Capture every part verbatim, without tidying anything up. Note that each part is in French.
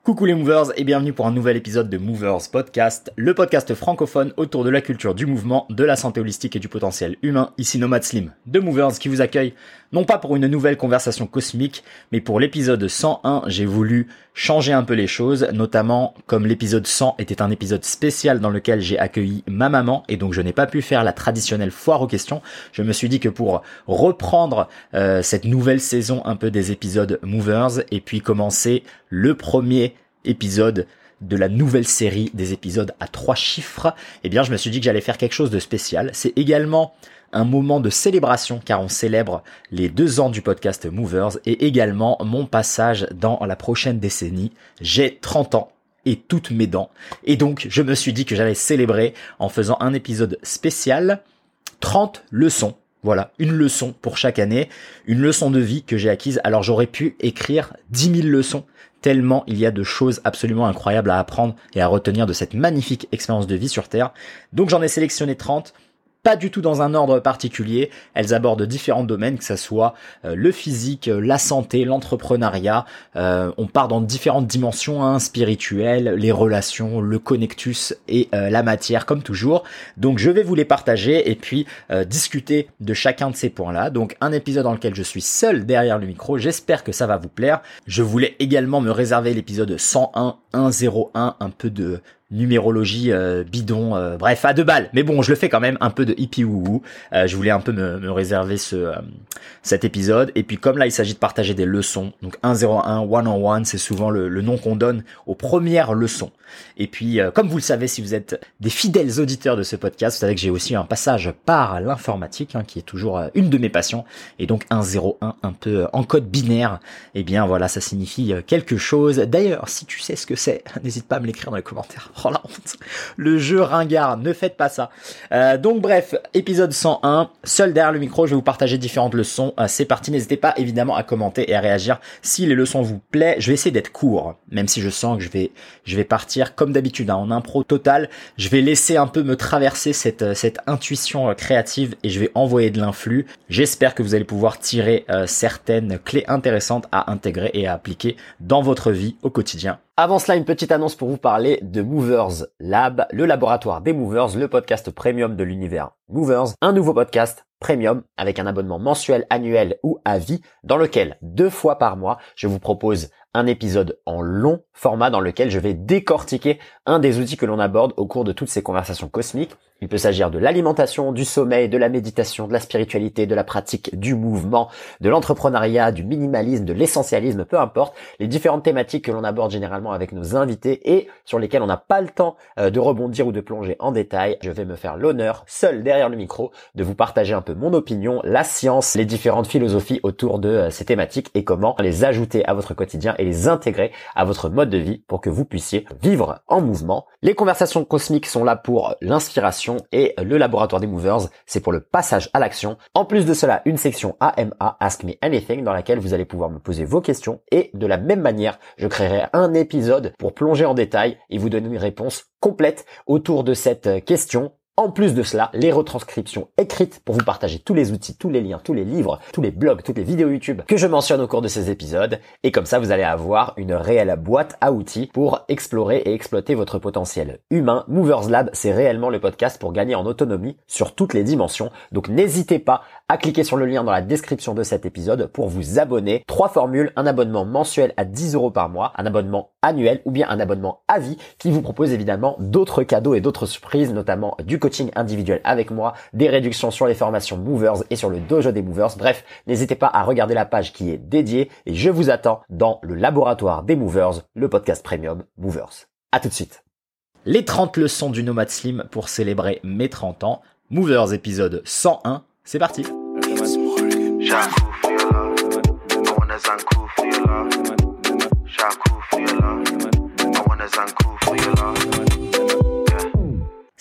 Coucou les movers et bienvenue pour un nouvel épisode de Movers Podcast, le podcast francophone autour de la culture du mouvement, de la santé holistique et du potentiel humain. Ici Nomad Slim de Movers qui vous accueille non pas pour une nouvelle conversation cosmique, mais pour l'épisode cent un, j'ai voulu changer un peu les choses, notamment comme l'épisode cent était un épisode spécial dans lequel j'ai accueilli ma maman et donc je n'ai pas pu faire la traditionnelle foire aux questions. Je me suis dit que pour reprendre euh, cette nouvelle saison un peu des épisodes Movers et puis commencer le premier épisode de la nouvelle série des épisodes à trois chiffres, eh bien je me suis dit que j'allais faire quelque chose de spécial. C'est également un moment de célébration car on célèbre les deux ans du podcast Movers et également mon passage dans la prochaine décennie. J'ai trente ans et toutes mes dents et donc je me suis dit que j'allais célébrer en faisant un épisode spécial, trente leçons. Voilà, une leçon pour chaque année, une leçon de vie que j'ai acquise. Alors j'aurais pu écrire dix mille leçons, tellement il y a de choses absolument incroyables à apprendre et à retenir de cette magnifique expérience de vie sur Terre. Donc j'en ai sélectionné trente. Pas du tout dans un ordre particulier, elles abordent différents domaines, que ça soit euh, le physique, la santé, l'entrepreneuriat, euh, on part dans différentes dimensions, hein, spirituelles, les relations, le connectus et euh, la matière comme toujours. Donc je vais vous les partager et puis euh, discuter de chacun de ces points-là. Donc un épisode dans lequel je suis seul derrière le micro, j'espère que ça va vous plaire. Je voulais également me réserver l'épisode cent un, cent un, un peu de numérologie euh, bidon, euh, bref, à deux balles. Mais bon, je le fais quand même un peu de hippie wouhou. Euh, je voulais un peu me, me réserver ce euh, cet épisode. Et puis comme là, il s'agit de partager des leçons. Donc cent un, cent un, c'est souvent le, le nom qu'on donne aux premières leçons. Et puis, euh, comme vous le savez, si vous êtes des fidèles auditeurs de ce podcast, vous savez que j'ai aussi un passage par l'informatique, hein, qui est toujours euh, une de mes passions. Et donc cent un, un peu euh, en code binaire, eh bien voilà, ça signifie euh, quelque chose. D'ailleurs, si tu sais ce que c'est, n'hésite pas à me l'écrire dans les commentaires. Oh la honte. Le jeu ringard, ne faites pas ça. Euh, donc bref, épisode cent un, seul derrière le micro, je vais vous partager différentes leçons. Euh, c'est parti, n'hésitez pas évidemment à commenter et à réagir si les leçons vous plaisent. Je vais essayer d'être court, même si je sens que je vais je vais partir comme d'habitude, hein, en impro total. Je vais laisser un peu me traverser cette cette intuition euh, créative et je vais envoyer de l'influx. J'espère que vous allez pouvoir tirer euh, certaines clés intéressantes à intégrer et à appliquer dans votre vie au quotidien. Avant cela, une petite annonce pour vous parler de Movers Lab, le laboratoire des Movers, le podcast premium de l'univers Movers, un nouveau podcast premium avec un abonnement mensuel, annuel ou à vie dans lequel deux fois par mois, je vous propose un épisode en long format dans lequel je vais décortiquer un des outils que l'on aborde au cours de toutes ces conversations cosmiques. Il peut s'agir de l'alimentation, du sommeil, de la méditation, de la spiritualité, de la pratique, du mouvement, de l'entrepreneuriat, du minimalisme, de l'essentialisme, peu importe, les différentes thématiques que l'on aborde généralement avec nos invités et sur lesquelles on n'a pas le temps de rebondir ou de plonger en détail. Je vais me faire l'honneur, seul derrière le micro, de vous partager un peu mon opinion, la science, les différentes philosophies autour de ces thématiques et comment les ajouter à votre quotidien et les intégrer à votre mode de vie pour que vous puissiez vivre en mouvement. Les conversations cosmiques sont là pour l'inspiration et le laboratoire des Movers, c'est pour le passage à l'action. En plus de cela, une section A M A, Ask Me Anything, dans laquelle vous allez pouvoir me poser vos questions et de la même manière, je créerai un épisode pour plonger en détail et vous donner une réponse complète autour de cette question. En plus de cela, les retranscriptions écrites pour vous partager tous les outils, tous les liens, tous les livres, tous les blogs, toutes les vidéos YouTube que je mentionne au cours de ces épisodes. Et comme ça, vous allez avoir une réelle boîte à outils pour explorer et exploiter votre potentiel humain. Movers Lab, c'est réellement le podcast pour gagner en autonomie sur toutes les dimensions. Donc n'hésitez pas à cliquer sur le lien dans la description de cet épisode pour vous abonner. Trois formules, un abonnement mensuel à dix euros par mois, un abonnement annuel ou bien un abonnement à vie qui vous propose évidemment d'autres cadeaux et d'autres surprises, notamment du coaching individuel avec moi, des réductions sur les formations Movers et sur le dojo des Movers. Bref, n'hésitez pas à regarder la page qui est dédiée et je vous attends dans le laboratoire des Movers, le podcast premium Movers. À tout de suite. Les trente leçons du Nomad Slim pour célébrer mes trente ans. Movers épisode cent un, c'est parti.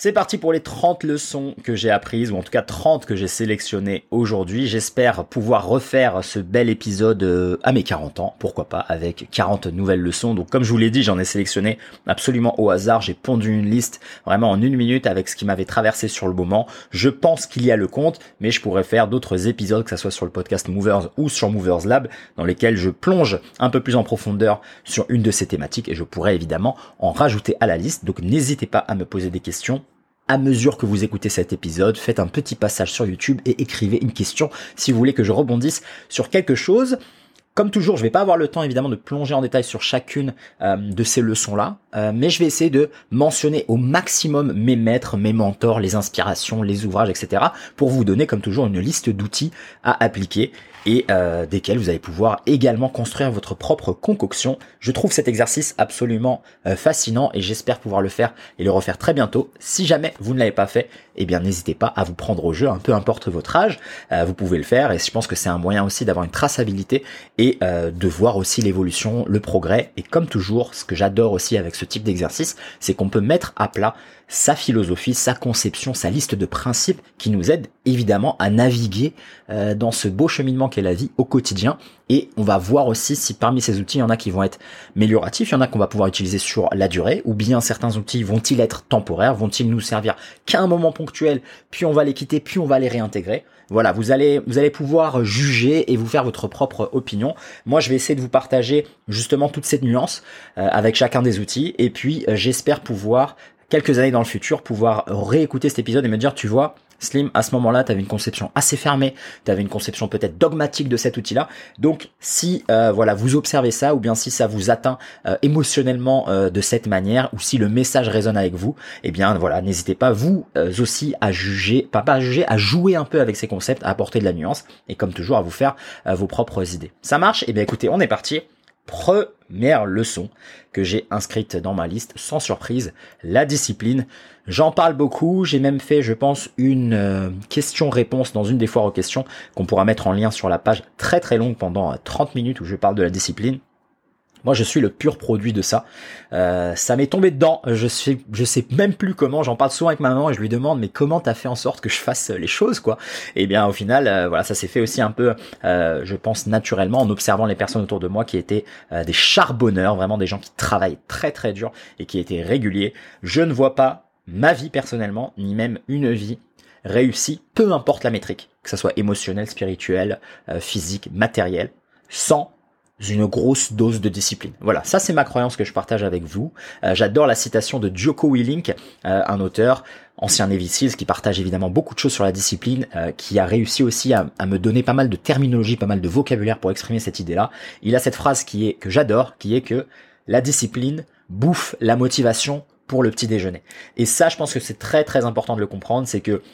C'est parti pour les trente leçons que j'ai apprises, ou en tout cas trente que j'ai sélectionnées aujourd'hui. J'espère pouvoir refaire ce bel épisode à mes quarante ans, pourquoi pas, avec quarante nouvelles leçons. Donc comme je vous l'ai dit, j'en ai sélectionné absolument au hasard. J'ai pondu une liste vraiment en une minute avec ce qui m'avait traversé sur le moment. Je pense qu'il y a le compte, mais je pourrais faire d'autres épisodes, que ce soit sur le podcast Movers ou sur Movers Lab, dans lesquels je plonge un peu plus en profondeur sur une de ces thématiques et je pourrais évidemment en rajouter à la liste. Donc n'hésitez pas à me poser des questions. À mesure que vous écoutez cet épisode, faites un petit passage sur YouTube et écrivez une question si vous voulez que je rebondisse sur quelque chose. Comme toujours, je vais pas avoir le temps évidemment de plonger en détail sur chacune euh, de ces leçons-là, euh, mais je vais essayer de mentionner au maximum mes maîtres, mes mentors, les inspirations, les ouvrages, et cetera pour vous donner comme toujours une liste d'outils à appliquer et euh, desquels vous allez pouvoir également construire votre propre concoction. Je trouve cet exercice absolument euh, fascinant et j'espère pouvoir le faire et le refaire très bientôt. Si jamais vous ne l'avez pas fait, eh bien n'hésitez pas à vous prendre au jeu, un peu importe votre âge, euh, vous pouvez le faire et je pense que c'est un moyen aussi d'avoir une traçabilité et euh, de voir aussi l'évolution, le progrès. Et comme toujours, ce que j'adore aussi avec ce type d'exercice, c'est qu'on peut mettre à plat sa philosophie, sa conception, sa liste de principes qui nous aident évidemment à naviguer euh, dans ce beau cheminement qu'est la vie au quotidien. Et on va voir aussi si parmi ces outils, il y en a qui vont être amélioratifs, il y en a qu'on va pouvoir utiliser sur la durée, ou bien certains outils vont-ils être temporaires, vont-ils nous servir qu'à un moment ponctuel, puis on va les quitter, puis on va les réintégrer. Voilà, vous allez vous allez pouvoir juger et vous faire votre propre opinion. Moi, je vais essayer de vous partager justement toute cette nuance euh, avec chacun des outils, et puis euh, j'espère pouvoir quelques années dans le futur, pouvoir réécouter cet épisode et me dire, tu vois, Slim, à ce moment-là, tu avais une conception assez fermée, tu avais une conception peut-être dogmatique de cet outil-là. Donc, si euh, voilà, vous observez ça, ou bien si ça vous atteint euh, émotionnellement euh, de cette manière, ou si le message résonne avec vous, eh bien voilà, n'hésitez pas vous euh, aussi à juger, pas pas à juger, à jouer un peu avec ces concepts, à apporter de la nuance, et comme toujours, à vous faire euh, vos propres idées. Ça marche? Eh bien écoutez, on est parti. Première leçon que j'ai inscrite dans ma liste, sans surprise, la discipline. J'en parle beaucoup, j'ai même fait, je pense, une euh, question-réponse dans une des foires aux questions qu'on pourra mettre en lien sur la page, très très longue pendant trente minutes où je parle de la discipline. Moi, je suis le pur produit de ça. Euh, ça m'est tombé dedans. Je sais, je sais même plus comment. J'en parle souvent avec ma maman et je lui demande, mais comment t'as fait en sorte que je fasse les choses, quoi? Et bien, au final, euh, voilà, ça s'est fait aussi un peu, euh, je pense, naturellement en observant les personnes autour de moi qui étaient euh, des charbonneurs, vraiment des gens qui travaillent très très dur et qui étaient réguliers. Je ne vois pas ma vie personnellement, ni même une vie réussie, peu importe la métrique, que ça soit émotionnel, spirituel, euh, physique, matériel, sans une grosse dose de discipline. Voilà, ça c'est ma croyance que je partage avec vous. Euh, j'adore la citation de Jocko Willink, euh, un auteur, ancien Navy Seals, qui partage évidemment beaucoup de choses sur la discipline, euh, qui a réussi aussi à, à me donner pas mal de terminologie, pas mal de vocabulaire pour exprimer cette idée-là. Il a cette phrase qui est que j'adore, qui est que la discipline bouffe la motivation pour le petit déjeuner. Et ça, je pense que c'est très très important de le comprendre, c'est que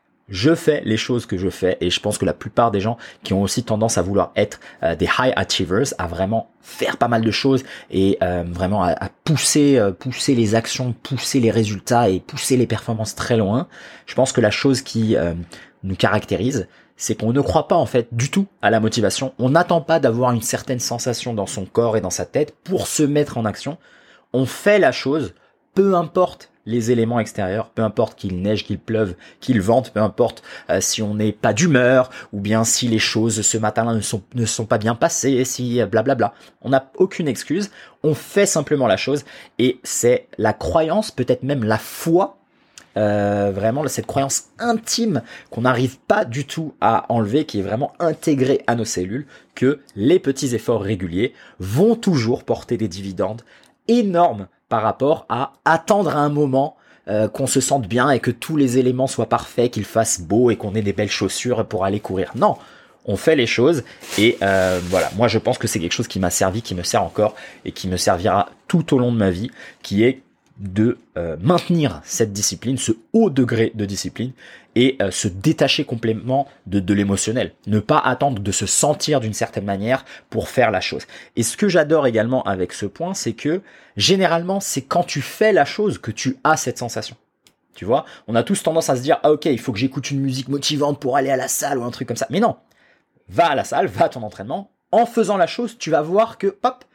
je fais les choses que je fais et je pense que la plupart des gens qui ont aussi tendance à vouloir être euh, des high achievers, à vraiment faire pas mal de choses et euh, vraiment à, à pousser euh, pousser les actions, pousser les résultats et pousser les performances très loin. Je pense que la chose qui euh, nous caractérise, c'est qu'on ne croit pas en fait du tout à la motivation. On n'attend pas d'avoir une certaine sensation dans son corps et dans sa tête pour se mettre en action. On fait la chose, peu importe les éléments extérieurs, peu importe qu'il neige, qu'il pleuve, qu'il vente, peu importe euh, si on n'est pas d'humeur, ou bien si les choses ce matin-là ne sont, ne sont pas bien passées, si blablabla. On n'a aucune excuse, on fait simplement la chose, et c'est la croyance, peut-être même la foi, euh, vraiment cette croyance intime qu'on n'arrive pas du tout à enlever, qui est vraiment intégrée à nos cellules, que les petits efforts réguliers vont toujours porter des dividendes énormes par rapport à attendre un moment euh, qu'on se sente bien et que tous les éléments soient parfaits, qu'il fasse beau et qu'on ait des belles chaussures pour aller courir. Non, on fait les choses et euh, voilà, moi je pense que c'est quelque chose qui m'a servi, qui me sert encore et qui me servira tout au long de ma vie, qui est de euh, maintenir cette discipline, ce haut degré de discipline et euh, se détacher complètement de, de l'émotionnel. Ne pas attendre de se sentir d'une certaine manière pour faire la chose. Et ce que j'adore également avec ce point, c'est que généralement, c'est quand tu fais la chose que tu as cette sensation. Tu vois, on a tous tendance à se dire « Ah ok, il faut que j'écoute une musique motivante pour aller à la salle ou un truc comme ça. » Mais non, va à la salle, va à ton entraînement. En faisant la chose, tu vas voir que hop,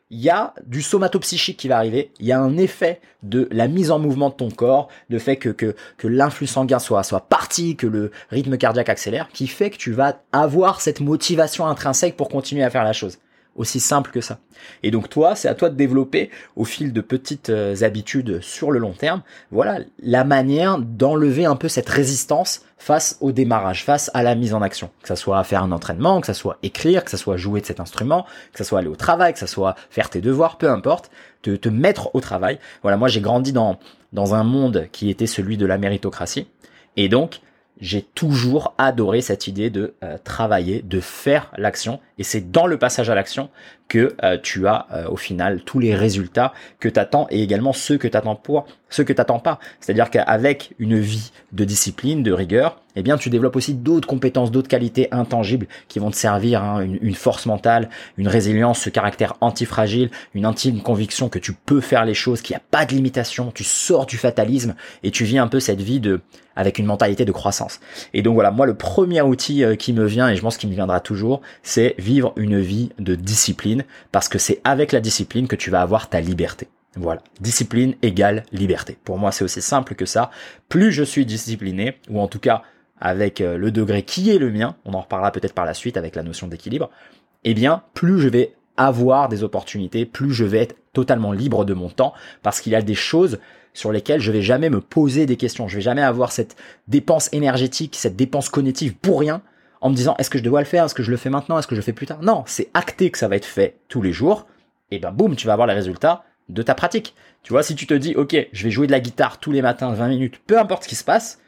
il y a du somatopsychique qui va arriver, il y a un effet de la mise en mouvement de ton corps, le fait que, que, que l'influx sanguin soit, soit parti, que le rythme cardiaque accélère, qui fait que tu vas avoir cette motivation intrinsèque pour continuer à faire la chose. Aussi simple que ça. Et donc toi, c'est à toi de développer au fil de petites euh, habitudes sur le long terme, voilà, la manière d'enlever un peu cette résistance face au démarrage, face à la mise en action. Que ça soit faire un entraînement, que ça soit écrire, que ça soit jouer de cet instrument, que ça soit aller au travail, que ça soit faire tes devoirs, peu importe, te, te mettre au travail. Voilà, moi j'ai grandi dans, dans un monde qui était celui de la méritocratie. Et donc, j'ai toujours adoré cette idée de euh, travailler, de faire l'action. Et c'est dans le passage à l'action que euh, tu as euh, au final tous les résultats que tu attends et également ceux que tu attends pour, ceux que tu attends pas. C'est-à-dire qu'avec une vie de discipline, de rigueur, eh bien tu développes aussi d'autres compétences, d'autres qualités intangibles qui vont te servir, hein, une, une force mentale, une résilience, ce caractère antifragile, une intime conviction que tu peux faire les choses, qu'il n'y a pas de limitation, tu sors du fatalisme et tu vis un peu cette vie de avec une mentalité de croissance. Et donc voilà, moi le premier outil euh, qui me vient, et je pense qu'il me viendra toujours, c'est vivre une vie de discipline, parce que c'est avec la discipline que tu vas avoir ta liberté. Voilà, discipline égale liberté. Pour moi, c'est aussi simple que ça. Plus je suis discipliné, ou en tout cas avec euh, le degré qui est le mien, on en reparlera peut-être par la suite avec la notion d'équilibre, eh bien, plus je vais avoir des opportunités, plus je vais être totalement libre de mon temps, parce qu'il y a des choses sur lesquelles je vais jamais me poser des questions. Je vais jamais avoir cette dépense énergétique, cette dépense cognitive pour rien, en me disant est-ce que je dois le faire, est-ce que je le fais maintenant, est-ce que je le fais plus tard. Non, c'est acté que ça va être fait tous les jours, et ben boum, tu vas avoir les résultats de ta pratique. Tu vois, si tu te dis ok, je vais jouer de la guitare tous les matins vingt minutes, peu importe ce qui se passe,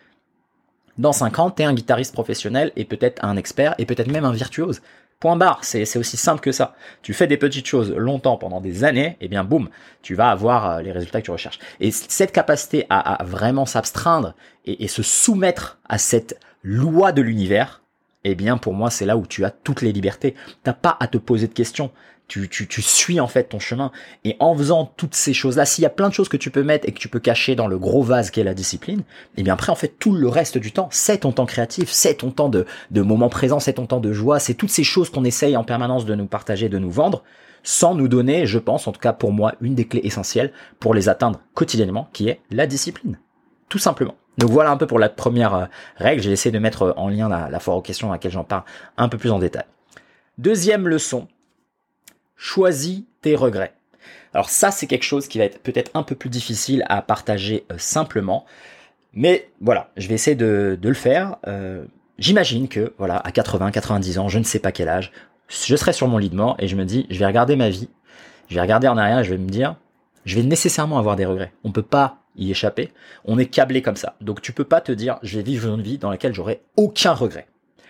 dans cinq ans, tu es un guitariste professionnel et peut-être un expert et peut-être même un virtuose. Point barre, c'est, c'est aussi simple que ça. Tu fais des petites choses longtemps, pendant des années, et bien boum, tu vas avoir les résultats que tu recherches. Et cette capacité à, à vraiment s'abstraindre et, et se soumettre à cette loi de l'univers, eh bien pour moi c'est là où tu as toutes les libertés. T'as pas à te poser de questions. Tu, tu, tu suis en fait ton chemin. Et en faisant toutes ces choses-là, s'il y a plein de choses que tu peux mettre et que tu peux cacher dans le gros vase qu'est la discipline, et bien après en fait tout le reste du temps, c'est ton temps créatif, c'est ton temps de, de moment présent, c'est ton temps de joie, c'est toutes ces choses qu'on essaye en permanence de nous partager, de nous vendre, sans nous donner, je pense, en tout cas pour moi, une des clés essentielles pour les atteindre quotidiennement, qui est la discipline. Tout simplement. Donc voilà un peu pour la première règle. J'ai essayé de mettre en lien la, la foire aux questions à laquelle j'en parle un peu plus en détail. Deuxième leçon, choisis tes regrets. Alors ça, c'est quelque chose qui va être peut-être un peu plus difficile à partager euh, simplement, mais voilà, je vais essayer de, de le faire. Euh, j'imagine que voilà, à quatre-vingts, quatre-vingt-dix ans, je ne sais pas quel âge, je serai sur mon lit de mort et je me dis, je vais regarder ma vie, je vais regarder en arrière et je vais me dire, je vais nécessairement avoir des regrets. On peut pas y échapper. On est câblé comme ça. Donc tu peux pas te dire, je vais vivre une vie dans laquelle j'aurai aucun regret.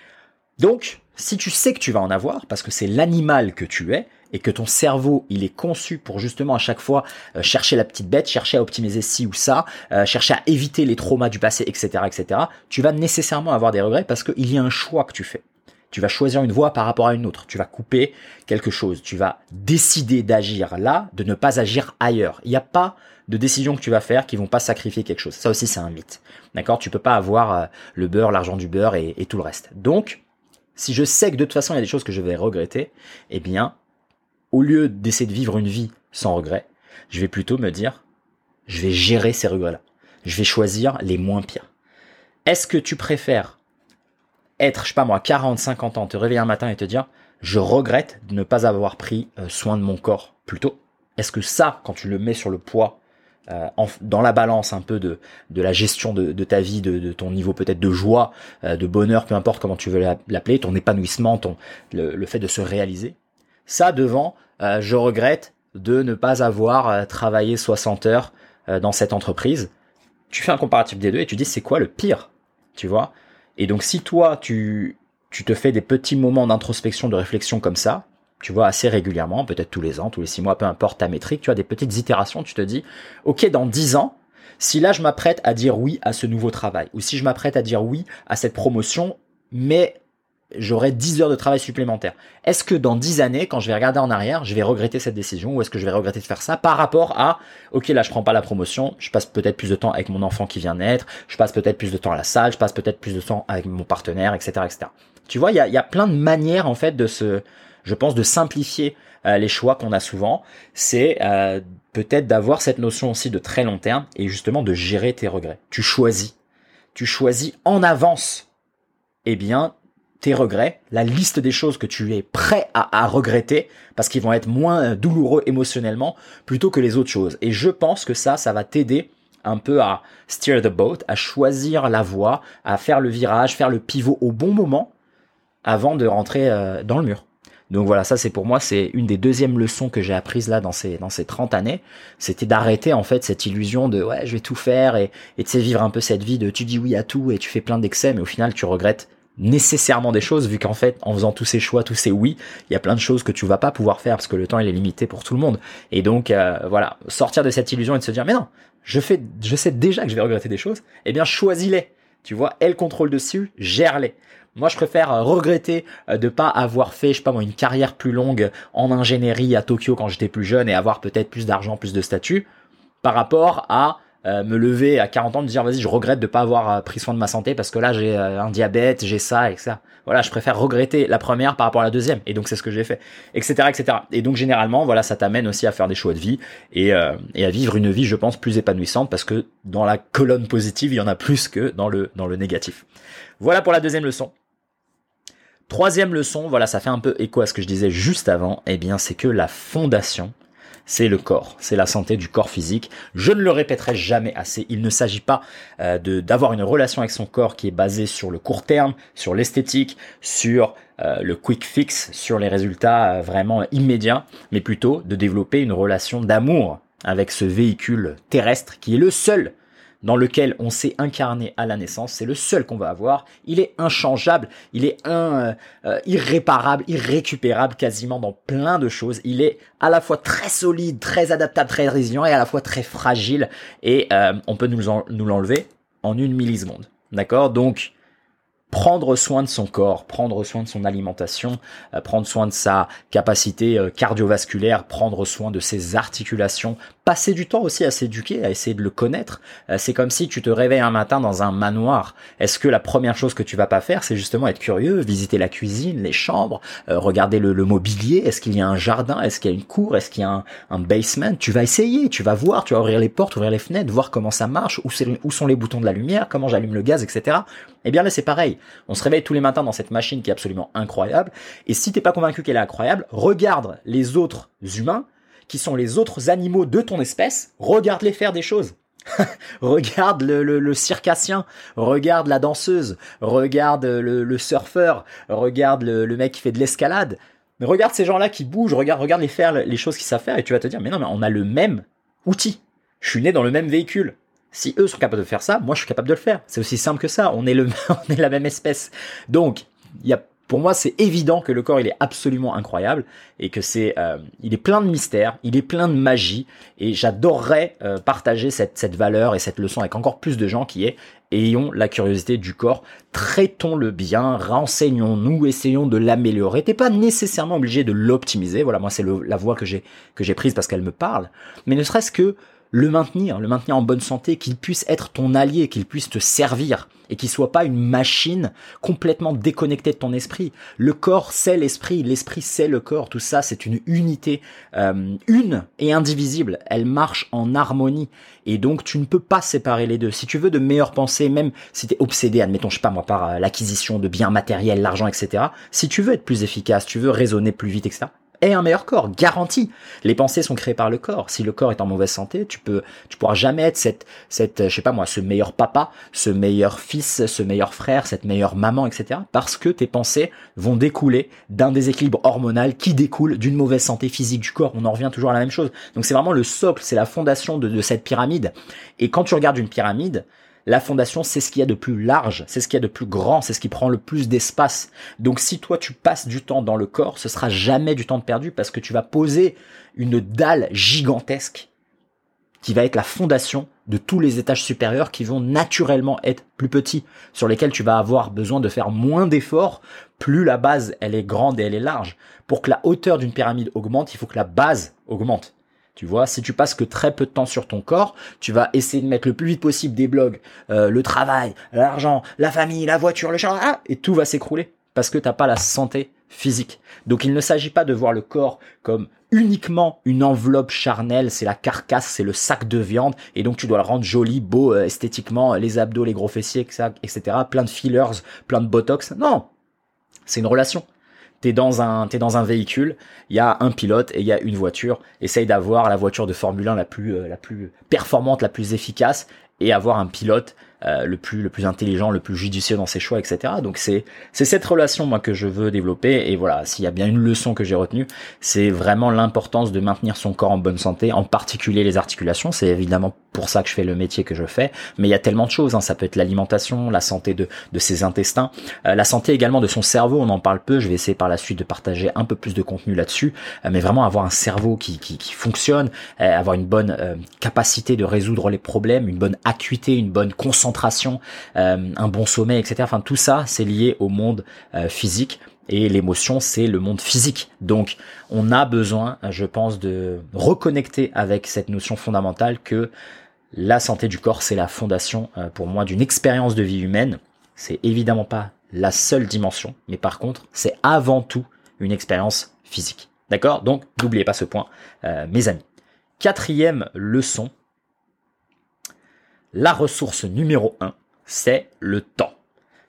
Donc, si tu sais que tu vas en avoir, parce que c'est l'animal que tu es, et que ton cerveau, il est conçu pour justement à chaque fois euh, chercher la petite bête, chercher à optimiser ci ou ça, euh, chercher à éviter les traumas du passé, et cetera, et cetera, tu vas nécessairement avoir des regrets parce qu'il y a un choix que tu fais. Tu vas choisir une voie par rapport à une autre. Tu vas couper quelque chose. Tu vas décider d'agir là, de ne pas agir ailleurs. Il n'y a pas de décisions que tu vas faire qui vont pas sacrifier quelque chose. Ça aussi, c'est un mythe. D'accord ? Tu peux pas avoir euh, le beurre, l'argent du beurre et, et tout le reste. Donc, si je sais que de toute façon, il y a des choses que je vais regretter, eh bien, au lieu d'essayer de vivre une vie sans regret, je vais plutôt me dire, je vais gérer ces regrets-là. Je vais choisir les moins pires. Est-ce que tu préfères être, je sais pas moi, quarante, cinquante ans, te réveiller un matin et te dire, je regrette de ne pas avoir pris soin de mon corps plus tôt? Est-ce que ça, quand tu le mets sur le poids, euh, en, dans la balance un peu de, de la gestion de, de ta vie, de, de ton niveau peut-être de joie, euh, de bonheur, peu importe comment tu veux l'appeler, ton épanouissement, ton, le, le fait de se réaliser, ça devant, euh, je regrette de ne pas avoir euh, travaillé soixante heures euh, dans cette entreprise. Tu fais un comparatif des deux et tu dis c'est quoi le pire, tu vois? Et donc si toi tu tu te fais des petits moments d'introspection, de réflexion comme ça, tu vois, assez régulièrement, peut-être tous les ans, tous les six mois, peu importe ta métrique, tu as des petites itérations, tu te dis ok, dans dix ans, si là je m'apprête à dire oui à ce nouveau travail, ou si je m'apprête à dire oui à cette promotion, mais j'aurai dix heures de travail supplémentaires. Est-ce que dans dix années, quand je vais regarder en arrière, je vais regretter cette décision ou est-ce que je vais regretter de faire ça par rapport à, ok, là, je prends pas la promotion, je passe peut-être plus de temps avec mon enfant qui vient naître, je passe peut-être plus de temps à la salle, je passe peut-être plus de temps avec mon partenaire, et cetera, et cetera. Tu vois, il y a, il y a plein de manières, en fait, de se, je pense, de simplifier euh, les choix qu'on a souvent, c'est euh, peut-être d'avoir cette notion aussi de très long terme et justement de gérer tes regrets. Tu choisis, tu choisis en avance, eh bien, tes regrets, la liste des choses que tu es prêt à, à regretter parce qu'ils vont être moins douloureux émotionnellement plutôt que les autres choses. Et je pense que ça, ça va t'aider un peu à steer the boat, à choisir la voie, à faire le virage, faire le pivot au bon moment avant de rentrer euh, dans le mur. Donc voilà, ça c'est pour moi, c'est une des deuxièmes leçons que j'ai apprises là dans ces dans ces trente années, c'était d'arrêter en fait cette illusion de ouais, je vais tout faire et et de sais vivre un peu cette vie de tu dis oui à tout et tu fais plein d'excès mais au final tu regrettes nécessairement des choses vu qu'en fait en faisant tous ces choix, tous ces oui, il y a plein de choses que tu vas pas pouvoir faire parce que le temps il est limité pour tout le monde. Et donc euh, voilà, sortir de cette illusion et de se dire mais non, je fais je sais déjà que je vais regretter des choses, eh bien choisis-les. Tu vois, aie le contrôle dessus, gère-les. Moi, je préfère regretter de pas avoir fait, je sais pas moi, une carrière plus longue en ingénierie à Tokyo quand j'étais plus jeune et avoir peut-être plus d'argent, plus de statut, par rapport à euh, me lever à quarante ans, de dire vas-y, je regrette de pas avoir euh, pris soin de ma santé parce que là j'ai euh, un diabète, j'ai ça et ça. Voilà, je préfère regretter la première par rapport à la deuxième et donc c'est ce que j'ai fait, et cetera, et cetera. Et donc généralement, voilà, ça t'amène aussi à faire des choix de vie et euh, et à vivre une vie, je pense, plus épanouissante parce que dans la colonne positive, il y en a plus que dans le dans le négatif. Voilà pour la deuxième leçon. Troisième leçon, voilà, ça fait un peu écho à ce que je disais juste avant, eh bien c'est que la fondation, c'est le corps, c'est la santé du corps physique. Je ne le répéterai jamais assez, il ne s'agit pas euh, de d'avoir une relation avec son corps qui est basée sur le court terme, sur l'esthétique, sur euh, le quick fix, sur les résultats euh, vraiment immédiats, mais plutôt de développer une relation d'amour avec ce véhicule terrestre qui est le seul dans lequel on s'est incarné à la naissance, c'est le seul qu'on va avoir, il est inchangeable, il est un, euh, irréparable, irrécupérable quasiment dans plein de choses, il est à la fois très solide, très adaptable, très résilient et à la fois très fragile et euh, on peut nous, en, nous l'enlever en une milliseconde, d'accord? Donc, prendre soin de son corps, prendre soin de son alimentation, euh, prendre soin de sa capacité euh, cardiovasculaire, prendre soin de ses articulations, passer du temps aussi à s'éduquer, à essayer de le connaître. Euh, c'est comme si tu te réveilles un matin dans un manoir. Est-ce que la première chose que tu vas pas faire, c'est justement être curieux, visiter la cuisine, les chambres, euh, regarder le, le mobilier, est-ce qu'il y a un jardin, est-ce qu'il y a une cour, est-ce qu'il y a un, un basement? Tu vas essayer, tu vas voir, tu vas ouvrir les portes, ouvrir les fenêtres, voir comment ça marche, où, c'est, où sont les boutons de la lumière, comment j'allume le gaz, et cetera. Eh bien là c'est pareil. On se réveille tous les matins dans cette machine qui est absolument incroyable. Et si t'es pas convaincu qu'elle est incroyable, regarde les autres humains, qui sont les autres animaux de ton espèce, regarde-les faire des choses. Regarde le, le, le circassien, regarde la danseuse, regarde le, le surfeur, regarde le, le mec qui fait de l'escalade. Mais regarde ces gens-là qui bougent, regarde, regarde les faire les choses qu'ils savent faire et tu vas te dire, mais non, mais on a le même outil. Je suis né dans le même véhicule. Si eux sont capables de faire ça, moi je suis capable de le faire. C'est aussi simple que ça. On est le, on est la même espèce. Donc, il y a, pour moi, c'est évident que le corps il est absolument incroyable et que c'est, euh, il est plein de mystères, il est plein de magie. Et j'adorerais euh, partager cette cette valeur et cette leçon avec encore plus de gens qui est ayons la curiosité du corps, traitons-le bien, renseignons-nous, essayons de l'améliorer. T'es pas nécessairement obligé de l'optimiser. Voilà, moi c'est le, la voie que j'ai que j'ai prise parce qu'elle me parle. Mais ne serait-ce que le maintenir, le maintenir en bonne santé, qu'il puisse être ton allié, qu'il puisse te servir et qu'il soit pas une machine complètement déconnectée de ton esprit. Le corps, c'est l'esprit, l'esprit, c'est le corps. Tout ça, c'est une unité, euh, une et indivisible. Elle marche en harmonie et donc tu ne peux pas séparer les deux. Si tu veux de meilleures pensées, même si tu es obsédé, admettons, je sais pas moi, par euh, l'acquisition de biens matériels, l'argent, et cetera. Si tu veux être plus efficace, tu veux raisonner plus vite, et cetera et un meilleur corps, garanti. Les pensées sont créées par le corps. Si le corps est en mauvaise santé, tu peux, tu pourras jamais être cette, cette, je sais pas moi, ce meilleur papa, ce meilleur fils, ce meilleur frère, cette meilleure maman, et cetera. Parce que tes pensées vont découler d'un déséquilibre hormonal qui découle d'une mauvaise santé physique du corps. On en revient toujours à la même chose. Donc c'est vraiment le socle, c'est la fondation de, de cette pyramide. Et quand tu regardes une pyramide, la fondation, c'est ce qu'il y a de plus large, c'est ce qu'il y a de plus grand, c'est ce qui prend le plus d'espace. Donc si toi tu passes du temps dans le corps, ce sera jamais du temps de perdu parce que tu vas poser une dalle gigantesque qui va être la fondation de tous les étages supérieurs qui vont naturellement être plus petits, sur lesquels tu vas avoir besoin de faire moins d'efforts, plus la base elle est grande et elle est large. Pour que la hauteur d'une pyramide augmente, il faut que la base augmente. Tu vois, si tu passes que très peu de temps sur ton corps, tu vas essayer de mettre le plus vite possible des blogs, euh, le travail, l'argent, la famille, la voiture, le chien, ah, et tout va s'écrouler parce que t'as pas la santé physique. Donc il ne s'agit pas de voir le corps comme uniquement une enveloppe charnelle, c'est la carcasse, c'est le sac de viande, et donc tu dois le rendre joli, beau, euh, esthétiquement, les abdos, les gros fessiers, et cetera, plein de fillers, plein de botox. Non, c'est une relation. T'es dans un, t'es dans un véhicule, il y a un pilote et il y a une voiture. Essaye d'avoir la voiture de Formule un la plus, euh, la plus performante, la plus efficace, et avoir un pilote euh, le plus, le plus intelligent, le plus judicieux dans ses choix, et cetera. Donc c'est, c'est cette relation moi que je veux développer. Et voilà, s'il y a bien une leçon que j'ai retenue, c'est vraiment l'importance de maintenir son corps en bonne santé, en particulier les articulations. C'est évidemment pour ça que je fais le métier que je fais. Mais il y a tellement de choses. Hein. Ça peut être l'alimentation, la santé de, de ses intestins, euh, la santé également de son cerveau. On en parle peu. Je vais essayer par la suite de partager un peu plus de contenu là-dessus. Euh, mais vraiment avoir un cerveau qui, qui, qui fonctionne, euh, avoir une bonne euh, capacité de résoudre les problèmes, une bonne acuité, une bonne concentration, euh, un bon sommeil, et cetera. Enfin, tout ça, c'est lié au monde euh, physique. Et l'émotion, c'est le monde physique. Donc, on a besoin, je pense, de reconnecter avec cette notion fondamentale que la santé du corps, c'est la fondation, euh, pour moi, d'une expérience de vie humaine. C'est évidemment pas la seule dimension, mais par contre, c'est avant tout une expérience physique. D'accord ? Donc, n'oubliez pas ce point, euh, mes amis. Quatrième leçon, la ressource numéro un, c'est le temps. D'accord ?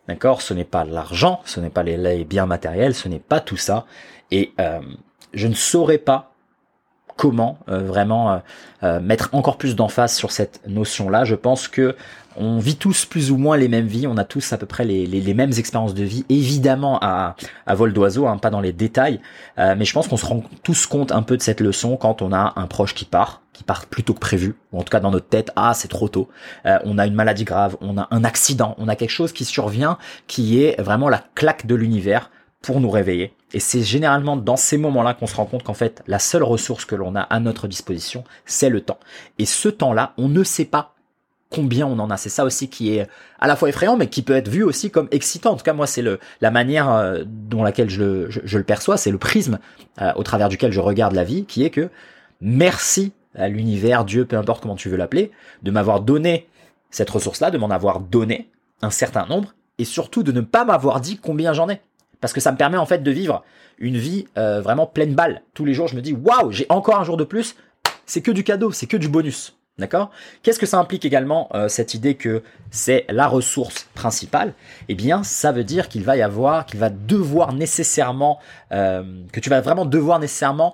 Ce n'est pas l'argent, ce n'est pas les, les biens matériels, ce n'est pas tout ça. Et euh, je ne saurais pas comment euh, vraiment euh, euh, mettre encore plus d'emphase sur cette notion-là. Je pense que on vit tous plus ou moins les mêmes vies, on a tous à peu près les, les, les mêmes expériences de vie, évidemment à, à vol d'oiseau, hein, pas dans les détails, euh, mais je pense qu'on se rend tous compte un peu de cette leçon quand on a un proche qui part, qui part plus tôt que prévu, ou en tout cas dans notre tête, ah c'est trop tôt, euh, on a une maladie grave, on a un accident, on a quelque chose qui survient, qui est vraiment la claque de l'univers pour nous réveiller. Et c'est généralement dans ces moments-là qu'on se rend compte qu'en fait, la seule ressource que l'on a à notre disposition, c'est le temps. Et ce temps-là, on ne sait pas combien on en a. C'est ça aussi qui est à la fois effrayant, mais qui peut être vu aussi comme excitant. En tout cas, moi, c'est le la manière euh, dont laquelle je le, je, je le perçois, c'est le prisme euh, au travers duquel je regarde la vie, qui est que merci à l'univers, Dieu, peu importe comment tu veux l'appeler, de m'avoir donné cette ressource-là, de m'en avoir donné un certain nombre, et surtout de ne pas m'avoir dit combien j'en ai. Parce que ça me permet en fait de vivre une vie euh, vraiment pleine balle. Tous les jours, je me dis, waouh, j'ai encore un jour de plus. C'est que du cadeau, c'est que du bonus. D'accord ? Qu'est-ce que ça implique également, euh, cette idée que c'est la ressource principale ? Eh bien, ça veut dire qu'il va y avoir, qu'il va devoir nécessairement, euh, que tu vas vraiment devoir nécessairement,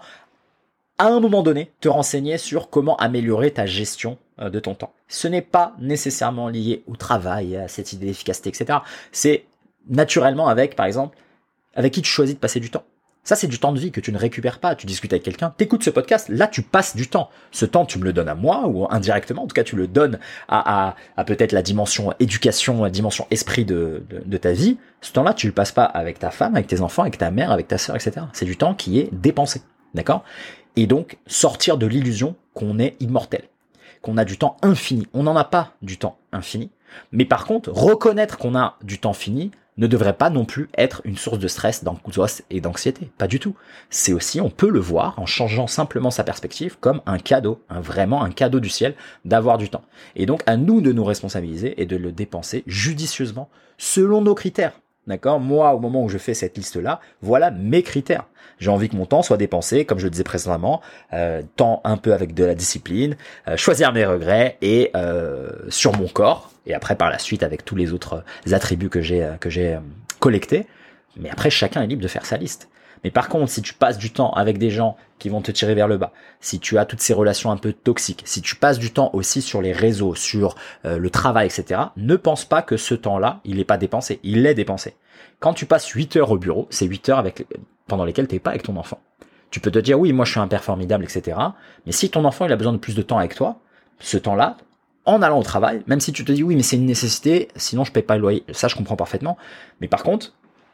à un moment donné, te renseigner sur comment améliorer ta gestion euh, de ton temps. Ce n'est pas nécessairement lié au travail, à cette idée d'efficacité, et cetera. C'est naturellement avec, par exemple, avec qui tu choisis de passer du temps. Ça, c'est du temps de vie que tu ne récupères pas. Tu discutes avec quelqu'un, t'écoutes ce podcast, là, tu passes du temps. Ce temps, tu me le donnes à moi, ou indirectement, en tout cas, tu le donnes à, à, à peut-être la dimension éducation, la dimension esprit de, de, de ta vie. Ce temps-là, tu le passes pas avec ta femme, avec tes enfants, avec ta mère, avec ta sœur, et cetera. C'est du temps qui est dépensé. D'accord ? Et donc, sortir de l'illusion qu'on est immortel, qu'on a du temps infini. On n'en a pas du temps infini. Mais par contre, reconnaître qu'on a du temps fini ne devrait pas non plus être une source de stress, d'angoisse et d'anxiété. Pas du tout. C'est aussi, on peut le voir en changeant simplement sa perspective comme un cadeau, un, vraiment un cadeau du ciel d'avoir du temps. Et donc, à nous de nous responsabiliser et de le dépenser judicieusement selon nos critères. D'accord ? Moi, au moment où je fais cette liste-là, voilà mes critères. J'ai envie que mon temps soit dépensé, comme je le disais précédemment, euh, temps un peu avec de la discipline, euh, choisir mes regrets et euh, sur mon corps. Et après, par la suite, avec tous les autres attributs que j'ai que j'ai collectés. Mais après, chacun est libre de faire sa liste. Mais par contre, si tu passes du temps avec des gens qui vont te tirer vers le bas, si tu as toutes ces relations un peu toxiques, si tu passes du temps aussi sur les réseaux, sur euh, le travail, et cetera, ne pense pas que ce temps-là, il n'est pas dépensé. Il est dépensé. Quand tu passes huit heures au bureau, c'est huit heures avec, pendant lesquelles tu n'es pas avec ton enfant. Tu peux te dire, oui, moi je suis un père formidable, et cetera. Mais si ton enfant il a besoin de plus de temps avec toi, ce temps-là, en allant au travail, même si tu te dis, oui, mais c'est une nécessité, sinon je paye pas le loyer. Ça, je comprends parfaitement. Mais par contre,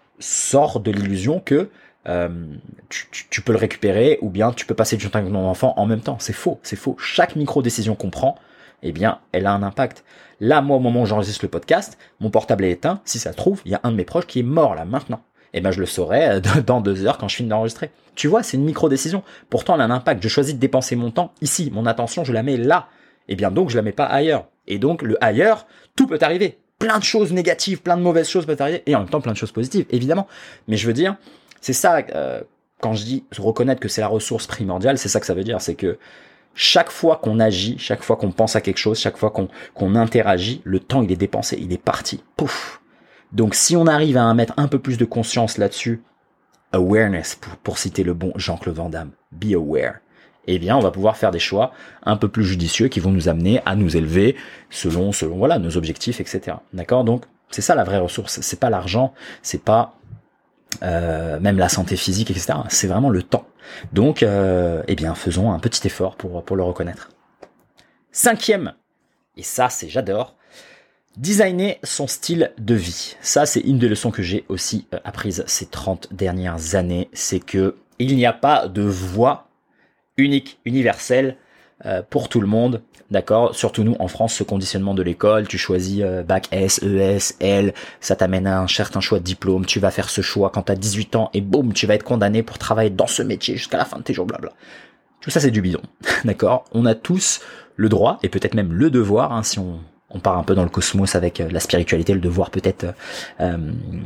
sors de l'illusion que Euh, tu, tu, tu peux le récupérer ou bien tu peux passer du temps avec ton enfant en même temps. C'est faux, c'est faux. Chaque micro-décision qu'on prend, eh bien, elle a un impact. Là, moi, au moment où j'enregistre le podcast, mon portable est éteint. Si ça se trouve, il y a un de mes proches qui est mort là, maintenant. Eh ben, je le saurai dans deux heures quand je finis d'enregistrer. Tu vois, c'est une micro-décision. Pourtant, elle a un impact. Je choisis de dépenser mon temps ici. Mon attention, je la mets là. Eh bien, donc, je la mets pas ailleurs. Et donc, le ailleurs, tout peut arriver. Plein de choses négatives, plein de mauvaises choses peuvent arriver. Et en même temps, plein de choses positives, évidemment. Mais je veux dire, C'est ça, euh, quand je dis reconnaître que c'est la ressource primordiale, c'est ça que ça veut dire. C'est que chaque fois qu'on agit, chaque fois qu'on pense à quelque chose, chaque fois qu'on qu'on interagit, le temps, il est dépensé, il est parti. Pouf. Donc, si on arrive à mettre un peu plus de conscience là-dessus, awareness, pour, pour citer le bon Jean-Claude Van Damme, be aware, eh bien, on va pouvoir faire des choix un peu plus judicieux qui vont nous amener à nous élever selon, selon voilà, nos objectifs, et cetera. D'accord? Donc, c'est ça la vraie ressource. C'est pas l'argent, c'est pas euh, même la santé physique, et cetera. C'est vraiment le temps. Donc, euh, eh bien, faisons un petit effort pour, pour le reconnaître. Cinquième, et ça, c'est j'adore, designer son style de vie. Ça, c'est une des leçons que j'ai aussi euh, apprises ces trente dernières années. C'est que il n'y a pas de voie unique, universelle euh, pour tout le monde. D'accord? Surtout nous, en France, ce conditionnement de l'école, tu choisis euh, bac S, E S, L, ça t'amène à un certain choix de diplôme, tu vas faire ce choix quand tu as dix-huit ans et boum, tu vas être condamné pour travailler dans ce métier jusqu'à la fin de tes jours, blabla. Tout ça, c'est du bidon. D'accord? On a tous le droit et peut-être même le devoir, hein, si on On part un peu dans le cosmos avec la spiritualité, le devoir peut-être euh,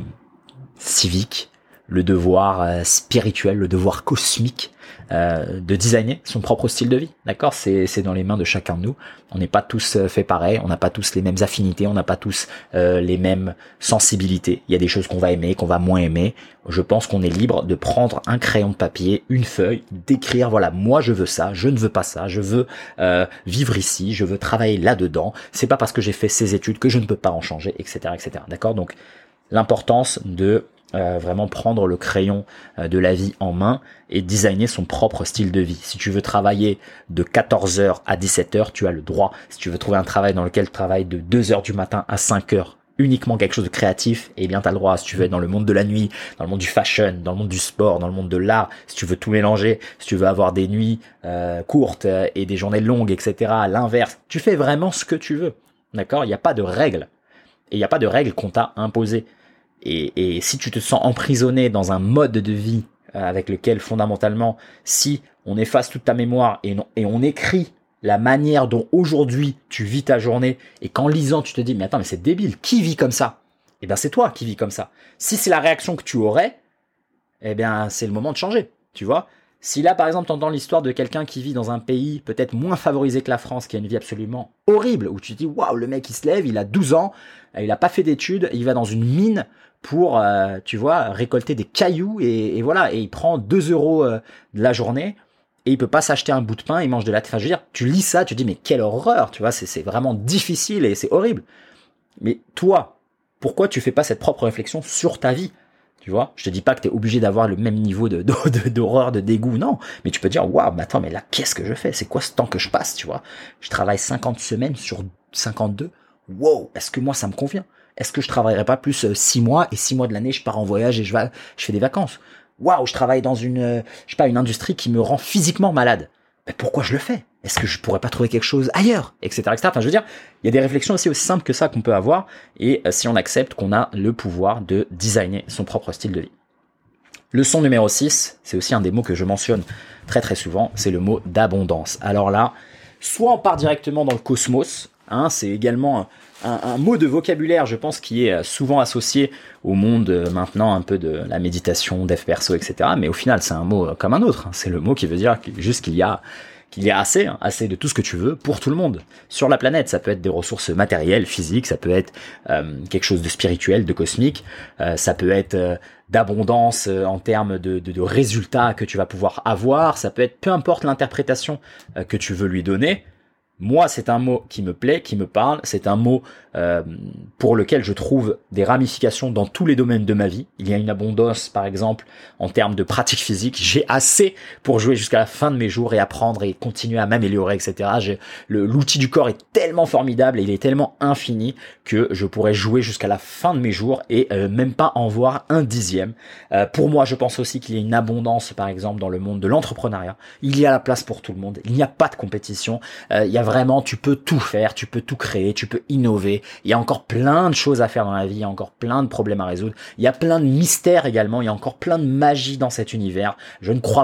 civique, le devoir euh, spirituel, le devoir cosmique euh, de designer son propre style de vie. D'accord ? C'est c'est dans les mains de chacun de nous. On n'est pas tous fait pareil, on n'a pas tous les mêmes affinités, on n'a pas tous euh, les mêmes sensibilités. Il y a des choses qu'on va aimer, qu'on va moins aimer. Je pense qu'on est libre de prendre un crayon de papier, une feuille, d'écrire, voilà, moi je veux ça, je ne veux pas ça, je veux euh, vivre ici, je veux travailler là-dedans. C'est pas parce que j'ai fait ces études que je ne peux pas en changer, et cetera, et cetera. D'accord ? Donc l'importance de Euh, vraiment prendre le crayon euh, de la vie en main et designer son propre style de vie. Si tu veux travailler de quatorze heures à dix-sept heures, tu as le droit. Si tu veux trouver un travail dans lequel tu travailles de deux heures du matin à cinq heures, uniquement quelque chose de créatif, eh bien tu as le droit. Si tu veux être dans le monde de la nuit, dans le monde du fashion, dans le monde du sport, dans le monde de l'art, si tu veux tout mélanger, si tu veux avoir des nuits euh, courtes et des journées longues, et cetera, à l'inverse, tu fais vraiment ce que tu veux. D'accord ? Il n'y a pas de règles. Et il n'y a pas de règles qu'on t'a imposées. Et, et si tu te sens emprisonné dans un mode de vie avec lequel fondamentalement, si on efface toute ta mémoire et, non, et on écrit la manière dont aujourd'hui tu vis ta journée et qu'en lisant tu te dis mais attends mais c'est débile, qui vit comme ça ? Eh bien c'est toi qui vis comme ça. Si c'est la réaction que tu aurais, eh bien c'est le moment de changer, tu vois ? Si là, par exemple, tu entends l'histoire de quelqu'un qui vit dans un pays peut-être moins favorisé que la France, qui a une vie absolument horrible, où tu te dis, waouh, le mec, il se lève, il a douze ans, il n'a pas fait d'études, il va dans une mine pour, euh, tu vois, récolter des cailloux, et, et voilà, et il prend deux euros euh, de la journée, et il peut pas s'acheter un bout de pain, il mange de la... Enfin, je veux dire, tu lis ça, tu te dis, mais quelle horreur, tu vois, c'est, c'est vraiment difficile et c'est horrible. Mais toi, pourquoi tu fais pas cette propre réflexion sur ta vie ? Tu vois, je te dis pas que tu es obligé d'avoir le même niveau de, de, de, d'horreur, de dégoût, non. Mais tu peux dire, waouh, mais attends, mais là, qu'est-ce que je fais ? C'est quoi ce temps que je passe, tu vois ? Je travaille cinquante semaines sur cinquante-deux. Wow, est-ce que moi, ça me convient ? Est-ce que je travaillerai pas plus six mois et six mois de l'année, je pars en voyage et je, vais, je fais des vacances ? Waouh, je travaille dans une, je sais pas, une industrie qui me rend physiquement malade. Mais pourquoi je le fais ? Est-ce que je pourrais pas trouver quelque chose ailleurs, et cetera, et cetera. Enfin, je veux dire, il y a des réflexions aussi aussi simples que ça qu'on peut avoir, et euh, si on accepte qu'on a le pouvoir de designer son propre style de vie. Leçon numéro six, c'est aussi un des mots que je mentionne très très souvent, c'est le mot d'abondance. Alors là, soit on part directement dans le cosmos, hein, c'est également un, un mot de vocabulaire, je pense, qui est souvent associé au monde euh, maintenant un peu de la méditation, dev perso, et cetera. Mais au final, c'est un mot comme un autre. C'est le mot qui veut dire juste qu'il y a qu'il y a assez, hein, assez de tout ce que tu veux pour tout le monde. Sur la planète, ça peut être des ressources matérielles, physiques, ça peut être euh, quelque chose de spirituel, de cosmique, euh, ça peut être euh, d'abondance euh, en termes de, de, de résultats que tu vas pouvoir avoir, ça peut être peu importe l'interprétation euh, que tu veux lui donner. Moi, c'est un mot qui me plaît, qui me parle, c'est un mot euh, pour lequel je trouve des ramifications dans tous les domaines de ma vie. Il y a une abondance, par exemple, en termes de pratique physique. J'ai assez pour jouer jusqu'à la fin de mes jours et apprendre et continuer à m'améliorer, et cetera. J'ai, le, l'outil du corps est tellement formidable et il est tellement infini que je pourrais jouer jusqu'à la fin de mes jours et euh, même pas en voir un dixième. Euh, pour moi, je pense aussi qu'il y a une abondance, par exemple, dans le monde de l'entrepreneuriat. Il y a la place pour tout le monde. Il n'y a pas de compétition. Euh, il y a vraiment, tu peux tout faire, tu peux tout créer, tu peux innover. Il y a encore plein de choses à faire dans la vie, il y a encore plein de problèmes à résoudre. Il y a plein de mystères également, il y a encore plein de magie dans cet univers. Je ne crois pas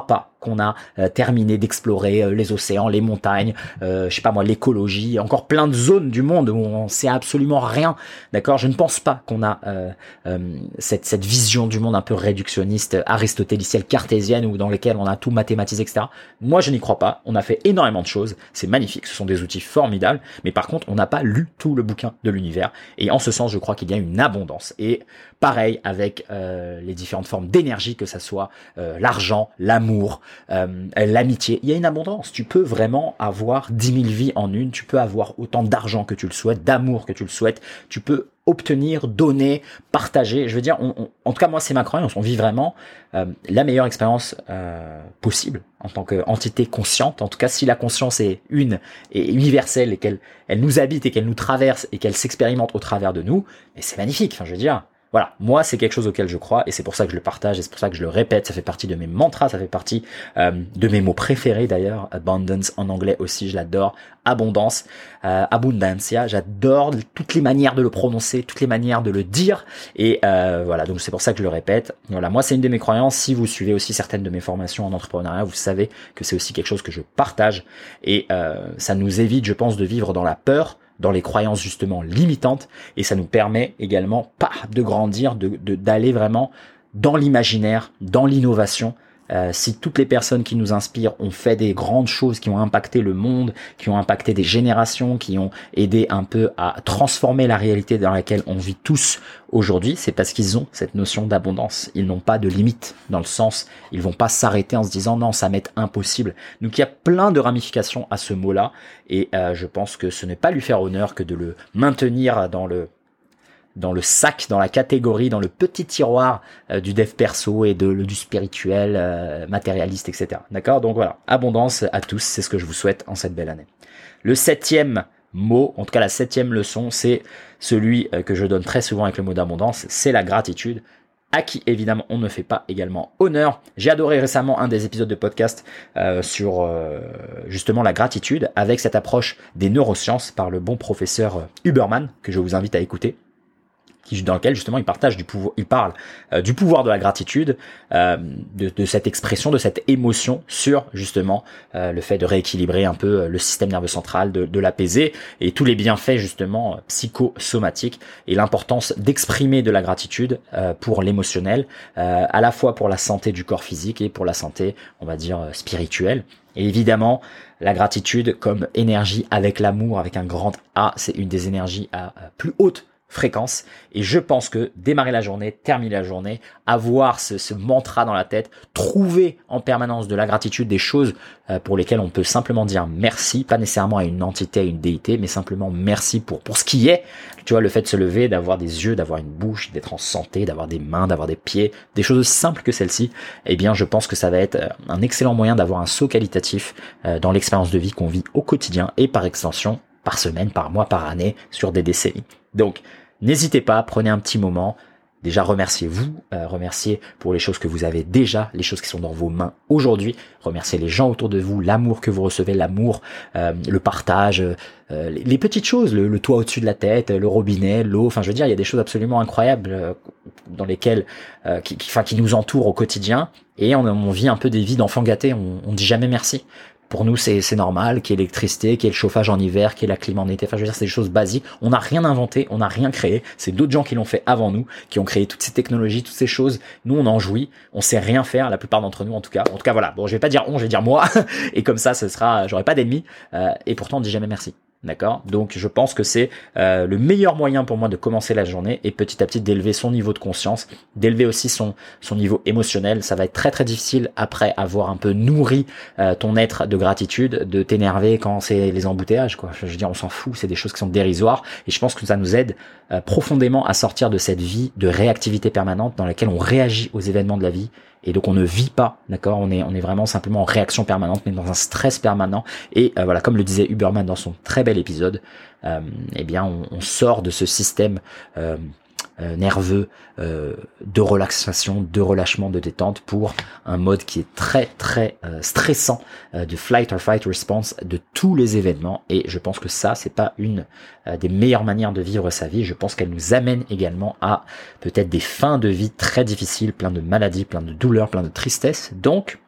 qu'on a euh, terminé d'explorer euh, les océans, les montagnes, euh, je sais pas moi, l'écologie, encore plein de zones du monde où on sait absolument rien, d'accord? Je ne pense pas qu'on a euh, euh, cette, cette vision du monde un peu réductionniste, aristotélicienne, cartésienne, ou dans lesquelles on a tout mathématisé, et cetera. Moi, je n'y crois pas. On a fait énormément de choses, c'est magnifique, ce sont des outils formidables, mais par contre, on n'a pas lu tout le bouquin de l'univers, et en ce sens, je crois qu'il y a une abondance. Et pareil avec euh, les différentes formes d'énergie, que ça soit euh, l'argent, l'amour, euh, l'amitié, il y a une abondance. Tu peux vraiment avoir dix mille vies en une, tu peux avoir autant d'argent que tu le souhaites, d'amour que tu le souhaites, tu peux obtenir, donner, partager. Je veux dire, on, on, en tout cas moi c'est ma croyance, on vit vraiment euh, la meilleure expérience euh, possible en tant qu'entité consciente. En tout cas, si la conscience est une et universelle et qu'elle elle nous habite et qu'elle nous traverse et qu'elle s'expérimente au travers de nous, mais c'est magnifique. Enfin, je veux dire. Voilà, moi c'est quelque chose auquel je crois et c'est pour ça que je le partage et c'est pour ça que je le répète, ça fait partie de mes mantras, ça fait partie euh, de mes mots préférés d'ailleurs, abundance en anglais aussi, je l'adore, abondance, euh, abundancia, j'adore toutes les manières de le prononcer, toutes les manières de le dire et euh, voilà, donc c'est pour ça que je le répète. Voilà, moi c'est une de mes croyances, si vous suivez aussi certaines de mes formations en entrepreneuriat, vous savez que c'est aussi quelque chose que je partage et euh, ça nous évite, je pense, de vivre dans la peur, dans les croyances justement limitantes, et ça nous permet également pas de grandir, de, de d'aller vraiment dans l'imaginaire, dans l'innovation. Euh, si toutes les personnes qui nous inspirent ont fait des grandes choses, qui ont impacté le monde, qui ont impacté des générations, qui ont aidé un peu à transformer la réalité dans laquelle on vit tous aujourd'hui, c'est parce qu'ils ont cette notion d'abondance. Ils n'ont pas de limite, dans le sens, ils vont pas s'arrêter en se disant non, ça m'est impossible. Donc il y a plein de ramifications à ce mot-là, et euh, je pense que ce n'est pas lui faire honneur que de le maintenir dans le dans le sac, dans la catégorie, dans le petit tiroir euh, du dev perso et de le, du spirituel, euh, matérialiste, et cetera. D'accord? Donc voilà, abondance à tous, c'est ce que je vous souhaite en cette belle année. Le septième mot, en tout cas la septième leçon, c'est celui euh, que je donne très souvent avec le mot d'abondance, c'est la gratitude, à qui évidemment on ne fait pas également honneur. J'ai adoré récemment un des épisodes de podcast euh, sur euh, justement la gratitude, avec cette approche des neurosciences par le bon professeur euh, Huberman, que je vous invite à écouter, qui, dans lequel justement il partage du pouvoir, il parle euh, du pouvoir de la gratitude, euh, de, de cette expression, de cette émotion sur justement euh, le fait de rééquilibrer un peu le système nerveux central, de, de l'apaiser et tous les bienfaits justement psychosomatiques et l'importance d'exprimer de la gratitude euh, pour l'émotionnel, euh, à la fois pour la santé du corps physique et pour la santé, on va dire, spirituelle. Et évidemment, la gratitude comme énergie avec l'amour, avec un grand A, c'est une des énergies à, à plus haute fréquence, et je pense que démarrer la journée, terminer la journée, avoir ce, ce mantra dans la tête, trouver en permanence de la gratitude, des choses euh, pour lesquelles on peut simplement dire merci, pas nécessairement à une entité, à une déité, mais simplement merci pour pour ce qui est. Tu vois, le fait de se lever, d'avoir des yeux, d'avoir une bouche, d'être en santé, d'avoir des mains, d'avoir des pieds, des choses aussi simples que celle-ci, eh bien je pense que ça va être un excellent moyen d'avoir un saut qualitatif euh, dans l'expérience de vie qu'on vit au quotidien et par extension par semaine, par mois, par année, sur des décennies. Donc n'hésitez pas, prenez un petit moment, déjà remerciez-vous, euh, remerciez pour les choses que vous avez déjà, les choses qui sont dans vos mains aujourd'hui, remerciez les gens autour de vous, l'amour que vous recevez, l'amour, euh, le partage, euh, les, les petites choses, le, le toit au-dessus de la tête, le robinet, l'eau, enfin je veux dire, il y a des choses absolument incroyables euh, dans lesquelles, euh, qui, qui, enfin, qui nous entourent au quotidien, et on, on vit un peu des vies d'enfants gâtés, on, on dit jamais merci. Pour nous, c'est c'est normal qu'il y ait l'électricité, qu'il y ait le chauffage en hiver, qu'il y ait la clim en été. Enfin, je veux dire, c'est des choses basiques. On n'a rien inventé, on n'a rien créé. C'est d'autres gens qui l'ont fait avant nous, qui ont créé toutes ces technologies, toutes ces choses. Nous, on en jouit. On sait rien faire, la plupart d'entre nous, en tout cas. En tout cas, voilà. Bon, je vais pas dire on, je vais dire moi. Et comme ça, ce sera, j'aurai pas d'ennemis. Euh, et pourtant, on dit jamais merci. D'accord? Donc je pense que c'est euh, le meilleur moyen pour moi de commencer la journée et petit à petit d'élever son niveau de conscience, d'élever aussi son son niveau émotionnel. Ça va être très très difficile après avoir un peu nourri euh, ton être de gratitude, de t'énerver quand c'est les embouteillages, quoi. Je veux dire, on s'en fout, c'est des choses qui sont dérisoires et je pense que ça nous aide euh, profondément à sortir de cette vie de réactivité permanente dans laquelle on réagit aux événements de la vie. Et donc on ne vit pas, d'accord, on est on est vraiment simplement en réaction permanente, mais dans un stress permanent. Et euh, voilà, comme le disait Huberman dans son très bel épisode, euh, eh bien on, on sort de ce système euh, euh, nerveux euh, de relaxation, de relâchement, de détente pour un mode qui est très très euh, stressant, euh, de flight or fight response de tous les événements. Et je pense que ça, c'est pas une euh, des meilleures manières de vivre sa vie. Je pense qu'elle nous amène également à peut-être des fins de vie très difficiles, plein de maladies, plein de douleurs, plein de tristesse. Donc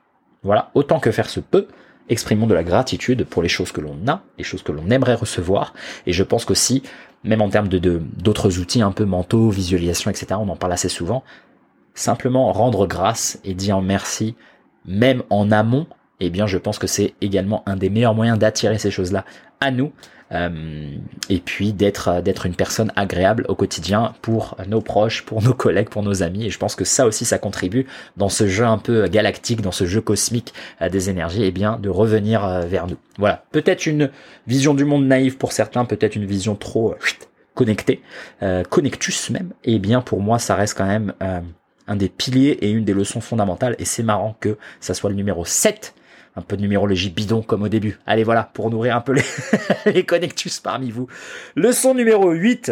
Voilà, autant que faire se peut, exprimons de la gratitude pour les choses que l'on a, les choses que l'on aimerait recevoir. Et je pense qu'aussi, même en termes de, de d'autres outils un peu mentaux, visualisation, et cetera, on en parle assez souvent, simplement rendre grâce et dire merci, même en amont, eh bien je pense que c'est également un des meilleurs moyens d'attirer ces choses-là à nous, euh, et puis d'être d'être une personne agréable au quotidien pour nos proches, pour nos collègues, pour nos amis. Et je pense que ça aussi, ça contribue dans ce jeu un peu galactique, dans ce jeu cosmique euh, des énergies, eh bien de revenir euh, vers nous. Voilà, peut-être une vision du monde naïve pour certains, peut-être une vision trop euh, connectée, euh, connectus même. Et bien pour moi, ça reste quand même euh, un des piliers et une des leçons fondamentales. Et c'est marrant que ça soit le numéro sept. Un peu de numérologie bidon comme au début. Allez, voilà, pour nourrir un peu les, les connectus parmi vous. Leçon numéro huit.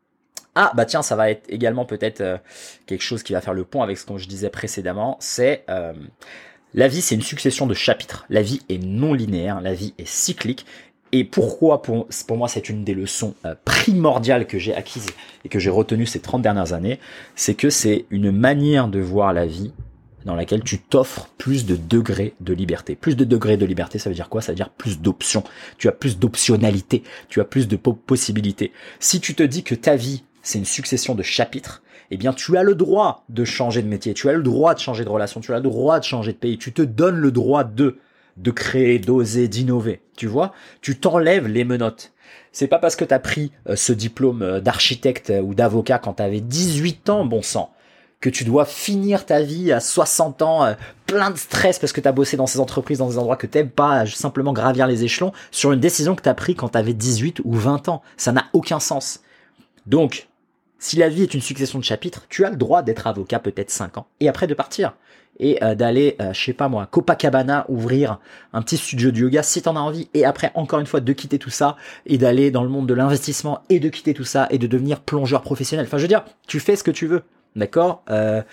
Ah, bah tiens, ça va être également peut-être euh, quelque chose qui va faire le pont avec ce que je disais précédemment. C'est euh, la vie, c'est une succession de chapitres. La vie est non linéaire, la vie est cyclique. Et pourquoi pour, pour moi c'est une des leçons euh, primordiales que j'ai acquises et que j'ai retenues ces trente dernières années, c'est que c'est une manière de voir la vie dans laquelle tu t'offres plus de degrés de liberté. Plus de degrés de liberté, ça veut dire quoi? Ça veut dire plus d'options. Tu as plus d'optionnalité, tu as plus de po- possibilités. Si tu te dis que ta vie, c'est une succession de chapitres, eh bien tu as le droit de changer de métier, tu as le droit de changer de relation, tu as le droit de changer de pays, tu te donnes le droit de, de créer, d'oser, d'innover. Tu vois? Tu t'enlèves les menottes. C'est pas parce que tu as pris euh, ce diplôme euh, d'architecte euh, ou d'avocat quand tu avais dix-huit ans, bon sang, que tu dois finir ta vie à soixante ans, euh, plein de stress parce que tu as bossé dans ces entreprises, dans des endroits que t'aimes pas, simplement gravir les échelons, sur une décision que tu as prise quand tu avais dix-huit ou vingt ans. Ça n'a aucun sens. Donc, si la vie est une succession de chapitres, tu as le droit d'être avocat peut-être cinq ans, et après de partir. Et euh, d'aller, euh, je sais pas moi, Copacabana, ouvrir un petit studio de yoga si t'en as envie, et après, encore une fois, de quitter tout ça, et d'aller dans le monde de l'investissement, et de quitter tout ça, et de devenir plongeur professionnel. Enfin, je veux dire, tu fais ce que tu veux. D'accord, euh,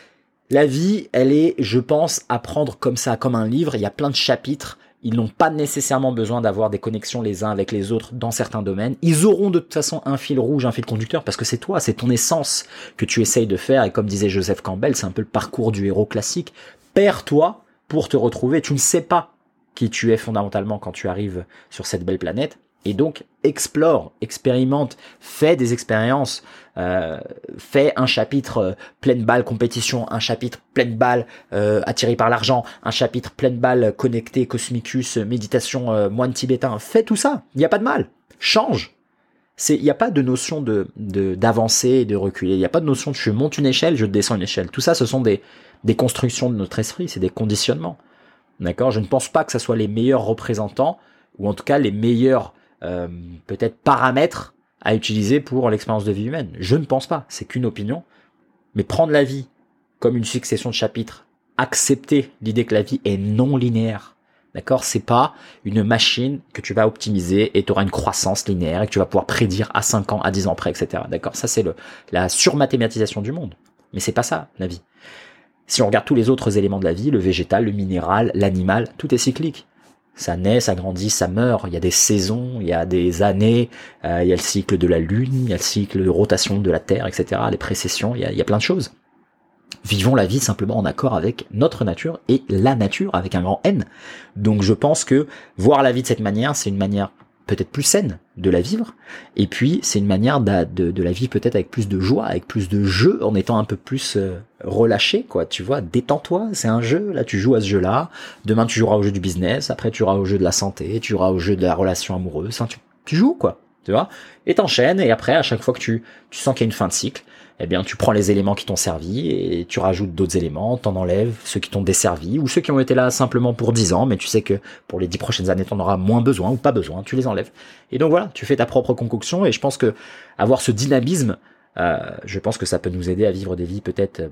la vie, elle est, je pense, à prendre comme ça, comme un livre. Il y a plein de chapitres. Ils n'ont pas nécessairement besoin d'avoir des connexions les uns avec les autres dans certains domaines. Ils auront de toute façon un fil rouge, un fil conducteur, parce que c'est toi, c'est ton essence que tu essayes de faire. Et comme disait Joseph Campbell, c'est un peu le parcours du héros classique. Perds-toi pour te retrouver. Tu ne sais pas qui tu es fondamentalement quand tu arrives sur cette belle planète. Et donc, explore, expérimente, fais des expériences, euh, fais un chapitre euh, pleine balle compétition, un chapitre pleine balle euh, attiré par l'argent, un chapitre pleine balle connecté, cosmicus, méditation, euh, moine tibétain. Fais tout ça, il n'y a pas de mal. Change. C'est, il n'y a pas de notion de, de d'avancer et de reculer. Il n'y a pas de notion de je monte une échelle, je descends une échelle. Tout ça, ce sont des, des constructions de notre esprit, c'est des conditionnements. D'accord ? Je ne pense pas que ce soit les meilleurs représentants, ou en tout cas les meilleurs Euh, peut-être paramètres à utiliser pour l'expérience de vie humaine. Je ne pense pas, c'est qu'une opinion. Mais prendre la vie comme une succession de chapitres, accepter l'idée que la vie est non linéaire, d'accord, c'est pas une machine que tu vas optimiser et tu auras une croissance linéaire et que tu vas pouvoir prédire à cinq ans, à dix ans près, et cetera. D'accord, ça c'est le la surmathématisation du monde. Mais c'est pas ça la vie. Si on regarde tous les autres éléments de la vie, le végétal, le minéral, l'animal, tout est cyclique. Ça naît, ça grandit, ça meurt. Il y a des saisons, il y a des années, euh, il y a le cycle de la Lune, il y a le cycle de rotation de la Terre, et cetera. Les précessions, il y a, il y a plein de choses. Vivons la vie simplement en accord avec notre nature et la nature avec un grand N. Donc je pense que voir la vie de cette manière, c'est une manière peut-être plus saine de la vivre. Et puis c'est une manière de, de, de la vivre peut-être avec plus de joie, avec plus de jeu, en étant un peu plus euh, relâché, quoi. Tu vois, détends-toi, c'est un jeu. Là, tu joues à ce jeu-là. Demain, tu joueras au jeu du business. Après, tu joueras au jeu de la santé. Tu joueras au jeu de la relation amoureuse. Enfin, tu, tu joues, quoi. Tu vois. Et t'enchaînes. Et après, à chaque fois que tu, tu sens qu'il y a une fin de cycle, eh bien, tu prends les éléments qui t'ont servi et tu rajoutes d'autres éléments, t'en enlèves ceux qui t'ont desservi ou ceux qui ont été là simplement pour dix ans, mais tu sais que pour les dix prochaines années, t'en auras moins besoin ou pas besoin, tu les enlèves. Et donc voilà, tu fais ta propre concoction et je pense que avoir ce dynamisme, euh, je pense que ça peut nous aider à vivre des vies peut-être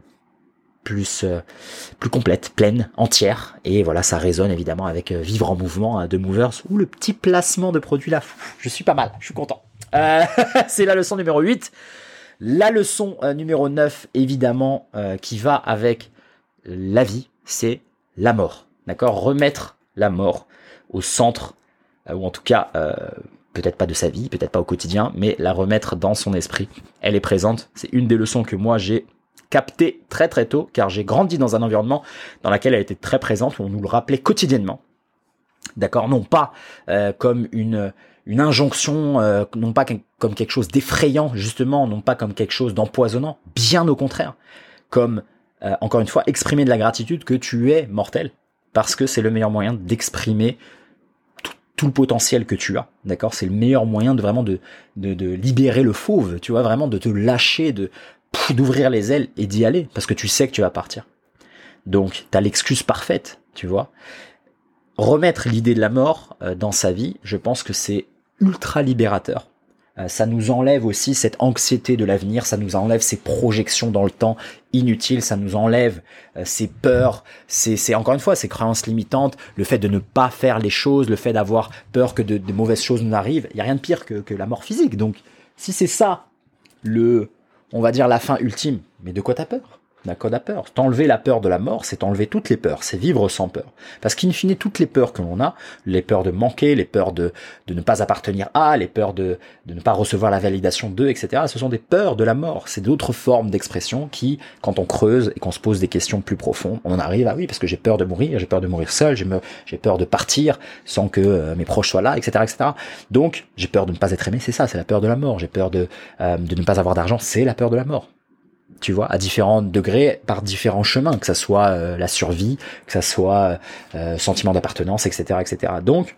plus euh, plus complètes, pleines, entières. Et voilà, ça résonne évidemment avec euh, Vivre en mouvement hein, de Movers ou le petit placement de produit là. Je suis pas mal, je suis content. Euh, c'est la leçon numéro huit. La leçon euh, numéro neuf, évidemment, euh, qui va avec la vie, c'est la mort. D'accord ? Remettre la mort au centre, euh, ou en tout cas, euh, peut-être pas de sa vie, peut-être pas au quotidien, mais la remettre dans son esprit. Elle est présente. C'est une des leçons que moi j'ai capté très très tôt, car j'ai grandi dans un environnement dans lequel elle était très présente, où on nous le rappelait quotidiennement. D'accord, non pas euh, comme une une injonction, euh, non pas comme quelque chose d'effrayant justement, non pas comme quelque chose d'empoisonnant, bien au contraire, comme euh, encore une fois exprimer de la gratitude que tu es mortel, parce que c'est le meilleur moyen d'exprimer tout, tout le potentiel que tu as. D'accord, c'est le meilleur moyen de vraiment de, de de libérer le fauve, tu vois, vraiment de te lâcher, de pff, d'ouvrir les ailes et d'y aller, parce que tu sais que tu vas partir. Donc t'as l'excuse parfaite, tu vois. Remettre l'idée de la mort euh, dans sa vie, je pense que c'est ultra libérateur. Euh, ça nous enlève aussi cette anxiété de l'avenir, ça nous enlève ces projections dans le temps inutiles, ça nous enlève euh, ces peurs, c'est, c'est encore une fois ces croyances limitantes, le fait de ne pas faire les choses, le fait d'avoir peur que de, de mauvaises choses nous arrivent. Il y a rien de pire que, que la mort physique. Donc, si c'est ça, le, on va dire la fin ultime, mais de quoi t'as peur ? D'accord, t'as peur. T'enlever la peur de la mort, c'est t'enlever toutes les peurs, c'est vivre sans peur. Parce qu'in fine, toutes les peurs que l'on a, les peurs de manquer, les peurs de, de ne pas appartenir à, les peurs de, de ne pas recevoir la validation d'eux, et cetera, ce sont des peurs de la mort. C'est d'autres formes d'expression qui, quand on creuse et qu'on se pose des questions plus profondes, on arrive à oui, parce que j'ai peur de mourir, j'ai peur de mourir seul, j'ai, me, j'ai peur de partir sans que euh, mes proches soient là, et cetera, et cetera. Donc, j'ai peur de ne pas être aimé, c'est ça, c'est la peur de la mort. J'ai peur de, euh, de ne pas avoir d'argent, c'est la peur de la mort. Tu vois, à différents degrés, par différents chemins, que ça soit euh, la survie, que ça soit euh, sentiment d'appartenance, et cetera, et cetera. Donc,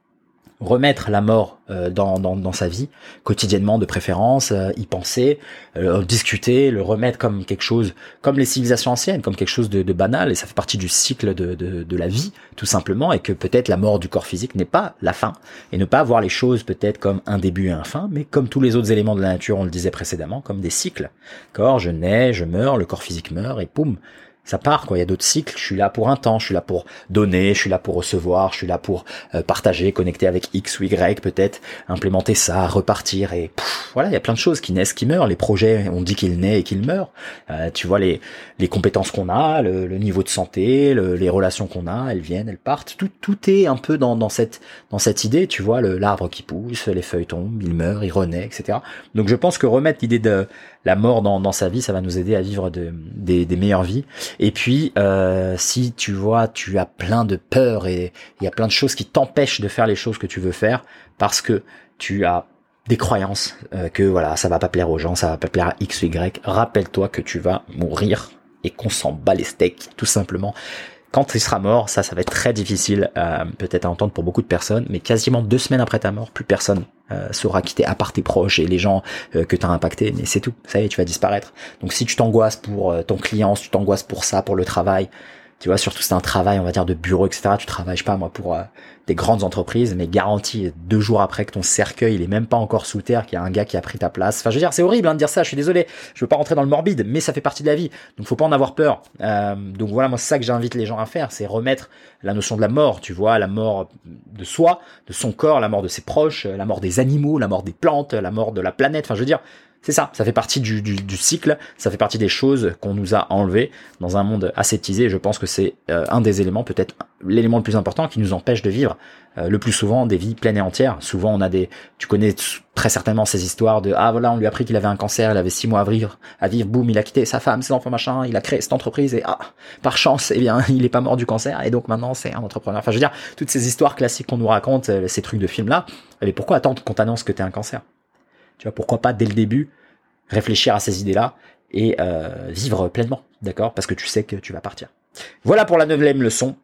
remettre la mort euh, dans, dans dans sa vie quotidiennement de préférence, euh, y penser, euh, discuter, le remettre comme quelque chose, comme les civilisations anciennes, comme quelque chose de, de banal, et ça fait partie du cycle de, de de la vie tout simplement, et que peut-être la mort du corps physique n'est pas la fin, et ne pas voir les choses peut-être comme un début et un fin, mais comme tous les autres éléments de la nature, on le disait précédemment, comme des cycles. D'accord, je nais, je meurs, le corps physique meurt, et poum, ça part, quoi. Il y a d'autres cycles. Je suis là pour un temps, je suis là pour donner, je suis là pour recevoir, je suis là pour euh, partager, connecter avec X ou Y, peut-être implémenter ça, repartir, et pff, voilà, il y a plein de choses qui naissent, qui meurent. Les projets, on dit qu'ils naissent et qu'ils meurent. Euh, tu vois les les compétences qu'on a, le, le niveau de santé, le, les relations qu'on a, elles viennent, elles partent. Tout tout est un peu dans dans cette dans cette idée. Tu vois le l'arbre qui pousse, les feuilles tombent, il meurt, il renaît, et cetera. Donc je pense que remettre l'idée de la mort dans dans sa vie, ça va nous aider à vivre de, des des meilleures vies. Et puis, euh, si tu vois, tu as plein de peurs et il y a plein de choses qui t'empêchent de faire les choses que tu veux faire parce que tu as des croyances euh, que voilà, ça va pas plaire aux gens, ça va pas plaire à X ou Y. Rappelle-toi que tu vas mourir et qu'on s'en bat les steaks, tout simplement. Quand tu seras mort, ça, ça va être très difficile euh, peut-être à entendre pour beaucoup de personnes, mais quasiment deux semaines après ta mort, plus personne euh, saura quitter à part tes proches et les gens euh, que tu as impactés, mais c'est tout, ça y est, tu vas disparaître. Donc si tu t'angoisses pour euh, ton client, si tu t'angoisses pour ça, pour le travail, tu vois, surtout c'est un travail, on va dire, de bureau, et cetera. Tu travailles, je sais pas moi, pour euh, des grandes entreprises, mais garanti, deux jours après que ton cercueil, il est même pas encore sous terre, qu'il y a un gars qui a pris ta place. Enfin, je veux dire, c'est horrible hein, de dire ça, je suis désolé, je veux pas rentrer dans le morbide, mais ça fait partie de la vie, donc faut pas en avoir peur. Euh, donc voilà, moi c'est ça que j'invite les gens à faire, c'est remettre la notion de la mort, tu vois, la mort de soi, de son corps, la mort de ses proches, la mort des animaux, la mort des plantes, la mort de la planète, enfin je veux dire, c'est ça, ça fait partie du, du, du cycle, ça fait partie des choses qu'on nous a enlevées dans un monde aseptisé. Je pense que c'est euh, un des éléments, peut-être l'élément le plus important qui nous empêche de vivre euh, le plus souvent des vies pleines et entières. Souvent on a des, tu connais très certainement ces histoires de ah voilà, on lui a appris qu'il avait un cancer, il avait six mois à vivre, à vivre, boum, il a quitté sa femme, ses enfants, machin, il a créé cette entreprise et ah par chance, eh bien il est pas mort du cancer et donc maintenant c'est un entrepreneur. Enfin je veux dire, toutes ces histoires classiques qu'on nous raconte, ces trucs de films là, mais pourquoi attendre qu'on t'annonce que t'es un cancer? Tu vois, pourquoi pas dès le début réfléchir à ces idées-là et euh, vivre pleinement, d'accord? Parce que tu sais que tu vas partir. Voilà pour la neuvième leçon.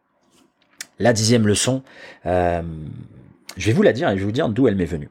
La dixième leçon, euh, je vais vous la dire et je vais vous dire d'où elle m'est venue.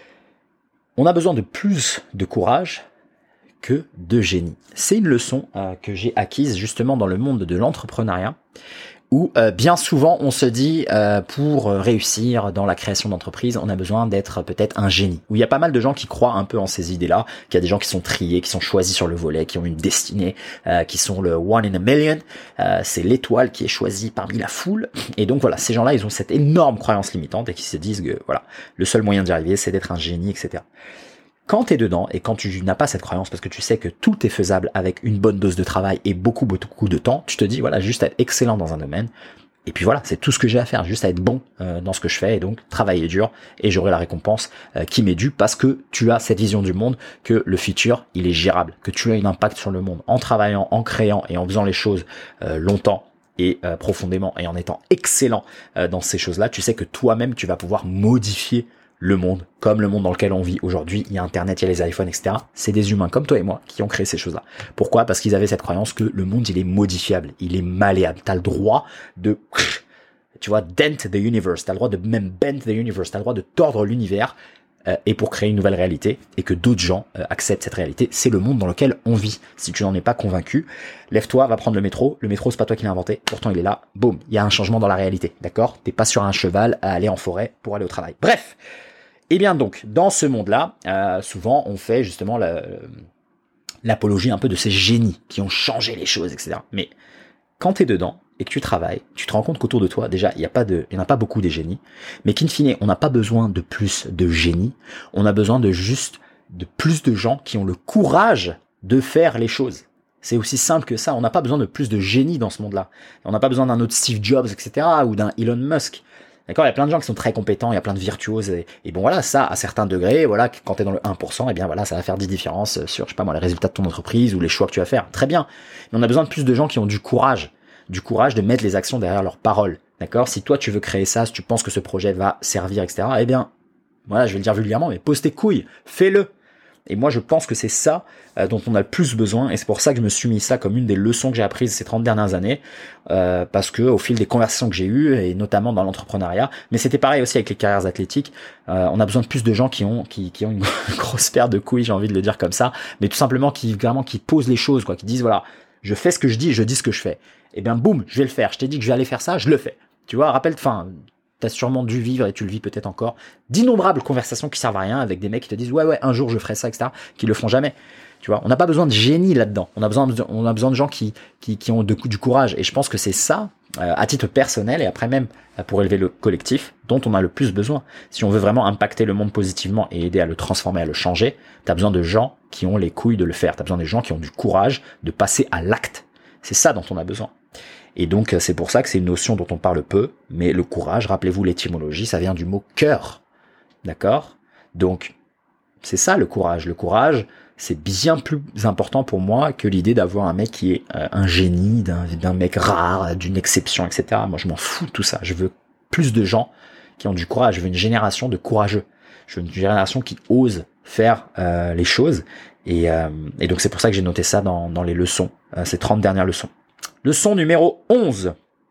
On a besoin de plus de courage que de génie. C'est une leçon euh, que j'ai acquise justement dans le monde de l'entrepreneuriat, où euh, bien souvent on se dit euh, pour réussir dans la création d'entreprise, on a besoin d'être peut-être un génie. Où il y a pas mal de gens qui croient un peu en ces idées-là, qu'il y a des gens qui sont triés, qui sont choisis sur le volet, qui ont une destinée, euh, qui sont le one in a million. Euh, c'est l'étoile qui est choisie parmi la foule. Et donc voilà, ces gens-là, ils ont cette énorme croyance limitante et qui se disent que voilà, le seul moyen d'y arriver, c'est d'être un génie, et cetera. Quand t'es dedans et quand tu n'as pas cette croyance parce que tu sais que tout est faisable avec une bonne dose de travail et beaucoup beaucoup de temps, tu te dis voilà, juste être excellent dans un domaine, Et puis voilà, c'est tout ce que j'ai à faire, juste à être bon euh, dans ce que je fais et donc travailler dur et j'aurai la récompense euh, qui m'est due parce que tu as cette vision du monde que le futur, il est gérable, que tu as un impact sur le monde en travaillant, en créant et en faisant les choses euh, longtemps et euh, profondément et en étant excellent euh, dans ces choses-là. Tu sais que toi-même, tu vas pouvoir modifier le monde, comme le monde dans lequel on vit aujourd'hui. Il y a Internet, il y a les iPhones, et cetera. C'est des humains comme toi et moi qui ont créé ces choses-là. Pourquoi ? Parce qu'ils avaient cette croyance que le monde, il est modifiable, il est malléable. T'as le droit de, tu vois, dent the universe. T'as le droit de même bend the universe. T'as le droit de tordre l'univers euh, et pour créer une nouvelle réalité et que d'autres gens euh, acceptent cette réalité. C'est le monde dans lequel on vit. Si tu n'en es pas convaincu, lève-toi, va prendre le métro. Le métro, c'est pas toi qui l'as inventé. Pourtant, il est là. Boum. Il y a un changement dans la réalité. D'accord ? T'es pas sur un cheval à aller en forêt pour aller au travail. Bref. Et bien donc, dans ce monde-là, euh, souvent on fait justement la, l'apologie un peu de ces génies qui ont changé les choses, et cetera. Mais quand tu es dedans et que tu travailles, tu te rends compte qu'autour de toi, déjà, il y a pas de, il y en a pas beaucoup des génies, mais qu'in fine, on n'a pas besoin de plus de génies, on a besoin de juste de plus de gens qui ont le courage de faire les choses. C'est aussi simple que ça. On n'a pas besoin de plus de génies dans ce monde-là. On n'a pas besoin d'un autre Steve Jobs, et cetera, ou d'un Elon Musk. D'accord, il y a plein de gens qui sont très compétents, il y a plein de virtuoses, et, et bon voilà, ça, à certains degrés, voilà, quand t'es dans le un pour cent, et bien voilà, ça va faire des différences sur, je sais pas moi, les résultats de ton entreprise ou les choix que tu vas faire. Très bien. Mais on a besoin de plus de gens qui ont du courage, du courage de mettre les actions derrière leurs paroles. D'accord? Si toi tu veux créer ça, si tu penses que ce projet va servir, et cetera, eh bien, voilà, je vais le dire vulgairement, mais pose tes couilles, fais-le. Et moi, je pense que c'est ça euh, dont on a le plus besoin, et c'est pour ça que je me suis mis ça comme une des leçons que j'ai apprises ces trente dernières années, euh, parce que au fil des conversations que j'ai eues, et notamment dans l'entrepreneuriat, mais c'était pareil aussi avec les carrières athlétiques, euh, on a besoin de plus de gens qui ont qui, qui ont une grosse paire de couilles, j'ai envie de le dire comme ça, mais tout simplement qui vraiment qui posent les choses, quoi, qui disent voilà, je fais ce que je dis, je dis ce que je fais. Et bien boum, je vais le faire. Je t'ai dit que je vais aller faire ça, je le fais. Tu vois, rappelle, enfin. T'as sûrement dû vivre, et tu le vis peut-être encore, d'innombrables conversations qui servent à rien avec des mecs qui te disent ouais ouais un jour je ferai ça, et cetera, qui le font jamais. Tu vois, on n'a pas besoin de génie là-dedans. On a besoin de, on a besoin de gens qui qui, qui ont de, du courage. Et je pense que c'est ça, euh, à titre personnel et après même euh, pour élever le collectif, dont on a le plus besoin. Si on veut vraiment impacter le monde positivement et aider à le transformer, à le changer, t'as besoin de gens qui ont les couilles de le faire. T'as besoin des gens qui ont du courage de passer à l'acte. C'est ça dont on a besoin. Et donc, c'est pour ça que c'est une notion dont on parle peu, mais le courage, rappelez-vous l'étymologie, ça vient du mot cœur. D'accord ? Donc, c'est ça le courage. Le courage, c'est bien plus important pour moi que l'idée d'avoir un mec qui est euh, un génie, d'un, d'un mec rare, d'une exception, et cetera. Moi, je m'en fous de tout ça. Je veux plus de gens qui ont du courage. Je veux une génération de courageux. Je veux une génération qui ose faire euh, les choses. Et, euh, et donc, c'est pour ça que j'ai noté ça dans, dans les leçons, euh, ces trente dernières leçons. Leçon numéro onze.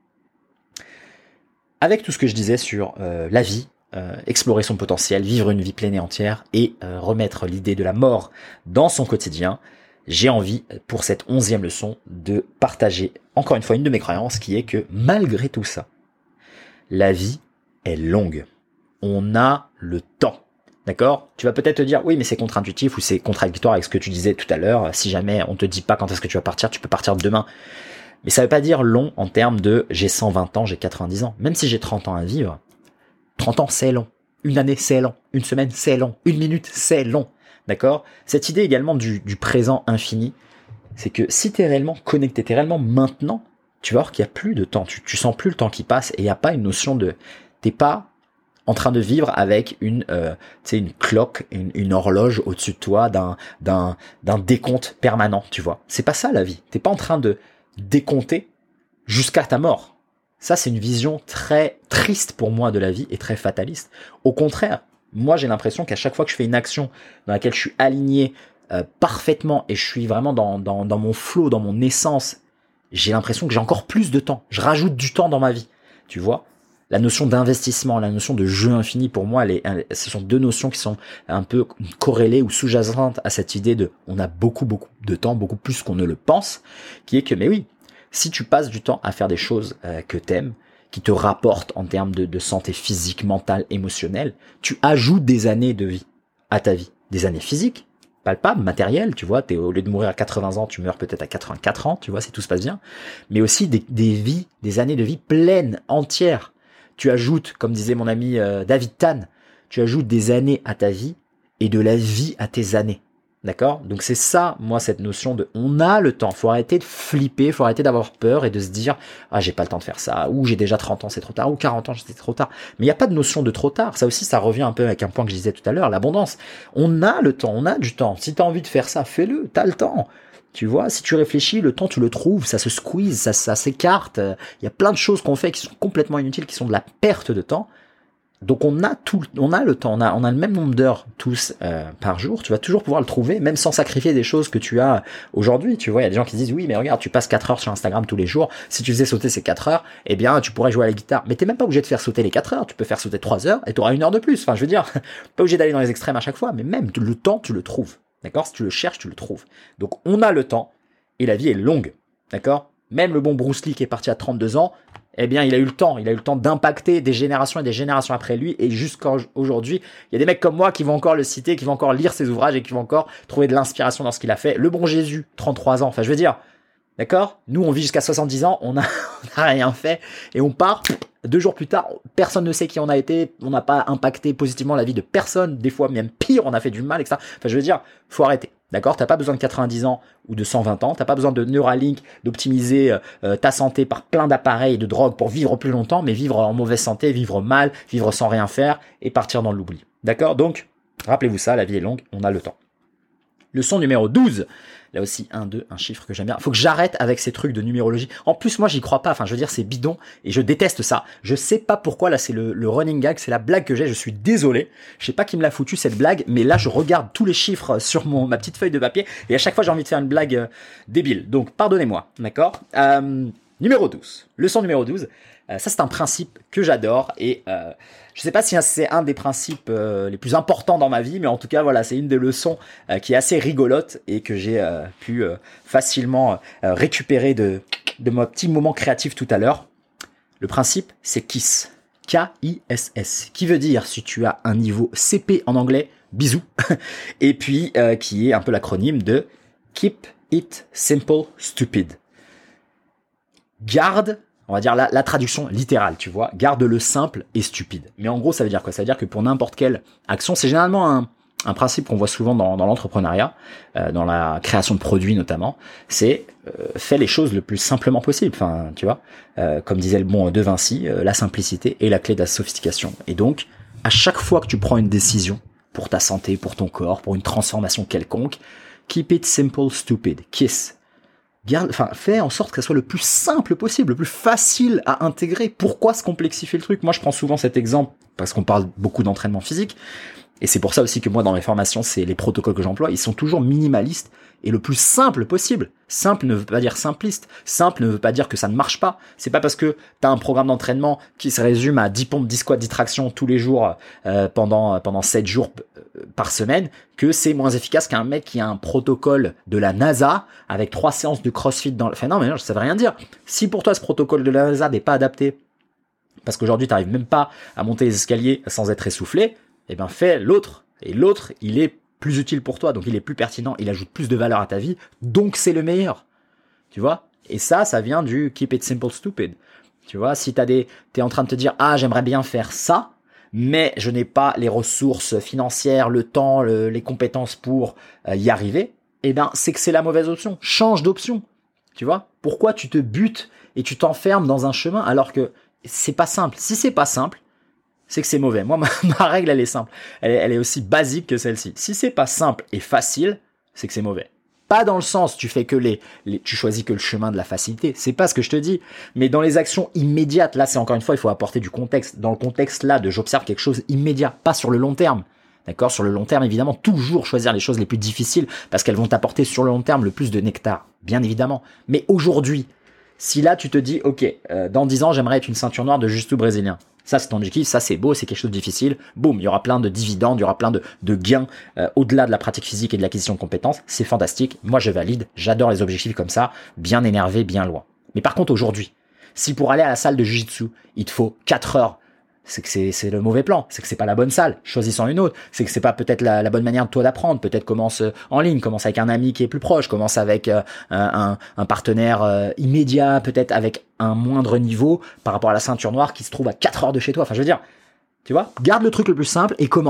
Avec tout ce que je disais sur euh, la vie, euh, explorer son potentiel, vivre une vie pleine et entière et euh, remettre l'idée de la mort dans son quotidien, j'ai envie pour cette onzième leçon de partager encore une fois une de mes croyances qui est que malgré tout ça, la vie est longue. On a le temps. D'accord ? Tu vas peut-être te dire, oui, mais c'est contre-intuitif ou c'est contradictoire avec ce que tu disais tout à l'heure. Si jamais on te dit pas quand est-ce que tu vas partir, tu peux partir demain. Mais ça veut pas dire long en termes de j'ai cent vingt ans, j'ai quatre-vingt-dix ans. Même si j'ai trente ans à vivre, trente ans c'est long. Une année c'est long. Une semaine c'est long. Une minute c'est long. D'accord ? Cette idée également du, du présent infini, c'est que si t'es réellement connecté, t'es réellement maintenant, tu vas voir qu'il y a plus de temps. Tu, tu sens plus le temps qui passe et il n'y a pas une notion de... T'es pas en train de vivre avec une, euh, tu sais, une cloque, une, une horloge au-dessus de toi, d'un, d'un, d'un décompte permanent, tu vois. C'est pas ça la vie. T'es pas en train de décompter jusqu'à ta mort. Ça, c'est une vision très triste pour moi de la vie et très fataliste. Au contraire, moi, j'ai l'impression qu'à chaque fois que je fais une action dans laquelle je suis aligné euh, parfaitement et je suis vraiment dans, dans, dans mon flow, dans mon essence, j'ai l'impression que j'ai encore plus de temps. Je rajoute du temps dans ma vie, tu vois. La notion d'investissement, la notion de jeu infini, pour moi, les, ce sont deux notions qui sont un peu corrélées ou sous-jacentes à cette idée de on a beaucoup, beaucoup de temps, beaucoup plus qu'on ne le pense, qui est que, mais oui, si tu passes du temps à faire des choses euh, que t'aimes, qui te rapportent en termes de, de santé physique, mentale, émotionnelle, tu ajoutes des années de vie à ta vie. Des années physiques, palpables, matérielles, tu vois, t'es, au lieu de mourir à quatre-vingts ans, tu meurs peut-être à quatre-vingt-quatre ans, tu vois, si tout se passe bien, mais aussi des, des vies, des années de vie pleines, entières. Tu ajoutes, comme disait mon ami euh, David Tan, tu ajoutes des années à ta vie et de la vie à tes années. D'accord? Donc c'est ça, moi, cette notion de on a le temps. Faut arrêter de flipper, faut arrêter d'avoir peur et de se dire ah j'ai pas le temps de faire ça, ou j'ai déjà trente ans, c'est trop tard, ou quarante ans, c'est trop tard. Mais il n'y a pas de notion de trop tard. Ça aussi, ça revient un peu avec un point que je disais tout à l'heure, l'abondance. On a le temps, on a du temps. Si tu as envie de faire ça, fais-le, t'as le temps. Tu vois, si tu réfléchis, le temps tu le trouves, ça se squeeze, ça, ça s'écarte. Il y a plein de choses qu'on fait qui sont complètement inutiles, qui sont de la perte de temps. Donc on a tout, on a le temps, on a, on a le même nombre d'heures tous euh, par jour. Tu vas toujours pouvoir le trouver, même sans sacrifier des choses que tu as aujourd'hui. Tu vois, il y a des gens qui disent oui, mais regarde, tu passes quatre heures sur Instagram tous les jours. Si tu faisais sauter ces quatre heures, eh bien, tu pourrais jouer à la guitare. Mais t'es même pas obligé de faire sauter les quatre heures. Tu peux faire sauter trois heures et tu auras une heure de plus. Enfin, je veux dire, pas obligé d'aller dans les extrêmes à chaque fois, mais même le temps, tu le trouves. D'accord? Si tu le cherches, tu le trouves. Donc on a le temps et la vie est longue. D'accord? Même le bon Bruce Lee qui est parti à trente-deux ans, eh bien, il a eu le temps. Il a eu le temps d'impacter des générations et des générations après lui. Et jusqu'à aujourd'hui, il y a des mecs comme moi qui vont encore le citer, qui vont encore lire ses ouvrages et qui vont encore trouver de l'inspiration dans ce qu'il a fait. Le bon Jésus, trente-trois ans. Enfin, je veux dire, d'accord? Nous, on vit jusqu'à soixante-dix ans, on n'a on a rien fait et on part. Deux jours plus tard, personne ne sait qui on a été. On n'a pas impacté positivement la vie de personne. Des fois, même pire, on a fait du mal, et cetera. Enfin, je veux dire, faut arrêter. D'accord? T'as pas besoin de quatre-vingt-dix ans ou de cent vingt ans. T'as pas besoin de Neuralink, d'optimiser euh, ta santé par plein d'appareils et de drogues pour vivre plus longtemps, mais vivre en mauvaise santé, vivre mal, vivre sans rien faire et partir dans l'oubli. D'accord? Donc, rappelez-vous ça, la vie est longue, on a le temps. Leçon numéro douze. Là aussi, un, deux, un chiffre que j'aime bien. Faut que j'arrête avec ces trucs de numérologie. En plus, moi, j'y crois pas. Enfin, je veux dire, c'est bidon et je déteste ça. Je sais pas pourquoi. Là, c'est le, le running gag. C'est la blague que j'ai. Je suis désolé. Je sais pas qui me l'a foutu, cette blague. Mais là, je regarde tous les chiffres sur mon, ma petite feuille de papier. Et à chaque fois, j'ai envie de faire une blague euh, débile. Donc, pardonnez-moi. D'accord? Euh, numéro douze. Leçon numéro douze. Euh, ça, c'est un principe que j'adore et euh, je sais pas si c'est un des principes euh, les plus importants dans ma vie, mais en tout cas, voilà, c'est une des leçons euh, qui est assez rigolote et que j'ai euh, pu euh, facilement euh, récupérer de, de mon petit moment créatif tout à l'heure. Le principe, c'est KISS. K I S S. Qui veut dire, si tu as un niveau C P en anglais, bisous. Et puis, euh, qui est un peu l'acronyme de Keep It Simple Stupid. Garde, on va dire la, la traduction littérale, tu vois, garde le simple et stupide. Mais en gros, ça veut dire quoi? Ça veut dire que pour n'importe quelle action, c'est généralement un, un principe qu'on voit souvent dans, dans l'entrepreneuriat, euh, dans la création de produits notamment, c'est euh, fais les choses le plus simplement possible. Enfin, tu vois, euh, comme disait le bon De Vinci, euh, la simplicité est la clé de la sophistication. Et donc, à chaque fois que tu prends une décision pour ta santé, pour ton corps, pour une transformation quelconque, keep it simple, stupid, KISS. Garde, enfin, fais en sorte que ça soit le plus simple possible, le plus facile à intégrer. Pourquoi se complexifier le truc? Moi, je prends souvent cet exemple parce qu'on parle beaucoup d'entraînement physique. Et c'est pour ça aussi que moi, dans mes formations, c'est les protocoles que j'emploie. Ils sont toujours minimalistes et le plus simple possible. Simple ne veut pas dire simpliste. Simple ne veut pas dire que ça ne marche pas. C'est pas parce que tu as un programme d'entraînement qui se résume à dix pompes, dix squats, dix tractions tous les jours euh, pendant pendant sept jours par semaine que c'est moins efficace qu'un mec qui a un protocole de la NASA avec trois séances de CrossFit dans le... Enfin non, mais non, ça veut rien dire. Si pour toi ce protocole de la NASA n'est pas adapté parce qu'aujourd'hui tu n'arrives même pas à monter les escaliers sans être essoufflé, eh ben fais l'autre. Et l'autre, il est plus utile pour toi, donc il est plus pertinent, il ajoute plus de valeur à ta vie, donc c'est le meilleur. Tu vois? Et ça, ça vient du keep it simple stupid. Tu vois, si t'as des, t'es en train de te dire, ah, j'aimerais bien faire ça, mais je n'ai pas les ressources financières, le temps, le, les compétences pour euh, y arriver, eh ben, c'est que c'est la mauvaise option. Change d'option. Tu vois? Pourquoi tu te butes et tu t'enfermes dans un chemin alors que c'est pas simple? Si c'est pas simple, c'est que c'est mauvais. Moi, ma, ma règle, elle est simple. Elle est, elle est aussi basique que celle-ci. Si c'est pas simple et facile, c'est que c'est mauvais. Pas dans le sens, tu fais que les, les, tu choisis que le chemin de la facilité. C'est pas ce que je te dis. Mais dans les actions immédiates, là, c'est encore une fois, il faut apporter du contexte. Dans le contexte là, de j'observe quelque chose immédiat, pas sur le long terme. D'accord? Sur le long terme, évidemment, toujours choisir les choses les plus difficiles parce qu'elles vont t'apporter sur le long terme le plus de nectar. Bien évidemment. Mais aujourd'hui, si là, tu te dis, ok, euh, dans dix ans, j'aimerais être une ceinture noire de jiu-jitsu brésilien. Ça, c'est ton objectif, ça, c'est beau, c'est quelque chose de difficile. Boum, il y aura plein de dividendes, il y aura plein de, de gains euh, au-delà de la pratique physique et de l'acquisition de compétences. C'est fantastique. Moi, je valide. J'adore les objectifs comme ça, bien énervé, bien loin. Mais par contre, aujourd'hui, si pour aller à la salle de jiu-jitsu, il te faut quatre heures, c'est que c'est, c'est le mauvais plan, c'est que c'est pas la bonne salle, choisissant une autre, c'est que c'est pas peut-être la, la bonne manière de toi d'apprendre, peut-être commence en ligne, commence avec un ami qui est plus proche, commence avec euh, un, un partenaire euh, immédiat, peut-être avec un moindre niveau par rapport à la ceinture noire qui se trouve à quatre heures de chez toi, enfin je veux dire, tu vois, garde le truc le plus simple et commence.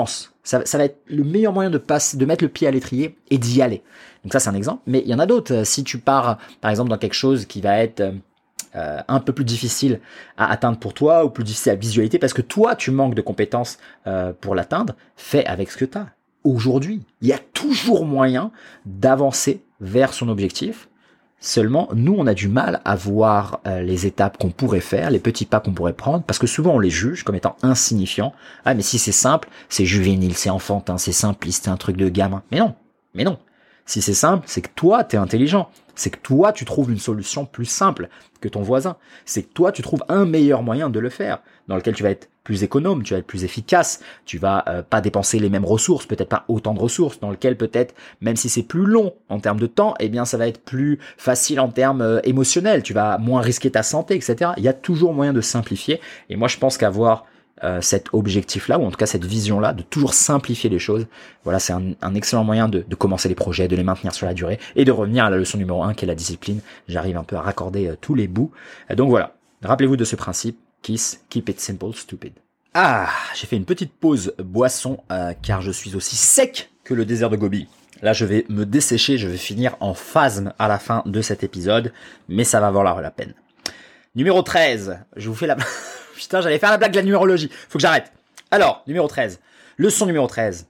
Ça, ça va être le meilleur moyen de passer, de mettre le pied à l'étrier et d'y aller. Donc ça, c'est un exemple. Mais il y en a d'autres. Si tu pars, par exemple, dans quelque chose qui va être euh, un peu plus difficile à atteindre pour toi ou plus difficile à visualiser parce que toi, tu manques de compétences euh, pour l'atteindre, fais avec ce que tu as. Aujourd'hui, il y a toujours moyen d'avancer vers son objectif. Seulement, nous, on a du mal à voir euh, les étapes qu'on pourrait faire, les petits pas qu'on pourrait prendre, parce que souvent on les juge comme étant insignifiants. Ah, mais si c'est simple, c'est juvénile, c'est enfantin, c'est simpliste, c'est un truc de gamin. Mais non, mais non. Si c'est simple, c'est que toi, t'es intelligent. C'est que toi, tu trouves une solution plus simple que ton voisin. C'est que toi, tu trouves un meilleur moyen de le faire, dans lequel tu vas être plus économe, tu vas être plus efficace, tu vas euh, pas dépenser les mêmes ressources, peut-être pas autant de ressources, dans lequel peut-être, même si c'est plus long en termes de temps, eh bien ça va être plus facile en termes euh, émotionnels, tu vas moins risquer ta santé, et cetera. Il y a toujours moyen de simplifier, et moi je pense qu'avoir euh, cet objectif-là, ou en tout cas cette vision-là, de toujours simplifier les choses, voilà, c'est un, un excellent moyen de, de commencer les projets, de les maintenir sur la durée, et de revenir à la leçon numéro un qui est la discipline. J'arrive un peu à raccorder euh, tous les bouts. Euh, donc voilà, rappelez-vous de ce principe. Kiss, keep it simple, stupid. Ah, j'ai fait une petite pause boisson euh, car je suis aussi sec que le désert de Gobi. Là, je vais me dessécher, je vais finir en phasme à la fin de cet épisode, mais ça va valoir la peine. Numéro treize, je vous fais la... Putain, j'allais faire la blague de la numérologie, faut que j'arrête. Alors, numéro treize, leçon numéro treize.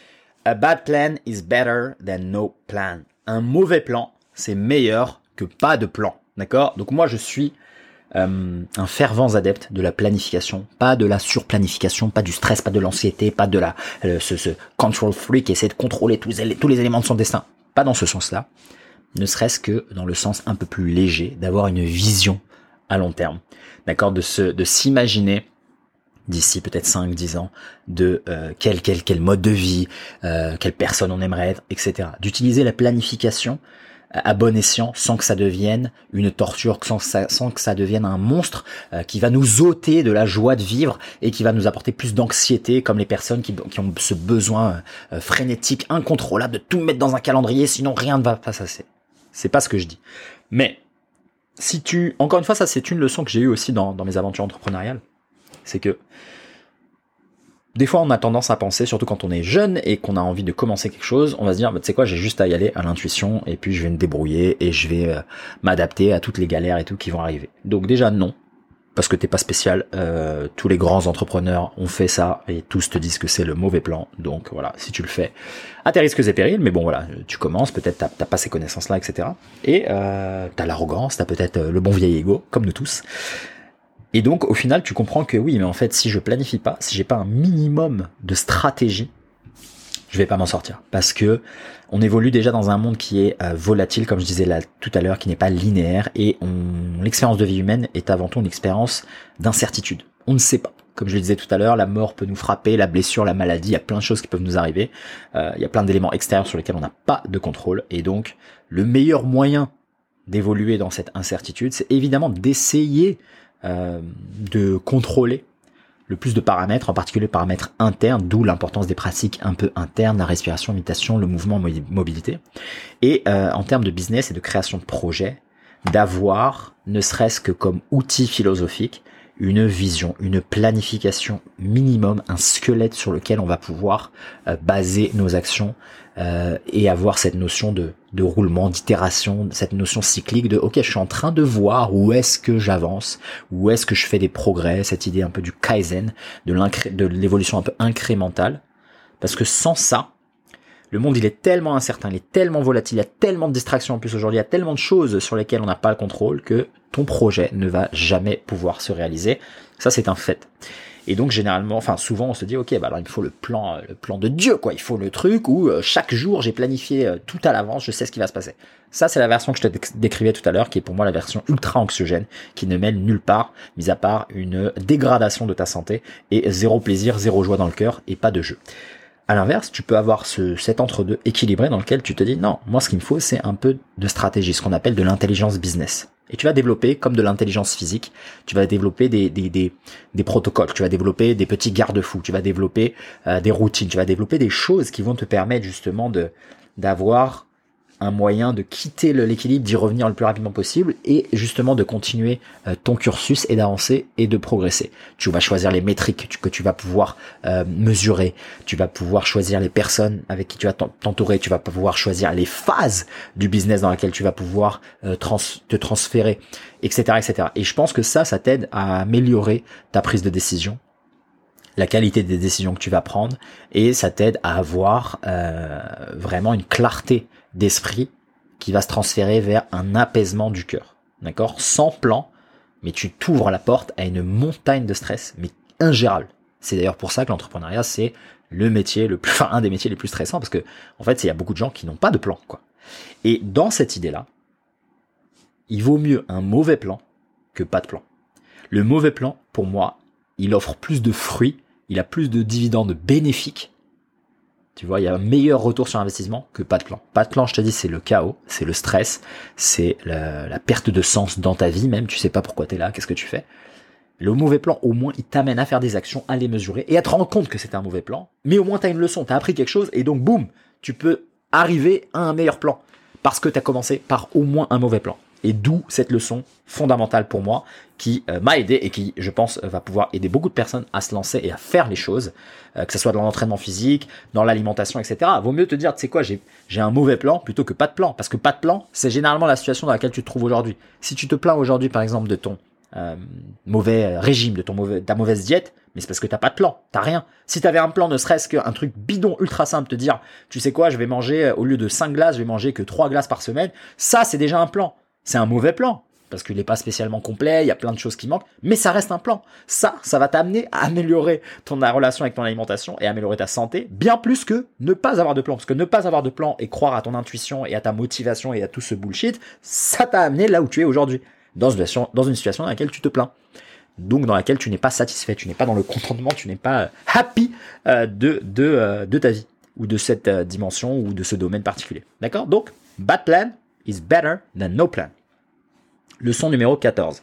A bad plan is better than no plan. Un mauvais plan, c'est meilleur que pas de plan, d'accord? Donc moi, je suis... Euh, un fervent adepte de la planification, pas de la surplanification, pas du stress, pas de l'anxiété, pas de la euh, ce, ce control freak qui essaie de contrôler tous les, tous les éléments de son destin. Pas dans ce sens-là, ne serait-ce que dans le sens un peu plus léger, d'avoir une vision à long terme, d'accord, de se, de s'imaginer d'ici peut-être cinq dix ans de euh, quel quel quel mode de vie, euh, quelle personne on aimerait être, et cetera. D'utiliser la planification à bon escient, sans que ça devienne une torture, sans que ça, sans que ça devienne un monstre euh, qui va nous ôter de la joie de vivre et qui va nous apporter plus d'anxiété, comme les personnes qui, qui ont ce besoin euh, frénétique, incontrôlable de tout mettre dans un calendrier, sinon rien ne va pas passer. C'est pas ce que je dis. Mais si tu, encore une fois, ça c'est une leçon que j'ai eue aussi dans, dans mes aventures entrepreneuriales, c'est que des fois, on a tendance à penser, surtout quand on est jeune et qu'on a envie de commencer quelque chose, on va se dire, bah, tu sais quoi, j'ai juste à y aller à l'intuition et puis je vais me débrouiller et je vais euh, m'adapter à toutes les galères et tout qui vont arriver. Donc déjà, non, parce que t'es pas spécial. Euh, tous les grands entrepreneurs ont fait ça et tous te disent que c'est le mauvais plan. Donc voilà, si tu le fais, à tes risques et périls, mais bon voilà, tu commences, peut-être t'as, t'as pas ces connaissances-là, et cetera. Et euh, t'as l'arrogance, t'as peut-être le bon vieil ego, comme nous tous. Et donc, au final, tu comprends que oui, mais en fait, si je planifie pas, si j'ai pas un minimum de stratégie, je vais pas m'en sortir. Parce que on évolue déjà dans un monde qui est euh, volatile, comme je disais là tout à l'heure, qui n'est pas linéaire. Et on, l'expérience de vie humaine est avant tout une expérience d'incertitude. On ne sait pas. Comme je le disais tout à l'heure, la mort peut nous frapper, la blessure, la maladie, il y a plein de choses qui peuvent nous arriver. Euh, il y a plein d'éléments extérieurs sur lesquels on n'a pas de contrôle. Et donc, le meilleur moyen d'évoluer dans cette incertitude, c'est évidemment d'essayer Euh, de contrôler le plus de paramètres, en particulier paramètres internes, d'où l'importance des pratiques un peu internes, la respiration, méditation, le mouvement, mobilité. Et euh, en termes de business et de création de projet, d'avoir, ne serait-ce que comme outil philosophique, une vision, une planification minimum, un squelette sur lequel on va pouvoir euh, baser nos actions euh, et avoir cette notion de, de roulement, d'itération, cette notion cyclique de ok, je suis en train de voir où est-ce que j'avance, où est-ce que je fais des progrès, cette idée un peu du kaizen, de, l'incré- de l'évolution un peu incrémentale, parce que sans ça, le monde, il est tellement incertain, il est tellement volatile, il y a tellement de distractions en plus aujourd'hui, il y a tellement de choses sur lesquelles on n'a pas le contrôle que ton projet ne va jamais pouvoir se réaliser. Ça, c'est un fait. Et donc, généralement, enfin, souvent, on se dit, ok, bah alors il me faut le plan, le plan de Dieu, quoi. Il faut le truc où euh, chaque jour, j'ai planifié euh, tout à l'avance, je sais ce qui va se passer. Ça, c'est la version que je te décrivais tout à l'heure, qui est pour moi la version ultra anxiogène, qui ne mène nulle part, mis à part une dégradation de ta santé et zéro plaisir, zéro joie dans le cœur et pas de jeu. À l'inverse, tu peux avoir ce, cet entre-deux équilibré dans lequel tu te dis non, moi ce qu'il me faut c'est un peu de stratégie, ce qu'on appelle de l'intelligence business. Et tu vas développer comme de l'intelligence physique, tu vas développer des, des, des, des protocoles, tu vas développer des petits garde-fous, tu vas développer euh, des routines, tu vas développer des choses qui vont te permettre justement de d'avoir un moyen de quitter le, l'équilibre, d'y revenir le plus rapidement possible et justement de continuer euh, ton cursus et d'avancer et de progresser. Tu vas choisir les métriques que tu vas pouvoir euh, mesurer, tu vas pouvoir choisir les personnes avec qui tu vas t'entourer, tu vas pouvoir choisir les phases du business dans laquelle tu vas pouvoir euh, trans- te transférer, et cetera, et cetera. Et je pense que ça, ça t'aide à améliorer ta prise de décision, la qualité des décisions que tu vas prendre, et ça t'aide à avoir euh, vraiment une clarté d'esprit qui va se transférer vers un apaisement du cœur, d'accord, sans plan, mais tu t'ouvres la porte à une montagne de stress, mais ingérable. C'est d'ailleurs pour ça que l'entrepreneuriat, c'est le métier le plus, enfin un des métiers les plus stressants, parce que en fait, il y a beaucoup de gens qui n'ont pas de plan, quoi. Et dans cette idée-là, il vaut mieux un mauvais plan que pas de plan. Le mauvais plan, pour moi, il offre plus de fruits, il a plus de dividendes bénéfiques. Tu vois, il y a un meilleur retour sur investissement que pas de plan. Pas de plan, je te dis, c'est le chaos, c'est le stress, c'est la, la perte de sens dans ta vie même. Tu sais pas pourquoi tu es là, qu'est-ce que tu fais. Le mauvais plan, au moins, il t'amène à faire des actions, à les mesurer et à te rendre compte que c'est un mauvais plan. Mais au moins, tu as une leçon, tu as appris quelque chose et donc, boum, tu peux arriver à un meilleur plan parce que tu as commencé par au moins un mauvais plan. Et d'où cette leçon fondamentale pour moi qui euh, m'a aidé et qui, je pense, va pouvoir aider beaucoup de personnes à se lancer et à faire les choses, euh, que ce soit dans l'entraînement physique, dans l'alimentation, et cetera. Vaut mieux te dire, tu sais quoi, j'ai, j'ai un mauvais plan plutôt que pas de plan. Parce que pas de plan, c'est généralement la situation dans laquelle tu te trouves aujourd'hui. Si tu te plains aujourd'hui, par exemple, de ton euh, mauvais régime, de ton mauvais, ta mauvaise diète, mais c'est parce que t'as pas de plan, t'as rien. Si t'avais un plan, ne serait-ce qu'un truc bidon ultra simple, te dire, tu sais quoi, je vais manger, au lieu de cinq glaces, je vais manger que trois glaces par semaine, ça, c'est déjà un plan. C'est un mauvais plan, parce qu'il n'est pas spécialement complet, il y a plein de choses qui manquent, mais ça reste un plan. Ça, ça va t'amener à améliorer ton relation avec ton alimentation et améliorer ta santé, bien plus que ne pas avoir de plan. Parce que ne pas avoir de plan et croire à ton intuition et à ta motivation et à tout ce bullshit, ça t'a amené là où tu es aujourd'hui, dans une situation, dans une situation dans laquelle tu te plains. Donc dans laquelle tu n'es pas satisfait, tu n'es pas dans le contentement, tu n'es pas happy euh, de, de, euh, de ta vie, ou de cette euh, dimension, ou de ce domaine particulier. D'accord ? Donc, bad plan is better than no plan. Leçon numéro quatorze.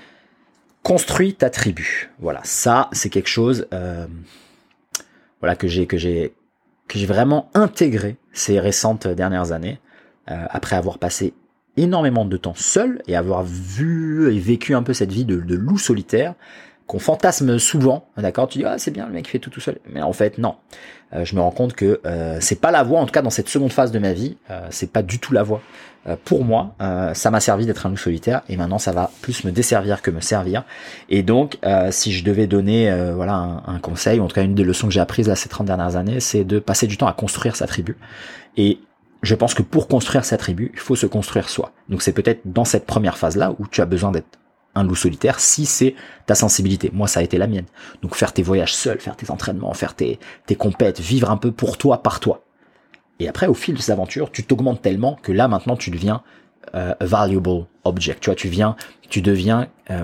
Construis ta tribu. Voilà, ça c'est quelque chose euh, voilà, que j'ai que j'ai que j'ai vraiment intégré ces récentes dernières années, euh, après avoir passé énormément de temps seul et avoir vu et vécu un peu cette vie de, de loup solitaire qu'on fantasme souvent, d'accord, tu dis ah c'est bien le mec qui fait tout tout seul, mais en fait non. Euh, je me rends compte que euh, c'est pas la voie, en tout cas dans cette seconde phase de ma vie, euh, c'est pas du tout la voie. Euh, pour moi, euh, ça m'a servi d'être un loup solitaire et maintenant ça va plus me desservir que me servir. Et donc, euh, si je devais donner euh, voilà un, un conseil, ou en tout cas une des leçons que j'ai apprises là ces trente dernières années, c'est de passer du temps à construire sa tribu. Et je pense que pour construire sa tribu, il faut se construire soi. Donc c'est peut-être dans cette première phase-là où tu as besoin d'être un loup solitaire si c'est ta sensibilité. Moi, ça a été la mienne. Donc faire tes voyages seul, faire tes entraînements, faire tes, tes compètes, vivre un peu pour toi, par toi. Et après, au fil de ces aventures, tu t'augmentes tellement que là, maintenant, tu deviens euh, valuable object. Tu vois, tu viens, tu deviens euh,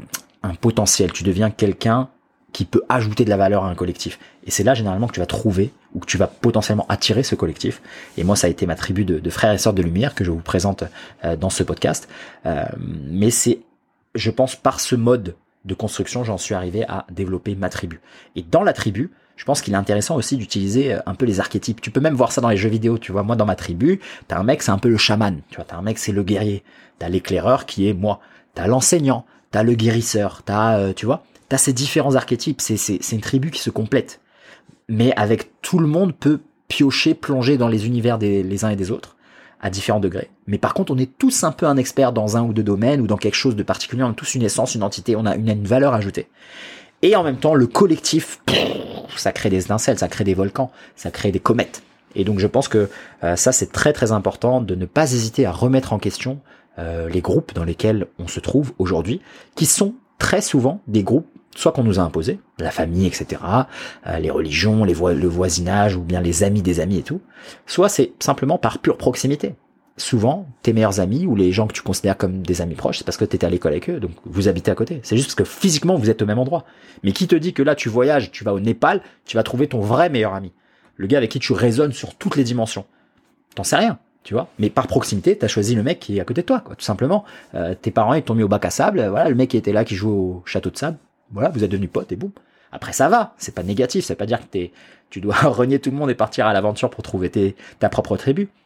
un potentiel. Tu deviens quelqu'un qui peut ajouter de la valeur à un collectif. Et c'est là, généralement, que tu vas trouver ou que tu vas potentiellement attirer ce collectif. Et moi, ça a été ma tribu de, de frères et sœurs de lumière que je vous présente euh, dans ce podcast. Euh, mais c'est, je pense, par ce mode de construction, j'en suis arrivé à développer ma tribu. Et dans la tribu, je pense qu'il est intéressant aussi d'utiliser un peu les archétypes. Tu peux même voir ça dans les jeux vidéo, tu vois. Moi, dans ma tribu, t'as un mec, c'est un peu le chaman, tu vois. T'as un mec, c'est le guerrier. T'as l'éclaireur qui est moi. T'as l'enseignant. T'as le guérisseur. T'as, euh, tu vois, t'as ces différents archétypes. C'est, c'est, c'est une tribu qui se complète. Mais avec tout le monde peut piocher, plonger dans les univers des les uns et des autres à différents degrés. Mais par contre, on est tous un peu un expert dans un ou deux domaines ou dans quelque chose de particulier. On a tous une essence, une entité. On a une, une valeur ajoutée. Et en même temps, le collectif, ça crée des étincelles, ça crée des volcans, ça crée des comètes. Et donc je pense que euh, ça c'est très très important de ne pas hésiter à remettre en question euh, les groupes dans lesquels on se trouve aujourd'hui, qui sont très souvent des groupes, soit qu'on nous a imposés, la famille, et cetera, euh, les religions, les vo- le voisinage, ou bien les amis des amis et tout, soit c'est simplement par pure proximité. Souvent, tes meilleurs amis ou les gens que tu considères comme des amis proches, c'est parce que tu étais à l'école avec eux, donc vous habitez à côté. C'est juste parce que physiquement, vous êtes au même endroit. Mais qui te dit que là, tu voyages, tu vas au Népal, tu vas trouver ton vrai meilleur ami. Le gars avec qui tu résonnes sur toutes les dimensions. T'en sais rien, tu vois. Mais par proximité, t'as choisi le mec qui est à côté de toi, quoi, tout simplement. Euh, tes parents, ils t'ont mis au bac à sable, voilà, le mec qui était là, qui joue au château de sable, voilà, vous êtes devenus potes et boum. Après, ça va, c'est pas négatif, ça veut pas dire que t'es, tu dois renier tout le monde et partir à l'aventure pour trouver tes, ta propre tribu.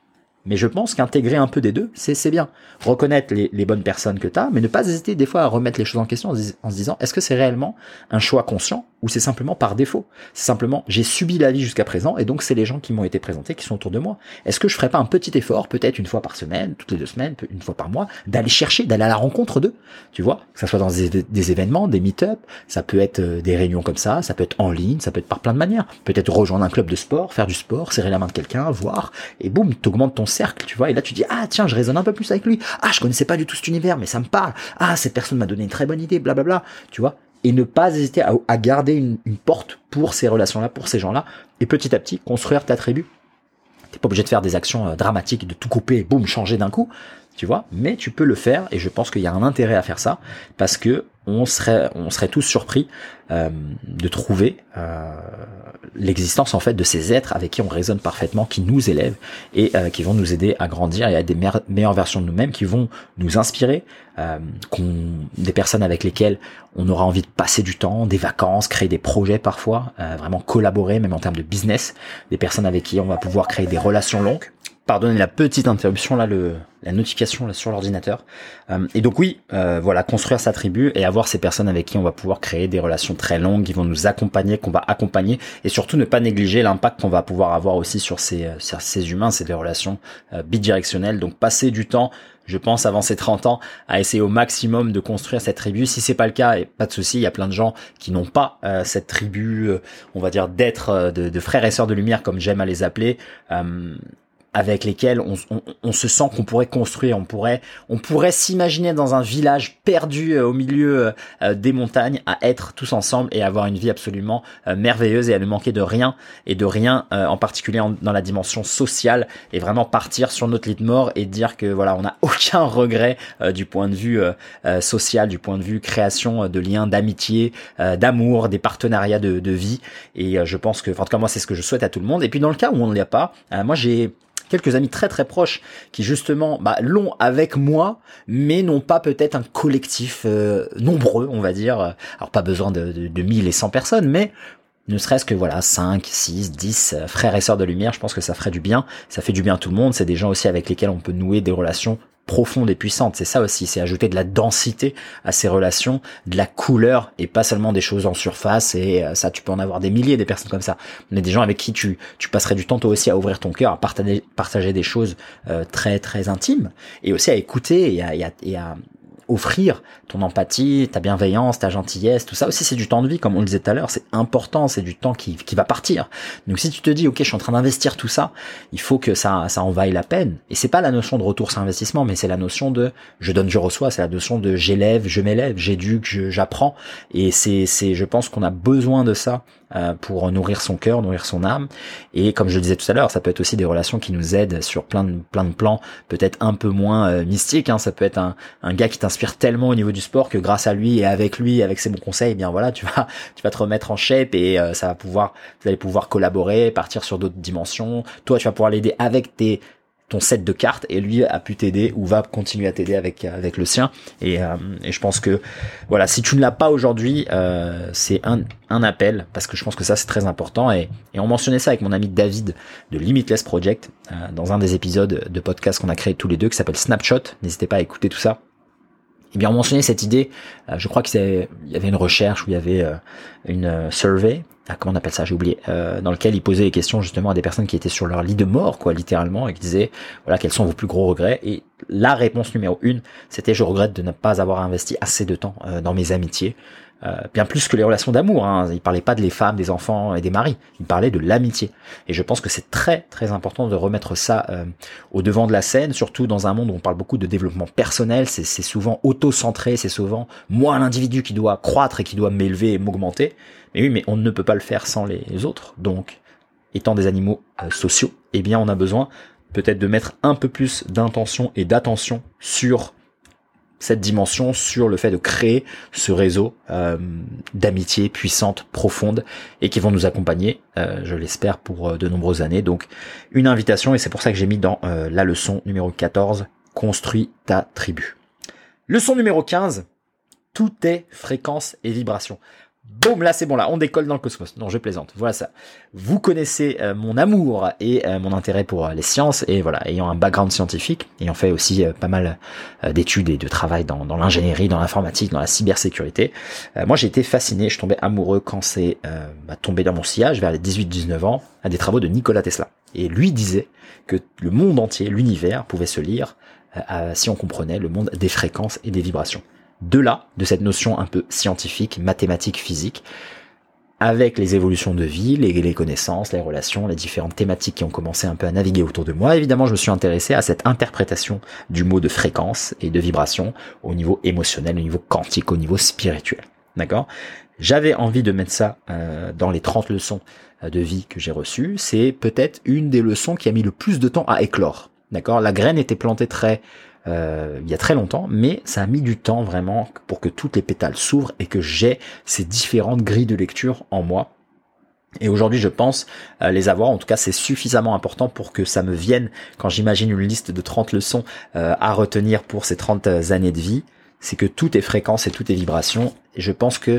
Mais je pense qu'intégrer un peu des deux, c'est, c'est bien. Reconnaître les, les bonnes personnes que tu as, mais ne pas hésiter des fois à remettre les choses en question en, en se disant, est-ce que c'est réellement un choix conscient ou c'est simplement par défaut? C'est simplement, j'ai subi la vie jusqu'à présent et donc c'est les gens qui m'ont été présentés qui sont autour de moi. Est-ce que je ferais pas un petit effort, peut-être une fois par semaine, toutes les deux semaines, une fois par mois, d'aller chercher, d'aller à la rencontre d'eux? Tu vois, que ça soit dans des, des événements, des meet-up, ça peut être des réunions comme ça, ça peut être en ligne, ça peut être par plein de manières. Peut-être rejoindre un club de sport, faire du sport, serrer la main de quelqu'un, voir, et boum, t'augmentes ton cercle, tu vois, et là tu dis, ah tiens, je résonne un peu plus avec lui, ah je connaissais pas du tout cet univers, mais ça me parle, ah cette personne m'a donné une très bonne idée, blablabla, tu vois, et ne pas hésiter à, à garder une, une porte pour ces relations-là, pour ces gens-là, et petit à petit construire ta tribu. T'es pas obligé de faire des actions euh, dramatiques, de tout couper, et boum, changer d'un coup, tu vois, mais tu peux le faire, et je pense qu'il y a un intérêt à faire ça, parce que on serait, on serait tous surpris euh, de trouver euh, l'existence en fait de ces êtres avec qui on résonne parfaitement, qui nous élèvent et euh, qui vont nous aider à grandir et à être des meilleures, meilleures versions de nous-mêmes, qui vont nous inspirer, euh, qu'on, des personnes avec lesquelles on aura envie de passer du temps, des vacances, créer des projets parfois, euh, vraiment collaborer même en termes de business, des personnes avec qui on va pouvoir créer des relations longues. Pardonnez la petite interruption là, le la notification là sur l'ordinateur. Euh, et donc oui, euh, voilà, construire sa tribu et avoir ces personnes avec qui on va pouvoir créer des relations très longues, qui vont nous accompagner, qu'on va accompagner, et surtout ne pas négliger l'impact qu'on va pouvoir avoir aussi sur ces sur ces humains, c'est des relations euh, bidirectionnelles. Donc passer du temps, je pense, avant ses trente ans, à essayer au maximum de construire cette tribu. Si c'est pas le cas, et pas de souci, il y a plein de gens qui n'ont pas euh, cette tribu, euh, on va dire d'être euh, de, de frères et sœurs de lumière, comme j'aime à les appeler. Euh, avec lesquels on, on, on se sent qu'on pourrait construire, on pourrait, on pourrait s'imaginer dans un village perdu euh, au milieu euh, des montagnes, à être tous ensemble et avoir une vie absolument euh, merveilleuse et à ne manquer de rien et de rien euh, en particulier en, dans la dimension sociale, et vraiment partir sur notre lit de mort et dire que voilà, on n'a aucun regret euh, du point de vue euh, euh, social, du point de vue création de liens, d'amitié, euh, d'amour, des partenariats de, de vie. Et euh, je pense que, enfin, en tout cas moi c'est ce que je souhaite à tout le monde. Et puis dans le cas où on ne l'a pas, euh, moi j'ai quelques amis très très proches qui justement bah, l'ont avec moi, mais n'ont pas peut-être un collectif euh, nombreux, on va dire. Alors pas besoin de, de, de mille et cent personnes, mais ne serait-ce que voilà cinq, six, dix euh, frères et sœurs de lumière, je pense que ça ferait du bien. Ça fait du bien à tout le monde. C'est des gens aussi avec lesquels on peut nouer des relations profonde et puissante. C'est ça aussi, c'est ajouter de la densité à ces relations, de la couleur, et pas seulement des choses en surface. Et euh, ça, tu peux en avoir des milliers, des personnes comme ça, mais des gens avec qui tu tu passerais du temps toi aussi à ouvrir ton cœur, à partager partager des choses euh, très très intimes, et aussi à écouter et à, et à, et à offrir ton empathie, ta bienveillance, ta gentillesse, tout ça aussi c'est du temps de vie, comme on le disait tout à l'heure, c'est important, c'est du temps qui, qui va partir. Donc si tu te dis ok, je suis en train d'investir tout ça, il faut que ça ça en vaille la peine. Et c'est pas la notion de retour sur investissement, mais c'est la notion de je donne, je reçois, c'est la notion de j'élève, je m'élève, j'éduque, je, j'apprends. Et c'est c'est je pense qu'on a besoin de ça euh, pour nourrir son cœur, nourrir son âme. Et comme je le disais tout à l'heure, ça peut être aussi des relations qui nous aident sur plein de plein de plans, peut-être un peu moins euh, mystiques, hein. Ça peut être un un gars qui t'inspire tellement au niveau du sport que grâce à lui et avec lui, avec ses bons conseils, eh bien voilà, tu vas tu vas te remettre en shape, et euh, ça va pouvoir, vous allez pouvoir collaborer, partir sur d'autres dimensions. Toi, tu vas pouvoir l'aider avec tes ton set de cartes, et lui a pu t'aider ou va continuer à t'aider avec avec le sien. Et, euh, et je pense que voilà, si tu ne l'as pas aujourd'hui, euh, c'est un un appel, parce que je pense que ça c'est très important. Et, et on mentionnait ça avec mon ami David de Limitless Project euh, dans un des épisodes de podcast qu'on a créé tous les deux qui s'appelle Snapshot. N'hésitez pas à écouter tout ça. Eh bien, on mentionnait cette idée, euh, je crois qu'il y avait une recherche où il y avait euh, une euh, survey, ah, comment on appelle ça, j'ai oublié, euh, dans lequel il posait des questions justement à des personnes qui étaient sur leur lit de mort, quoi, littéralement, et qui disaient, voilà, quels sont vos plus gros regrets. Et la réponse numéro une, c'était je regrette de ne pas avoir investi assez de temps euh, dans mes amitiés. Euh, bien plus que les relations d'amour, hein. Il parlait pas de les femmes, des enfants et des maris, il parlait de l'amitié. Et je pense que c'est très très important de remettre ça euh, au devant de la scène, surtout dans un monde où on parle beaucoup de développement personnel. C'est, c'est souvent auto-centré, c'est souvent moi l'individu qui doit croître et qui doit m'élever et m'augmenter. Mais oui, mais on ne peut pas le faire sans les autres. Donc, étant des animaux euh, sociaux, eh bien on a besoin peut-être de mettre un peu plus d'intention et d'attention sur cette dimension, sur le fait de créer ce réseau euh, d'amitié puissante, profonde, et qui vont nous accompagner, euh, je l'espère, pour euh, de nombreuses années. Donc une invitation, et c'est pour ça que j'ai mis dans euh, la leçon numéro quatorze, construis ta tribu. Leçon numéro quinze, tout est fréquence et vibration. Boum, là c'est bon, là on décolle dans le cosmos. Non, je plaisante. Voilà ça. Vous connaissez euh, mon amour et euh, mon intérêt pour euh, les sciences, et voilà, ayant un background scientifique, ayant fait aussi euh, pas mal euh, d'études et de travail dans, dans l'ingénierie, dans l'informatique, dans la cybersécurité. Euh, moi j'ai été fasciné, je tombais amoureux quand c'est euh, bah, tombé dans mon sillage vers les dix-huit dix-neuf ans à des travaux de Nikola Tesla. Et lui disait que le monde entier, l'univers, pouvait se lire euh, à, si on comprenait le monde des fréquences et des vibrations. De là, de cette notion un peu scientifique, mathématique, physique, avec les évolutions de vie, les, les connaissances, les relations, les différentes thématiques qui ont commencé un peu à naviguer autour de moi, évidemment, je me suis intéressé à cette interprétation du mot de fréquence et de vibration au niveau émotionnel, au niveau quantique, au niveau spirituel. D'accord ? J'avais envie de mettre ça euh, dans les trente leçons de vie que j'ai reçues. C'est peut-être une des leçons qui a mis le plus de temps à éclore. D'accord ? La graine était plantée très... Euh, il y a très longtemps, mais ça a mis du temps vraiment pour que toutes les pétales s'ouvrent et que j'ai ces différentes grilles de lecture en moi. Et aujourd'hui, je pense euh, les avoir. En tout cas, c'est suffisamment important pour que ça me vienne quand j'imagine une liste de trente leçons euh, à retenir pour ces trente années de vie. C'est que tout est fréquence et tout est vibration. Et je pense que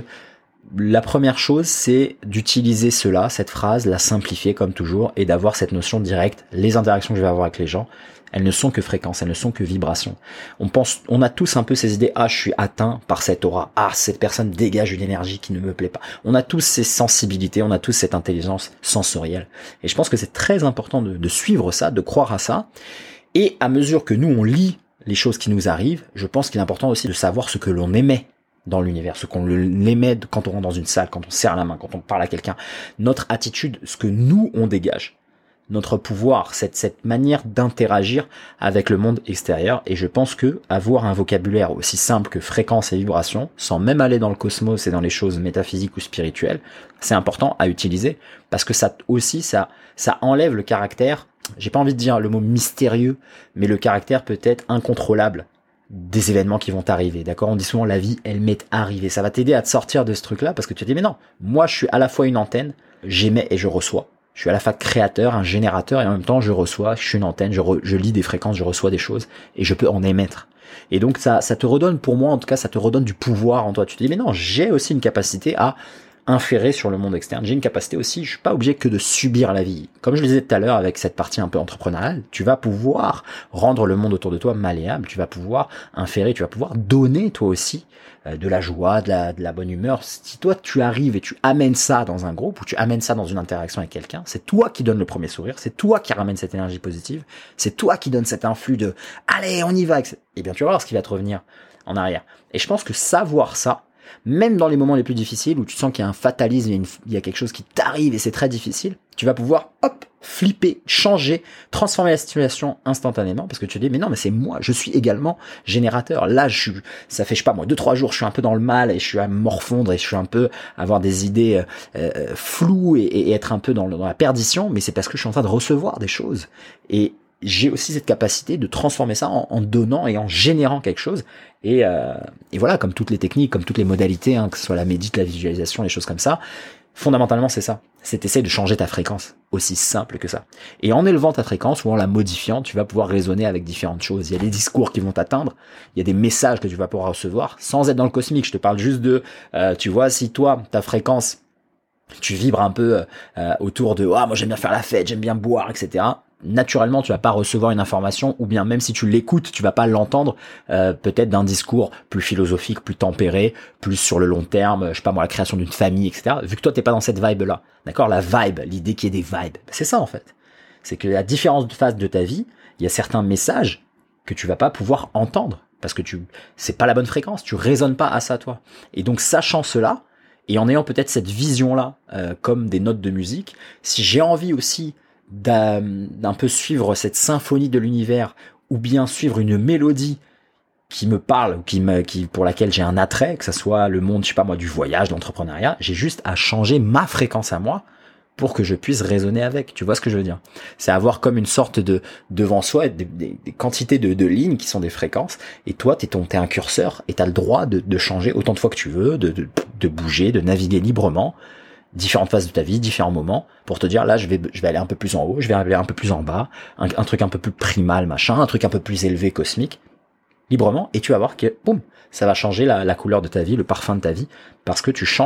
la première chose, c'est d'utiliser cela, cette phrase, la simplifier comme toujours et d'avoir cette notion directe. Les interactions que je vais avoir avec les gens, elles ne sont que fréquences, elles ne sont que vibrations. On pense, on a tous un peu ces idées, ah, je suis atteint par cette aura, ah, cette personne dégage une énergie qui ne me plaît pas. On a tous ces sensibilités, on a tous cette intelligence sensorielle. Et je pense que c'est très important de, de suivre ça, de croire à ça. Et à mesure que nous, on lit les choses qui nous arrivent, je pense qu'il est important aussi de savoir ce que l'on émet dans l'univers, ce qu'on émet quand on rentre dans une salle, quand on serre la main, quand on parle à quelqu'un. Notre attitude, ce que nous, on dégage. Notre pouvoir, cette, cette manière d'interagir avec le monde extérieur. Et je pense que avoir un vocabulaire aussi simple que fréquence et vibration, sans même aller dans le cosmos et dans les choses métaphysiques ou spirituelles, c'est important à utiliser parce que ça aussi, ça, ça enlève le caractère, j'ai pas envie de dire le mot mystérieux, mais le caractère peut-être incontrôlable des événements qui vont arriver, d'accord ? On dit souvent la vie, elle m'est arrivée. Ça va t'aider à te sortir de ce truc-là parce que tu te dis, mais non, moi je suis à la fois une antenne, j'émets et je reçois. Je suis à la fois créateur, un générateur, et en même temps, je reçois, je suis une antenne, je, re, je lis des fréquences, je reçois des choses, et je peux en émettre. Et donc, ça, ça te redonne, pour moi, en tout cas, ça te redonne du pouvoir en toi. Tu te dis, mais non, j'ai aussi une capacité à inférer sur le monde externe. J'ai une capacité aussi, je suis pas obligé que de subir la vie. Comme je le disais tout à l'heure avec cette partie un peu entrepreneuriale, tu vas pouvoir rendre le monde autour de toi malléable, tu vas pouvoir inférer, tu vas pouvoir donner toi aussi euh, de la joie, de la, de la bonne humeur. Si toi tu arrives et tu amènes ça dans un groupe ou tu amènes ça dans une interaction avec quelqu'un, c'est toi qui donne le premier sourire, c'est toi qui ramène cette énergie positive, c'est toi qui donne cet influx de « allez, on y va », et bien tu vas voir ce qui va te revenir en arrière. Et je pense que savoir ça, même dans les moments les plus difficiles où tu sens qu'il y a un fatalisme, il y a, une, il y a quelque chose qui t'arrive et c'est très difficile, tu vas pouvoir, hop, flipper, changer, transformer la situation instantanément parce que tu te dis, mais non, mais c'est moi, je suis également générateur. Là, je suis, ça fait, je sais pas moi, deux, trois jours, je suis un peu dans le mal et je suis à me morfondre et je suis un peu à avoir des idées euh, floues et, et être un peu dans, dans la perdition, mais c'est parce que je suis en train de recevoir des choses. Et j'ai aussi cette capacité de transformer ça en, en donnant et en générant quelque chose. Et, euh, et voilà, comme toutes les techniques, comme toutes les modalités, hein, que ce soit la médite, la visualisation, les choses comme ça, fondamentalement c'est ça. C'est essayer de changer ta fréquence, aussi simple que ça. Et en élevant ta fréquence ou en la modifiant, tu vas pouvoir raisonner avec différentes choses. Il y a des discours qui vont t'atteindre, il y a des messages que tu vas pouvoir recevoir, sans être dans le cosmique. Je te parle juste de, euh, tu vois, si toi, ta fréquence, tu vibres un peu euh, autour de « Ah, moi j'aime bien faire la fête, j'aime bien boire, et cetera » naturellement, tu vas pas recevoir une information, ou bien même si tu l'écoutes, tu vas pas l'entendre, euh, peut-être d'un discours plus philosophique, plus tempéré, plus sur le long terme, je sais pas moi, la création d'une famille, et cetera. Vu que toi, t'es pas dans cette vibe-là, d'accord ? La vibe, l'idée qu'il y ait des vibes, c'est ça en fait. C'est que à différentes phases de ta vie, il y a certains messages que tu vas pas pouvoir entendre, parce que tu, c'est pas la bonne fréquence, tu résonnes pas à ça, toi. Et donc, sachant cela, et en ayant peut-être cette vision-là, euh, comme des notes de musique, si j'ai envie aussi d'un, d'un peu suivre cette symphonie de l'univers ou bien suivre une mélodie qui me parle ou qui me, qui, pour laquelle j'ai un attrait, que ça soit le monde, je sais pas moi, du voyage, de l'entrepreneuriat, j'ai juste à changer ma fréquence à moi pour que je puisse raisonner avec. Tu vois ce que je veux dire? C'est avoir comme une sorte de, devant soi, des, des, des quantités de, de lignes qui sont des fréquences, et toi, t'es ton, t'es un curseur, et t'as le droit de, de changer autant de fois que tu veux, de, de, de bouger, de naviguer librement, différentes phases de ta vie, différents moments, pour te dire, là, je vais, je vais aller un peu plus en haut, je vais aller un peu plus en bas, un, un truc un peu plus primal, machin, un truc un peu plus élevé, cosmique, librement, et tu vas voir que, boum, ça va changer la, la couleur de ta vie, le parfum de ta vie, parce que tu changes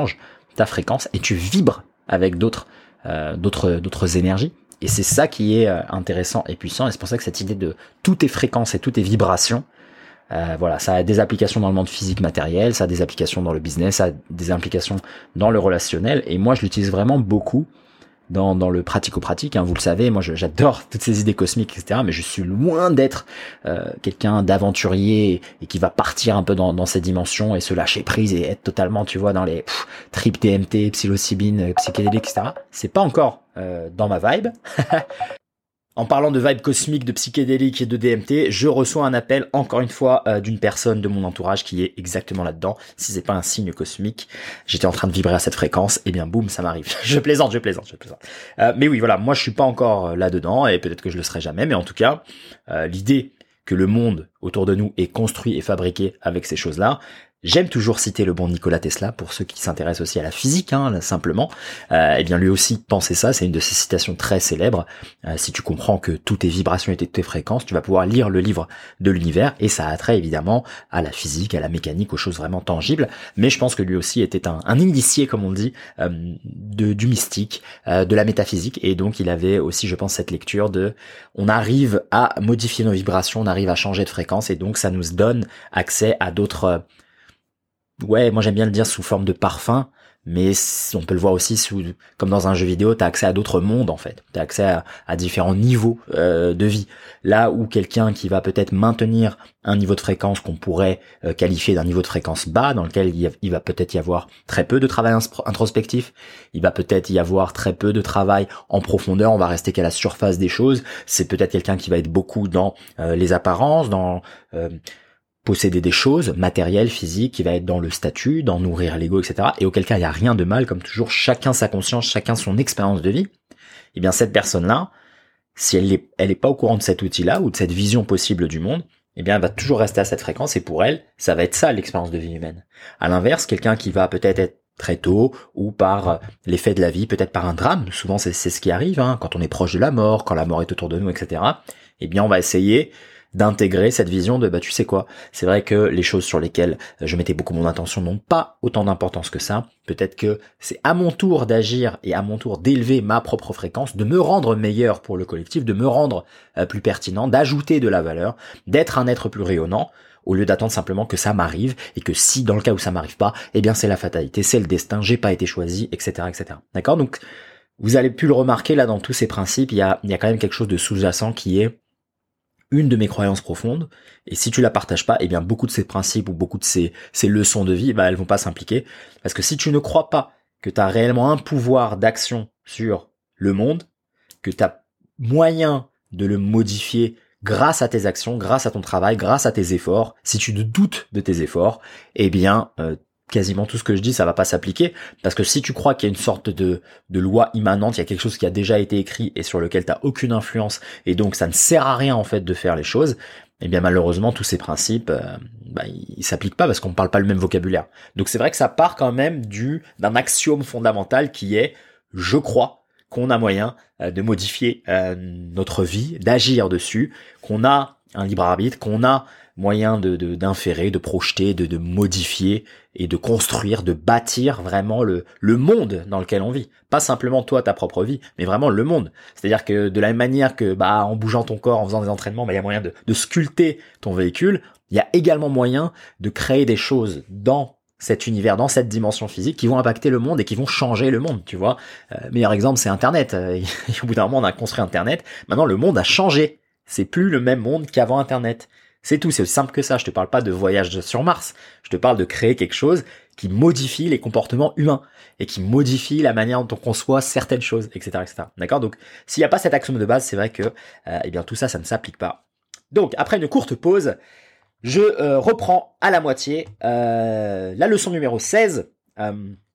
ta fréquence et tu vibres avec d'autres euh, d'autres d'autres énergies. Et c'est ça qui est euh, intéressant et puissant. Et c'est pour ça que cette idée de toutes tes fréquences et toutes tes vibrations, euh, voilà, ça a des applications dans le monde physique matériel, ça a des applications dans le business, ça a des implications dans le relationnel. Et moi, je l'utilise vraiment beaucoup dans dans le pratico-pratique, hein, vous le savez, moi je, j'adore toutes ces idées cosmiques, et cetera. Mais je suis loin d'être euh, quelqu'un d'aventurier et, et qui va partir un peu dans, dans ces dimensions et se lâcher prise et être totalement, tu vois, dans les pff, trips D M T, psilocybine, psychédélique, et cetera. C'est pas encore euh, dans ma vibe. En parlant de vibe cosmique, de psychédélique et de D M T, je reçois un appel encore une fois euh, d'une personne de mon entourage qui est exactement là-dedans. Si c'est pas un signe cosmique, j'étais en train de vibrer à cette fréquence, et bien boum, ça m'arrive. je plaisante, je plaisante, je plaisante. Euh, mais oui, voilà, moi je suis pas encore là-dedans et peut-être que je le serai jamais, mais en tout cas, euh, l'idée que le monde autour de nous est construit et fabriqué avec ces choses-là. J'aime toujours citer le bon Nikola Tesla pour ceux qui s'intéressent aussi à la physique, hein, simplement. Euh, eh bien, lui aussi pensait ça. C'est une de ses citations très célèbres. Euh, si tu comprends que toutes tes vibrations et toutes tes fréquences, tu vas pouvoir lire le livre de l'univers, et ça a trait évidemment à la physique, à la mécanique, aux choses vraiment tangibles. Mais je pense que lui aussi était un, un initié, comme on dit, euh, de, du mystique, euh, de la métaphysique, et donc il avait aussi, je pense, cette lecture de on arrive à modifier nos vibrations, on arrive à changer de fréquence, et donc ça nous donne accès à d'autres ouais, moi j'aime bien le dire sous forme de parfum, mais on peut le voir aussi sous, comme dans un jeu vidéo, t'as accès à d'autres mondes en fait, t'as accès à, à différents niveaux euh, de vie. Là où quelqu'un qui va peut-être maintenir un niveau de fréquence qu'on pourrait euh, qualifier d'un niveau de fréquence bas, dans lequel il, y a, il va peut-être y avoir très peu de travail introspectif, il va peut-être y avoir très peu de travail en profondeur, on va rester qu'à la surface des choses. C'est peut-être quelqu'un qui va être beaucoup dans euh, les apparences, dans euh, posséder des choses matérielles, physiques, qui va être dans le statut, dans nourrir l'ego, et cetera. Et auquel cas, il n'y a rien de mal, comme toujours, chacun sa conscience, chacun son expérience de vie. Eh bien, cette personne-là, si elle est, elle est pas au courant de cet outil-là, ou de cette vision possible du monde, eh bien, elle va toujours rester à cette fréquence, et pour elle, ça va être ça, l'expérience de vie humaine. À l'inverse, quelqu'un qui va peut-être être très tôt, ou par l'effet de la vie, peut-être par un drame, souvent c'est, c'est ce qui arrive, hein, quand on est proche de la mort, quand la mort est autour de nous, et cetera. Eh bien, on va essayer d'intégrer cette vision de bah tu sais quoi, c'est vrai que les choses sur lesquelles je mettais beaucoup mon attention n'ont pas autant d'importance que ça. Peut-être que c'est à mon tour d'agir et à mon tour d'élever ma propre fréquence, de me rendre meilleur pour le collectif, de me rendre euh, plus pertinent, d'ajouter de la valeur, d'être un être plus rayonnant, au lieu d'attendre simplement que ça m'arrive, et que si dans le cas où ça m'arrive pas, eh bien c'est la fatalité, c'est le destin, j'ai pas été choisi, et cetera, et cetera. D'accord? Donc vous avez pu le remarquer là dans tous ces principes, il y a il y a quand même quelque chose de sous-jacent qui est une de mes croyances profondes, et si tu la partages pas, eh bien beaucoup de ces principes ou beaucoup de ces, ces leçons de vie, bah elles vont pas s'impliquer, parce que si tu ne crois pas que tu as réellement un pouvoir d'action sur le monde, que tu as moyen de le modifier grâce à tes actions, grâce à ton travail, grâce à tes efforts, si tu doutes de tes efforts, eh bien euh, quasiment tout ce que je dis, ça va pas s'appliquer, parce que si tu crois qu'il y a une sorte de, de loi immanente, il y a quelque chose qui a déjà été écrit et sur lequel tu n'as aucune influence, et donc ça ne sert à rien en fait de faire les choses, eh bien malheureusement tous ces principes, euh, bah, ils s'appliquent pas parce qu'on ne parle pas le même vocabulaire. Donc c'est vrai que ça part quand même du d'un axiome fondamental qui est « je crois » qu'on a moyen euh, de modifier euh, notre vie, d'agir dessus, qu'on a un libre arbitre, qu'on a moyen de, de d'inférer, de projeter, de, de modifier et de construire, de bâtir vraiment le, le monde dans lequel on vit. Pas simplement toi, ta propre vie, mais vraiment le monde. C'est-à-dire que de la même manière que bah en bougeant ton corps, en faisant des entraînements, bah, il y a moyen de, de sculpter ton véhicule, il y a également moyen de créer des choses dans cet univers, dans cette dimension physique, qui vont impacter le monde et qui vont changer le monde, tu vois. Euh, meilleur exemple, c'est Internet. Et au bout d'un moment, on a construit Internet. Maintenant, le monde a changé. C'est plus le même monde qu'avant Internet. C'est tout, c'est aussi simple que ça. Je te parle pas de voyage sur Mars. Je te parle de créer quelque chose qui modifie les comportements humains et qui modifie la manière dont on conçoit certaines choses, et cetera, et cetera. D'accord? Donc, s'il n'y a pas cet axiome de base, c'est vrai que, euh, eh bien, tout ça, ça ne s'applique pas. Donc, après une courte pause, je euh, reprends à la moitié euh, la leçon numéro seize. Euh,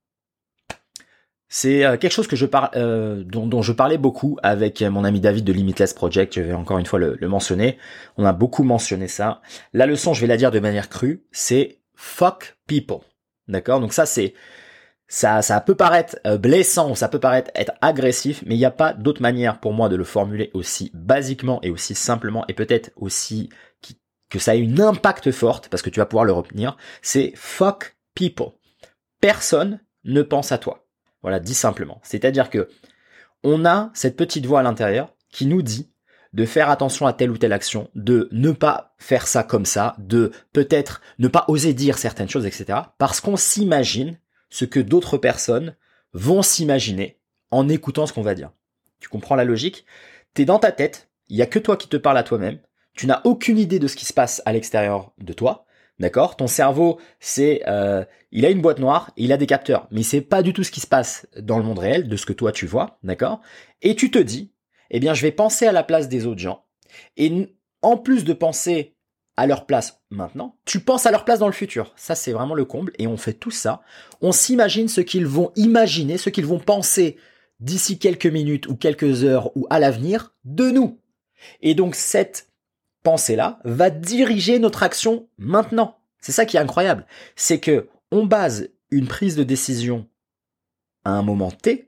C'est quelque chose que je par, euh, dont, dont je parlais beaucoup avec mon ami David de Limitless Project. Je vais encore une fois le, le mentionner. On a beaucoup mentionné ça. La leçon, je vais la dire de manière crue, c'est fuck people. D'accord? Donc ça, c'est ça, ça peut paraître blessant, ça peut paraître être agressif, mais il n'y a pas d'autre manière pour moi de le formuler aussi basiquement et aussi simplement, et peut-être aussi qui, que ça ait une impact forte, parce que tu vas pouvoir le retenir. C'est fuck people. Personne ne pense à toi. Voilà, dit simplement. C'est-à-dire que on a cette petite voix à l'intérieur qui nous dit de faire attention à telle ou telle action, de ne pas faire ça comme ça, de peut-être ne pas oser dire certaines choses, et cetera. Parce qu'on s'imagine ce que d'autres personnes vont s'imaginer en écoutant ce qu'on va dire. Tu comprends la logique ? T'es dans ta tête, il y a que toi qui te parles à toi-même, tu n'as aucune idée de ce qui se passe à l'extérieur de toi, d'accord ? Ton cerveau, c'est, euh, il a une boîte noire, et il a des capteurs, mais c'est pas du tout ce qui se passe dans le monde réel, de ce que toi tu vois, d'accord ? Et tu te dis, eh bien, je vais penser à la place des autres gens. Et en plus de penser à leur place maintenant, tu penses à leur place dans le futur. Ça, c'est vraiment le comble. Et on fait tout ça. On s'imagine ce qu'ils vont imaginer, ce qu'ils vont penser d'ici quelques minutes ou quelques heures ou à l'avenir de nous. Et donc, cette pensée-là va diriger notre action maintenant. C'est ça qui est incroyable. C'est que on base une prise de décision à un moment T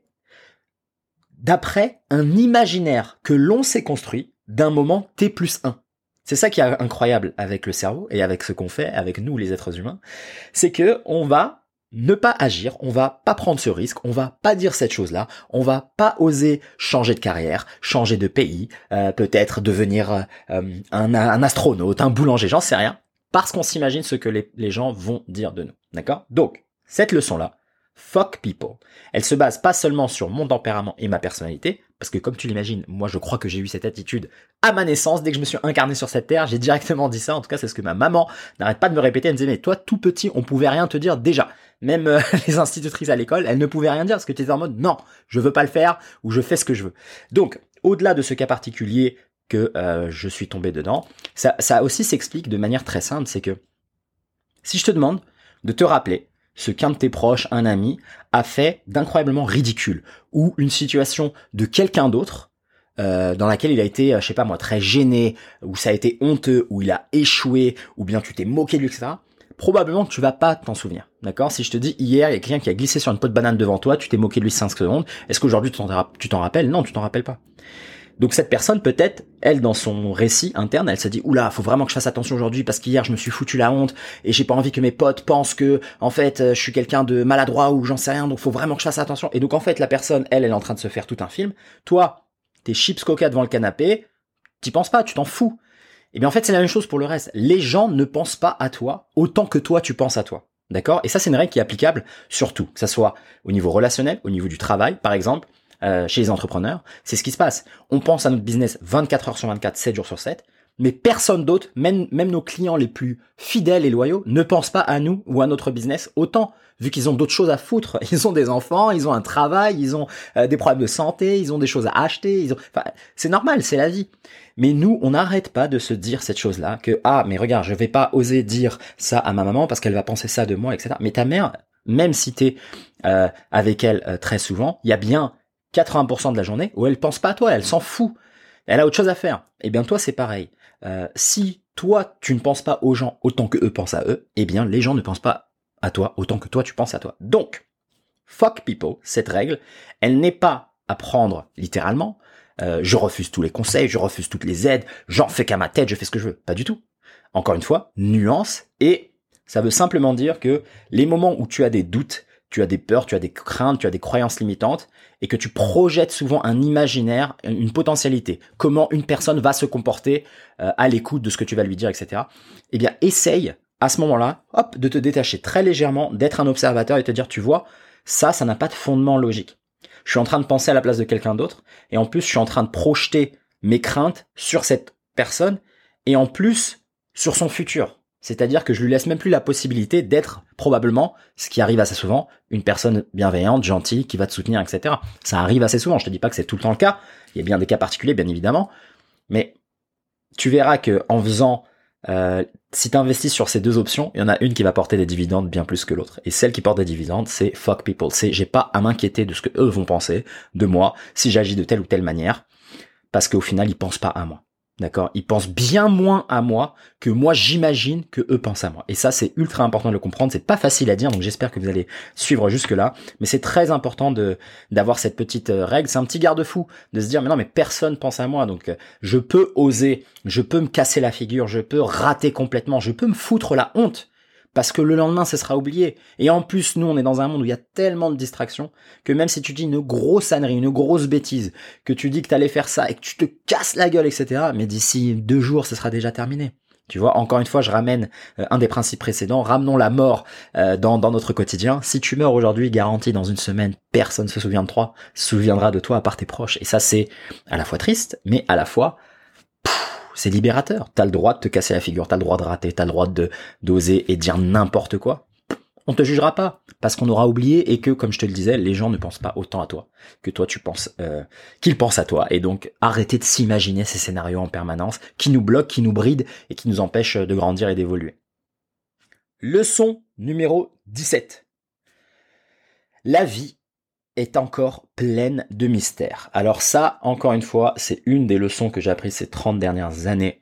d'après un imaginaire que l'on s'est construit d'un moment T plus un. C'est ça qui est incroyable avec le cerveau et avec ce qu'on fait, avec nous les êtres humains, c'est que on va ne pas agir, on va pas prendre ce risque, on va pas dire cette chose-là, on va pas oser changer de carrière, changer de pays, euh, peut-être devenir euh, un, un astronaute, un boulanger, j'en sais rien, parce qu'on s'imagine ce que les, les gens vont dire de nous, d'accord ? Donc, cette leçon-là, fuck people. Elle se base pas seulement sur mon tempérament et ma personnalité, parce que comme tu l'imagines, moi je crois que j'ai eu cette attitude à ma naissance, dès que je me suis incarné sur cette terre, j'ai directement dit ça, en tout cas c'est ce que ma maman n'arrête pas de me répéter, elle me disait mais toi tout petit on pouvait rien te dire déjà, même euh, les institutrices à l'école, elles ne pouvaient rien dire parce que tu étais en mode non, je veux pas le faire ou je fais ce que je veux. Donc au-delà de ce cas particulier que euh, je suis tombé dedans, ça, ça aussi s'explique de manière très simple, c'est que si je te demande de te rappeler ce qu'un de tes proches, un ami, a fait d'incroyablement ridicule, ou une situation de quelqu'un d'autre, euh, dans laquelle il a été, je sais pas moi, très gêné, ou ça a été honteux, ou il a échoué, ou bien tu t'es moqué de lui, et cetera, probablement que tu vas pas t'en souvenir, d'accord ? Si je te dis, hier, il y a quelqu'un qui a glissé sur une peau de banane devant toi, tu t'es moqué de lui cinq secondes, est-ce qu'aujourd'hui tu t'en, tu t'en rappelles ? Non, tu t'en rappelles pas. Donc cette personne, peut-être, elle, dans son récit interne, elle se dit « Oula, faut vraiment que je fasse attention aujourd'hui parce qu'hier, je me suis foutu la honte et j'ai pas envie que mes potes pensent que, en fait, je suis quelqu'un de maladroit ou j'en sais rien, donc faut vraiment que je fasse attention. » Et donc, en fait, la personne, elle, elle est en train de se faire tout un film. Toi, t'es chips coca devant le canapé, t'y penses pas, tu t'en fous. Et bien, en fait, c'est la même chose pour le reste. Les gens ne pensent pas à toi autant que toi, tu penses à toi. D'accord ? Et ça, c'est une règle qui est applicable sur tout, que ça soit au niveau relationnel, au niveau du travail, par exemple. Euh, chez les entrepreneurs, c'est ce qui se passe. On pense à notre business vingt-quatre heures sur vingt-quatre, sept jours sur sept, mais personne d'autre, même, même nos clients les plus fidèles et loyaux, ne pensent pas à nous ou à notre business autant, vu qu'ils ont d'autres choses à foutre. Ils ont des enfants, ils ont un travail, ils ont euh, des problèmes de santé, ils ont des choses à acheter, ils ont... enfin, c'est normal, c'est la vie. Mais nous, on n'arrête pas de se dire cette chose-là, que, ah, mais regarde, je vais pas oser dire ça à ma maman parce qu'elle va penser ça de moi, et cetera. Mais ta mère, même si t'es euh, avec elle euh, très souvent, il y a bien quatre-vingts pour cent de la journée où elle pense pas à toi, elle s'en fout. Elle a autre chose à faire. Eh bien, toi, c'est pareil. Euh, si toi, tu ne penses pas aux gens autant que eux pensent à eux, eh bien, les gens ne pensent pas à toi autant que toi, tu penses à toi. Donc, fuck people, cette règle, elle n'est pas à prendre littéralement. Euh, je refuse tous les conseils, je refuse toutes les aides, j'en fais qu'à ma tête, je fais ce que je veux. Pas du tout. Encore une fois, nuance, et ça veut simplement dire que les moments où tu as des doutes, tu as des peurs, tu as des craintes, tu as des croyances limitantes et que tu projettes souvent un imaginaire, une potentialité, comment une personne va se comporter euh, à l'écoute de ce que tu vas lui dire, et cetera. Eh bien, essaye à ce moment-là, hop, de te détacher très légèrement, d'être un observateur et te dire, tu vois, ça, ça n'a pas de fondement logique. Je suis en train de penser à la place de quelqu'un d'autre et en plus, je suis en train de projeter mes craintes sur cette personne et en plus, sur son futur. C'est-à-dire que je lui laisse même plus la possibilité d'être probablement, ce qui arrive assez souvent, une personne bienveillante, gentille, qui va te soutenir, et cetera. Ça arrive assez souvent, je te dis pas que c'est tout le temps le cas, il y a bien des cas particuliers, bien évidemment, mais tu verras que en faisant, euh, si tu investis sur ces deux options, il y en a une qui va porter des dividendes bien plus que l'autre. Et celle qui porte des dividendes, c'est fuck people. C'est j'ai pas à m'inquiéter de ce que eux vont penser de moi si j'agis de telle ou telle manière, parce qu'au final, ils pensent pas à moi. D'accord, ils pensent bien moins à moi que moi j'imagine que eux pensent à moi. Et ça, c'est ultra important de le comprendre. C'est pas facile à dire, donc j'espère que vous allez suivre jusque là. Mais c'est très important de d'avoir cette petite règle. C'est un petit garde-fou de se dire mais non, mais personne pense à moi, donc je peux oser, je peux me casser la figure, je peux rater complètement, je peux me foutre la honte Parce que le lendemain, ça sera oublié. Et en plus, nous, on est dans un monde où il y a tellement de distractions que même si tu dis une grosse ânerie, une grosse bêtise, que tu dis que t'allais faire ça et que tu te casses la gueule, et cetera, mais d'ici deux jours, ce sera déjà terminé. Tu vois, encore une fois, je ramène euh, un des principes précédents, ramenons la mort euh, dans, dans notre quotidien. Si tu meurs aujourd'hui, garanti, dans une semaine, personne ne se souvient de toi, se souviendra de toi à part tes proches. Et ça, c'est à la fois triste, mais à la fois, pff, c'est libérateur. T'as le droit de te casser la figure, t'as le droit de rater, t'as le droit de d'oser et dire n'importe quoi. On te jugera pas, parce qu'on aura oublié et que, comme je te le disais, les gens ne pensent pas autant à toi que toi tu penses, euh, qu'ils pensent à toi. Et donc, arrêtez de s'imaginer ces scénarios en permanence qui nous bloquent, qui nous brident et qui nous empêchent de grandir et d'évoluer. Leçon numéro dix-sept. La vie est encore pleine de mystères. Alors ça, encore une fois, c'est une des leçons que j'ai apprises ces trente dernières années.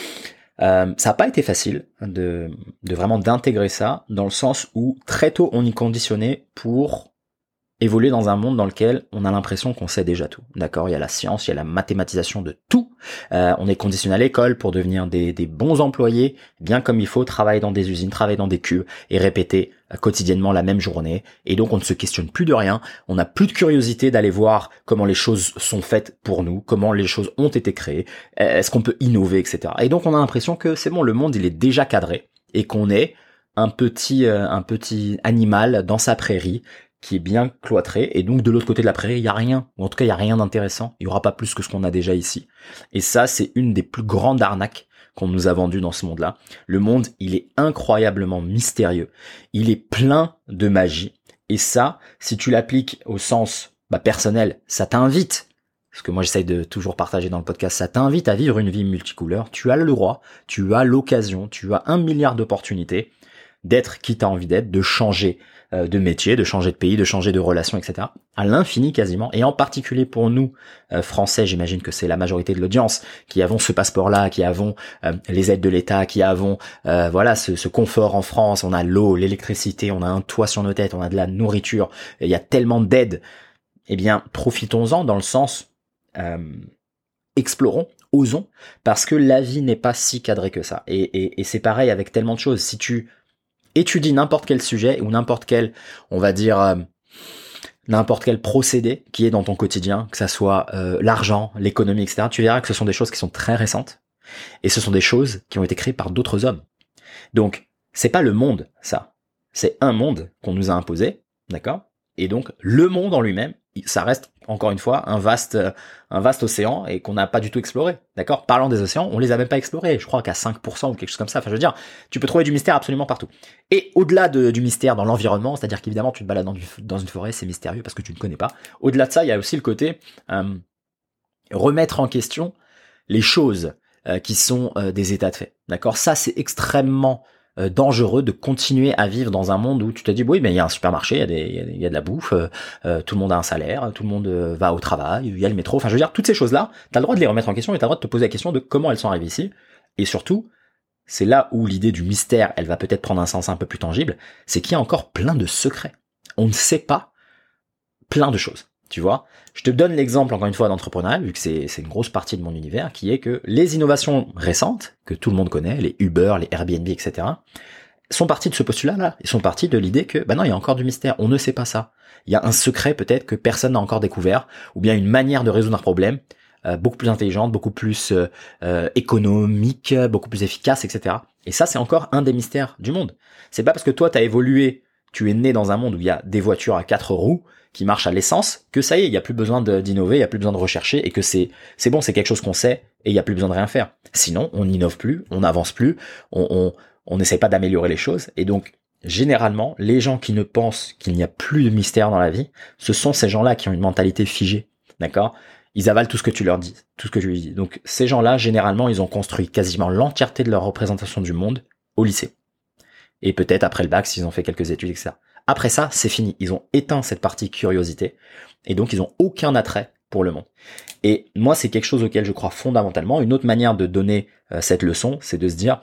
Euh, ça n'a pas été facile de, de vraiment d'intégrer ça, dans le sens où très tôt on y conditionnait pour évoluer dans un monde dans lequel on a l'impression qu'on sait déjà tout. D'accord, il y a la science, il y a la mathématisation de tout. Euh, on est conditionné à l'école pour devenir des, des bons employés, bien comme il faut, travailler dans des usines, travailler dans des cubes et répéter euh, quotidiennement la même journée. Et donc on ne se questionne plus de rien, on n'a plus de curiosité d'aller voir comment les choses sont faites pour nous, comment les choses ont été créées, est-ce qu'on peut innover, et cetera. Et donc on a l'impression que c'est bon, le monde il est déjà cadré et qu'on est un petit, euh, un petit animal dans sa prairie qui est bien cloîtré, et donc de l'autre côté de la prairie, il y a rien, ou en tout cas il y a rien d'intéressant, il y aura pas plus que ce qu'on a déjà ici. Et ça, c'est une des plus grandes arnaques qu'on nous a vendues dans ce monde-là. Le monde, il est incroyablement mystérieux, il est plein de magie, et ça, si tu l'appliques au sens bah, personnel, ça t'invite, ce que moi j'essaye de toujours partager dans le podcast, ça t'invite à vivre une vie multicouleur, tu as le droit, tu as l'occasion, tu as un milliard d'opportunités d'être qui t'as envie d'être, de changer de métier, de changer de pays, de changer de relation, et cetera. À l'infini quasiment, et en particulier pour nous, euh, Français, j'imagine que c'est la majorité de l'audience, qui avons ce passeport-là, qui avons euh, les aides de l'État, qui avons euh, voilà ce, ce confort en France, on a l'eau, l'électricité, on a un toit sur nos têtes, on a de la nourriture, il y a tellement d'aides. Eh bien, profitons-en dans le sens, euh, explorons, osons, parce que la vie n'est pas si cadrée que ça. Et, et, et c'est pareil avec tellement de choses. Si tu étudie n'importe quel sujet ou n'importe quel, on va dire, euh, n'importe quel procédé qui est dans ton quotidien, que ça soit euh, l'argent, l'économie, et cetera, tu verras que ce sont des choses qui sont très récentes et ce sont des choses qui ont été créées par d'autres hommes. Donc, c'est pas le monde, ça. C'est un monde qu'on nous a imposé, d'accord ? Et donc, le monde en lui-même, ça reste, encore une fois, un vaste, un vaste océan et qu'on n'a pas du tout exploré, d'accord ? Parlant des océans, on les a même pas explorés, je crois qu'à cinq pour cent ou quelque chose comme ça. Enfin, je veux dire, tu peux trouver du mystère absolument partout. Et au-delà de, du mystère dans l'environnement, c'est-à-dire qu'évidemment, tu te balades dans, du, dans une forêt, c'est mystérieux parce que tu ne connais pas. Au-delà de ça, il y a aussi le côté euh, remettre en question les choses euh, qui sont euh, des états de fait, d'accord ? Ça, c'est extrêmement Euh, dangereux de continuer à vivre dans un monde où tu te dis oui mais il y a un supermarché, il y a des il y a de la bouffe, euh, euh, tout le monde a un salaire, tout le monde euh, va au travail, il y a le métro, enfin je veux dire toutes ces choses-là, tu as le droit de les remettre en question et tu as le droit de te poser la question de comment elles sont arrivées ici. Et surtout, c'est là où l'idée du mystère, elle va peut-être prendre un sens un peu plus tangible, c'est qu'il y a encore plein de secrets. On ne sait pas plein de choses. Tu vois, je te donne l'exemple encore une fois d'entrepreneuriat, vu que c'est, c'est une grosse partie de mon univers, qui est que les innovations récentes, que tout le monde connaît, les Uber, les Airbnb, et cetera, sont partis de ce postulat-là. Ils sont partis de l'idée que, bah non, il y a encore du mystère, on ne sait pas ça. Il y a un secret peut-être que personne n'a encore découvert, ou bien une manière de résoudre un problème euh, beaucoup plus intelligente, beaucoup plus euh, euh, économique, beaucoup plus efficace, et cetera. Et ça, c'est encore un des mystères du monde. C'est pas parce que toi, t'as évolué, tu es né dans un monde où il y a des voitures à quatre roues, qui marche à l'essence, que ça y est, il n'y a plus besoin de, d'innover, il n'y a plus besoin de rechercher, et que c'est c'est bon, c'est quelque chose qu'on sait, et il n'y a plus besoin de rien faire. Sinon, on n'innove plus, on n'avance plus, on on on n'essaie pas d'améliorer les choses, et donc, généralement, les gens qui ne pensent qu'il n'y a plus de mystère dans la vie, ce sont ces gens-là qui ont une mentalité figée, d'accord ? Ils avalent tout ce que tu leur dis, tout ce que tu lui dis. Donc, ces gens-là, généralement, ils ont construit quasiment l'entièreté de leur représentation du monde au lycée. Et peut-être après le bac, s'ils ont fait quelques études, et cetera. Après ça, c'est fini. Ils ont éteint cette partie curiosité et donc ils ont aucun attrait pour le monde. Et moi, c'est quelque chose auquel je crois fondamentalement. Une autre manière de donner euh, cette leçon, c'est de se dire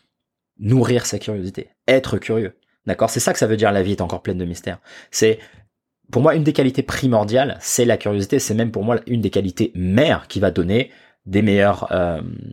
nourrir sa curiosité, être curieux. D'accord ? C'est ça que ça veut dire la vie est encore pleine de mystères. C'est pour moi une des qualités primordiales, c'est la curiosité. C'est même pour moi une des qualités mères qui va donner des meilleurs euh,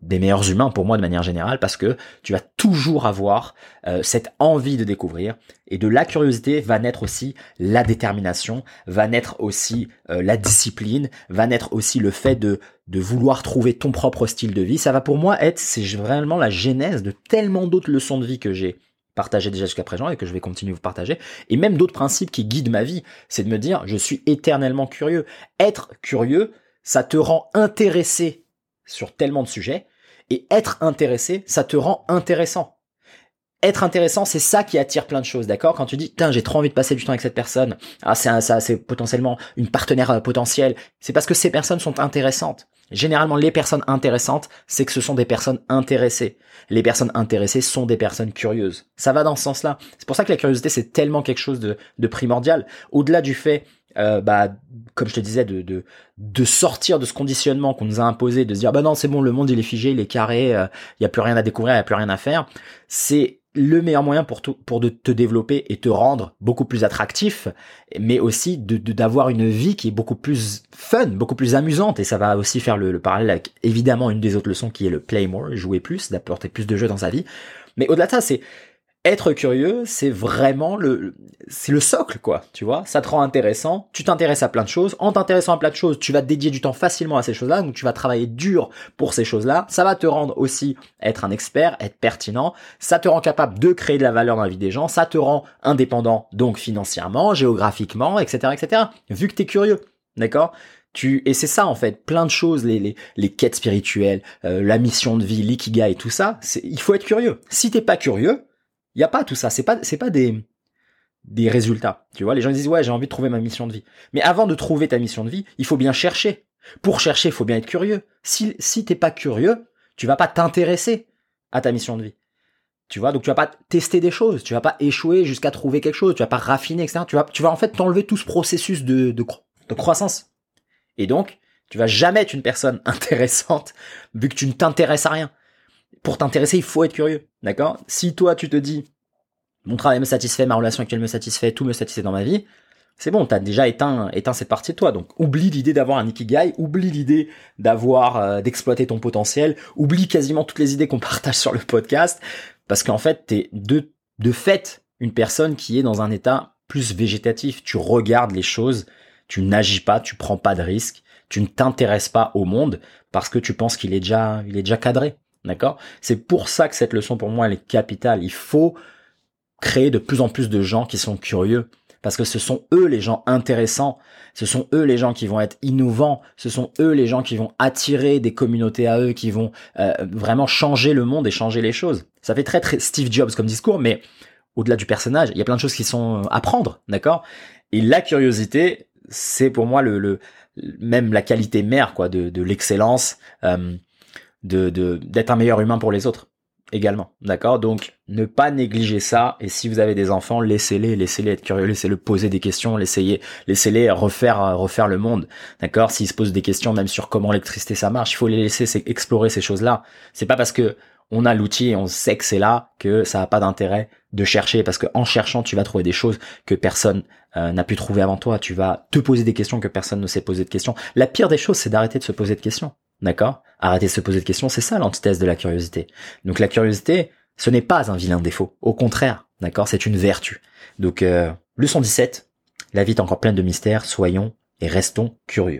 des meilleurs humains pour moi de manière générale, parce que tu vas toujours avoir euh, cette envie de découvrir, et de la curiosité va naître aussi la détermination, va naître aussi euh, la discipline, va naître aussi le fait de de vouloir trouver ton propre style de vie. Ça va pour moi être, c'est vraiment la genèse de tellement d'autres leçons de vie que j'ai partagées déjà jusqu'à présent et que je vais continuer à vous partager, et même d'autres principes qui guident ma vie. C'est de me dire, je suis éternellement curieux. Être curieux, ça te rend intéressé sur tellement de sujets, et être intéressé, ça te rend intéressant. Être intéressant, c'est ça qui attire plein de choses, d'accord? Quand tu dis, tiens, j'ai trop envie de passer du temps avec cette personne, ah, c'est un, ça, c'est potentiellement une partenaire potentielle, c'est parce que ces personnes sont intéressantes. Généralement, les personnes intéressantes, c'est que ce sont des personnes intéressées. Les personnes intéressées sont des personnes curieuses. Ça va dans ce sens-là. C'est pour ça que la curiosité, c'est tellement quelque chose de, de primordial. Au-delà du fait, euh, bah, comme je te disais, de, de, de sortir de ce conditionnement qu'on nous a imposé, de se dire, bah non, c'est bon, le monde, il est figé, il est carré, il euh, y a plus rien à découvrir, il y a plus rien à faire. C'est le meilleur moyen pour, tout, pour de te développer et te rendre beaucoup plus attractif, mais aussi de, de d'avoir une vie qui est beaucoup plus fun, beaucoup plus amusante, et ça va aussi faire le, le parallèle avec évidemment une des autres leçons qui est le play more, jouer plus, d'apporter plus de jeux dans sa vie. Mais au-delà de ça, c'est être curieux, c'est vraiment le, c'est le socle, quoi, tu vois. Ça te rend intéressant, tu t'intéresses à plein de choses. En t'intéressant à plein de choses, tu vas te dédier du temps facilement à ces choses-là, donc tu vas travailler dur pour ces choses-là. Ça va te rendre aussi être un expert, être pertinent. Ça te rend capable de créer de la valeur dans la vie des gens. Ça te rend indépendant, donc financièrement, géographiquement, et cetera, et cetera. Vu que t'es curieux, d'accord? Tu, et c'est ça en fait, plein de choses, les les, les quêtes spirituelles, euh, la mission de vie, l'ikigai et tout ça. C'est, il faut être curieux. Si t'es pas curieux, il y a pas tout ça, c'est pas c'est pas des des résultats. Tu vois, les gens disent ouais, j'ai envie de trouver ma mission de vie. Mais avant de trouver ta mission de vie, il faut bien chercher. Pour chercher, il faut bien être curieux. Si si t'es pas curieux, tu vas pas t'intéresser à ta mission de vie. Tu vois, donc tu vas pas tester des choses, tu vas pas échouer jusqu'à trouver quelque chose, tu vas pas raffiner, et cetera. Tu vas tu vas en fait t'enlever tout ce processus de de, cro- de croissance. Et donc, tu vas jamais être une personne intéressante vu que tu ne t'intéresses à rien. Pour t'intéresser, il faut être curieux, d'accord? Si toi, tu te dis, mon travail me satisfait, ma relation actuelle me satisfait, tout me satisfait dans ma vie, c'est bon, t'as déjà éteint, éteint cette partie de toi. Donc, oublie l'idée d'avoir un ikigai, oublie l'idée d'avoir, euh, d'exploiter ton potentiel, oublie quasiment toutes les idées qu'on partage sur le podcast, parce qu'en fait, t'es de, de fait une personne qui est dans un état plus végétatif. Tu regardes les choses, tu n'agis pas, tu prends pas de risques, tu ne t'intéresses pas au monde parce que tu penses qu'il est déjà, il est déjà cadré. D'accord? C'est pour ça que cette leçon, pour moi, elle est capitale. Il faut créer de plus en plus de gens qui sont curieux, parce que ce sont eux les gens intéressants, ce sont eux les gens qui vont être innovants, ce sont eux les gens qui vont attirer des communautés à eux, qui vont euh, vraiment changer le monde et changer les choses. Ça fait très très Steve Jobs comme discours, mais au-delà du personnage, il y a plein de choses qui sont à prendre, d'accord? Et la curiosité, c'est pour moi le, le même la qualité mère, quoi, de, de l'excellence. Euh, de, de, d'être un meilleur humain pour les autres également, d'accord? Donc, ne pas négliger ça, et si vous avez des enfants, laissez-les, laissez-les être curieux, laissez-les poser des questions, laissez-les, laissez-les refaire, refaire le monde, d'accord? S'ils se posent des questions même sur comment l'électricité ça marche, il faut les laisser explorer ces choses-là. C'est pas parce que on a l'outil et on sait que c'est là que ça n'a pas d'intérêt de chercher, parce que en cherchant, tu vas trouver des choses que personne euh, n'a pu trouver avant toi, tu vas te poser des questions que personne ne s'est posé de questions. La pire des choses, c'est d'arrêter de se poser de questions. D'accord? Arrêter de se poser de questions, c'est ça l'antithèse de la curiosité. Donc la curiosité, ce n'est pas un vilain défaut. Au contraire, d'accord? C'est une vertu. Donc, euh, leçon dix-sept, la vie est encore pleine de mystères, soyons et restons curieux.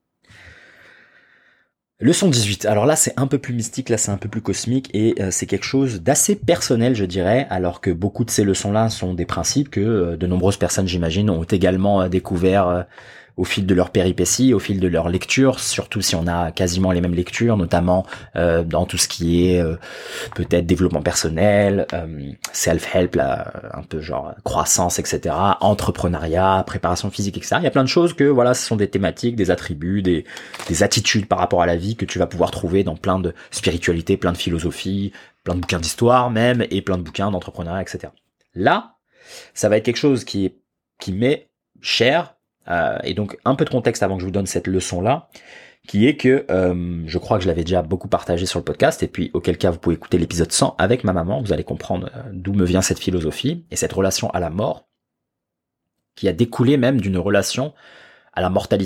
Leçon dix-huit, alors là c'est un peu plus mystique, là c'est un peu plus cosmique, et euh, c'est quelque chose d'assez personnel, je dirais, alors que beaucoup de ces leçons-là sont des principes que euh, de nombreuses personnes, j'imagine, ont également euh, découvert euh, au fil de leur péripéties, au fil de leur lecture, surtout si on a quasiment les mêmes lectures, notamment euh, dans tout ce qui est euh, peut-être développement personnel, euh, self-help, là, un peu genre croissance, et cetera, entrepreneuriat, préparation physique, et cetera. Il y a plein de choses que, voilà, ce sont des thématiques, des attributs, des, des attitudes par rapport à la vie que tu vas pouvoir trouver dans plein de spiritualité, plein de philosophie, plein de bouquins d'histoire même, et plein de bouquins d'entrepreneuriat, et cetera. Là, ça va être quelque chose qui est, qui m'est cher. Euh, et donc un peu de contexte avant que je vous donne cette leçon-là, qui est que euh, je crois que je l'avais déjà beaucoup partagé sur le podcast, et puis auquel cas vous pouvez écouter l'épisode cent avec ma maman, vous allez comprendre euh, d'où me vient cette philosophie et cette relation à la mort, qui a découlé même d'une relation à la mortalité.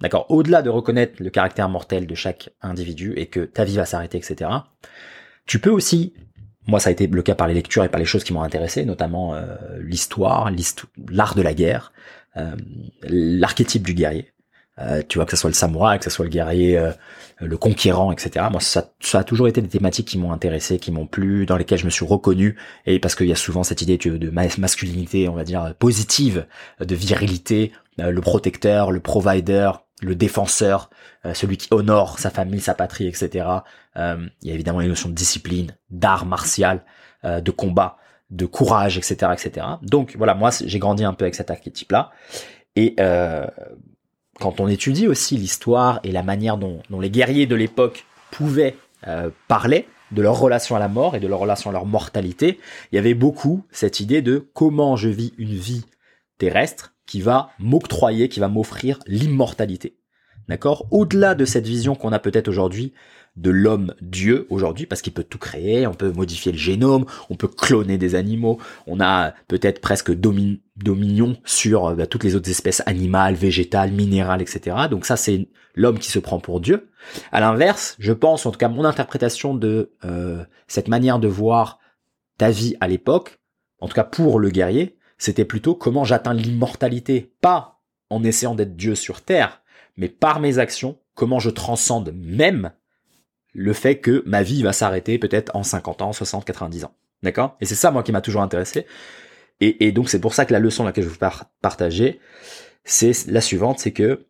D'accord? Au-delà de reconnaître le caractère mortel de chaque individu et que ta vie va s'arrêter, et cetera, tu peux aussi, moi ça a été le cas par les lectures et par les choses qui m'ont intéressé, notamment euh, l'histoire, l'histoire, l'art de la guerre, euh, l'archétype du guerrier. Euh, tu vois, que ce soit le samouraï, que ce soit le guerrier, euh, le conquérant, et cetera. Moi, ça, ça a toujours été des thématiques qui m'ont intéressé, qui m'ont plu, dans lesquelles je me suis reconnu, et parce qu'il y a souvent cette idée de, de masculinité, on va dire, positive, de virilité, euh, le protecteur, le provider, le défenseur, euh, celui qui honore sa famille, sa patrie, et cetera. Euh, il y a évidemment les notions de discipline, d'art martial, euh, de combat, de courage, et cetera, et cetera. Donc voilà, moi, j'ai grandi un peu avec cet archétype-là, et euh, quand on étudie aussi l'histoire et la manière dont, dont les guerriers de l'époque pouvaient euh, parler de leur relation à la mort et de leur relation à leur mortalité, il y avait beaucoup cette idée de comment je vis une vie terrestre qui va m'octroyer, qui va m'offrir l'immortalité. D'accord ? Au-delà de cette vision qu'on a peut-être aujourd'hui de l'homme-dieu aujourd'hui, parce qu'il peut tout créer, on peut modifier le génome, on peut cloner des animaux, on a peut-être presque domi- dominion sur euh, bah, toutes les autres espèces animales, végétales, minérales, et cetera. Donc ça, c'est l'homme qui se prend pour Dieu. À l'inverse, je pense, en tout cas mon interprétation de euh, cette manière de voir ta vie à l'époque, en tout cas pour le guerrier, c'était plutôt comment j'atteins l'immortalité, pas en essayant d'être Dieu sur Terre, mais par mes actions, comment je transcende même le fait que ma vie va s'arrêter peut-être en cinquante ans, soixante, quatre-vingt-dix ans. D'accord ? Et c'est ça, moi, qui m'a toujours intéressé. Et, et donc, c'est pour ça que la leçon laquelle je veux par- partager, c'est la suivante, c'est que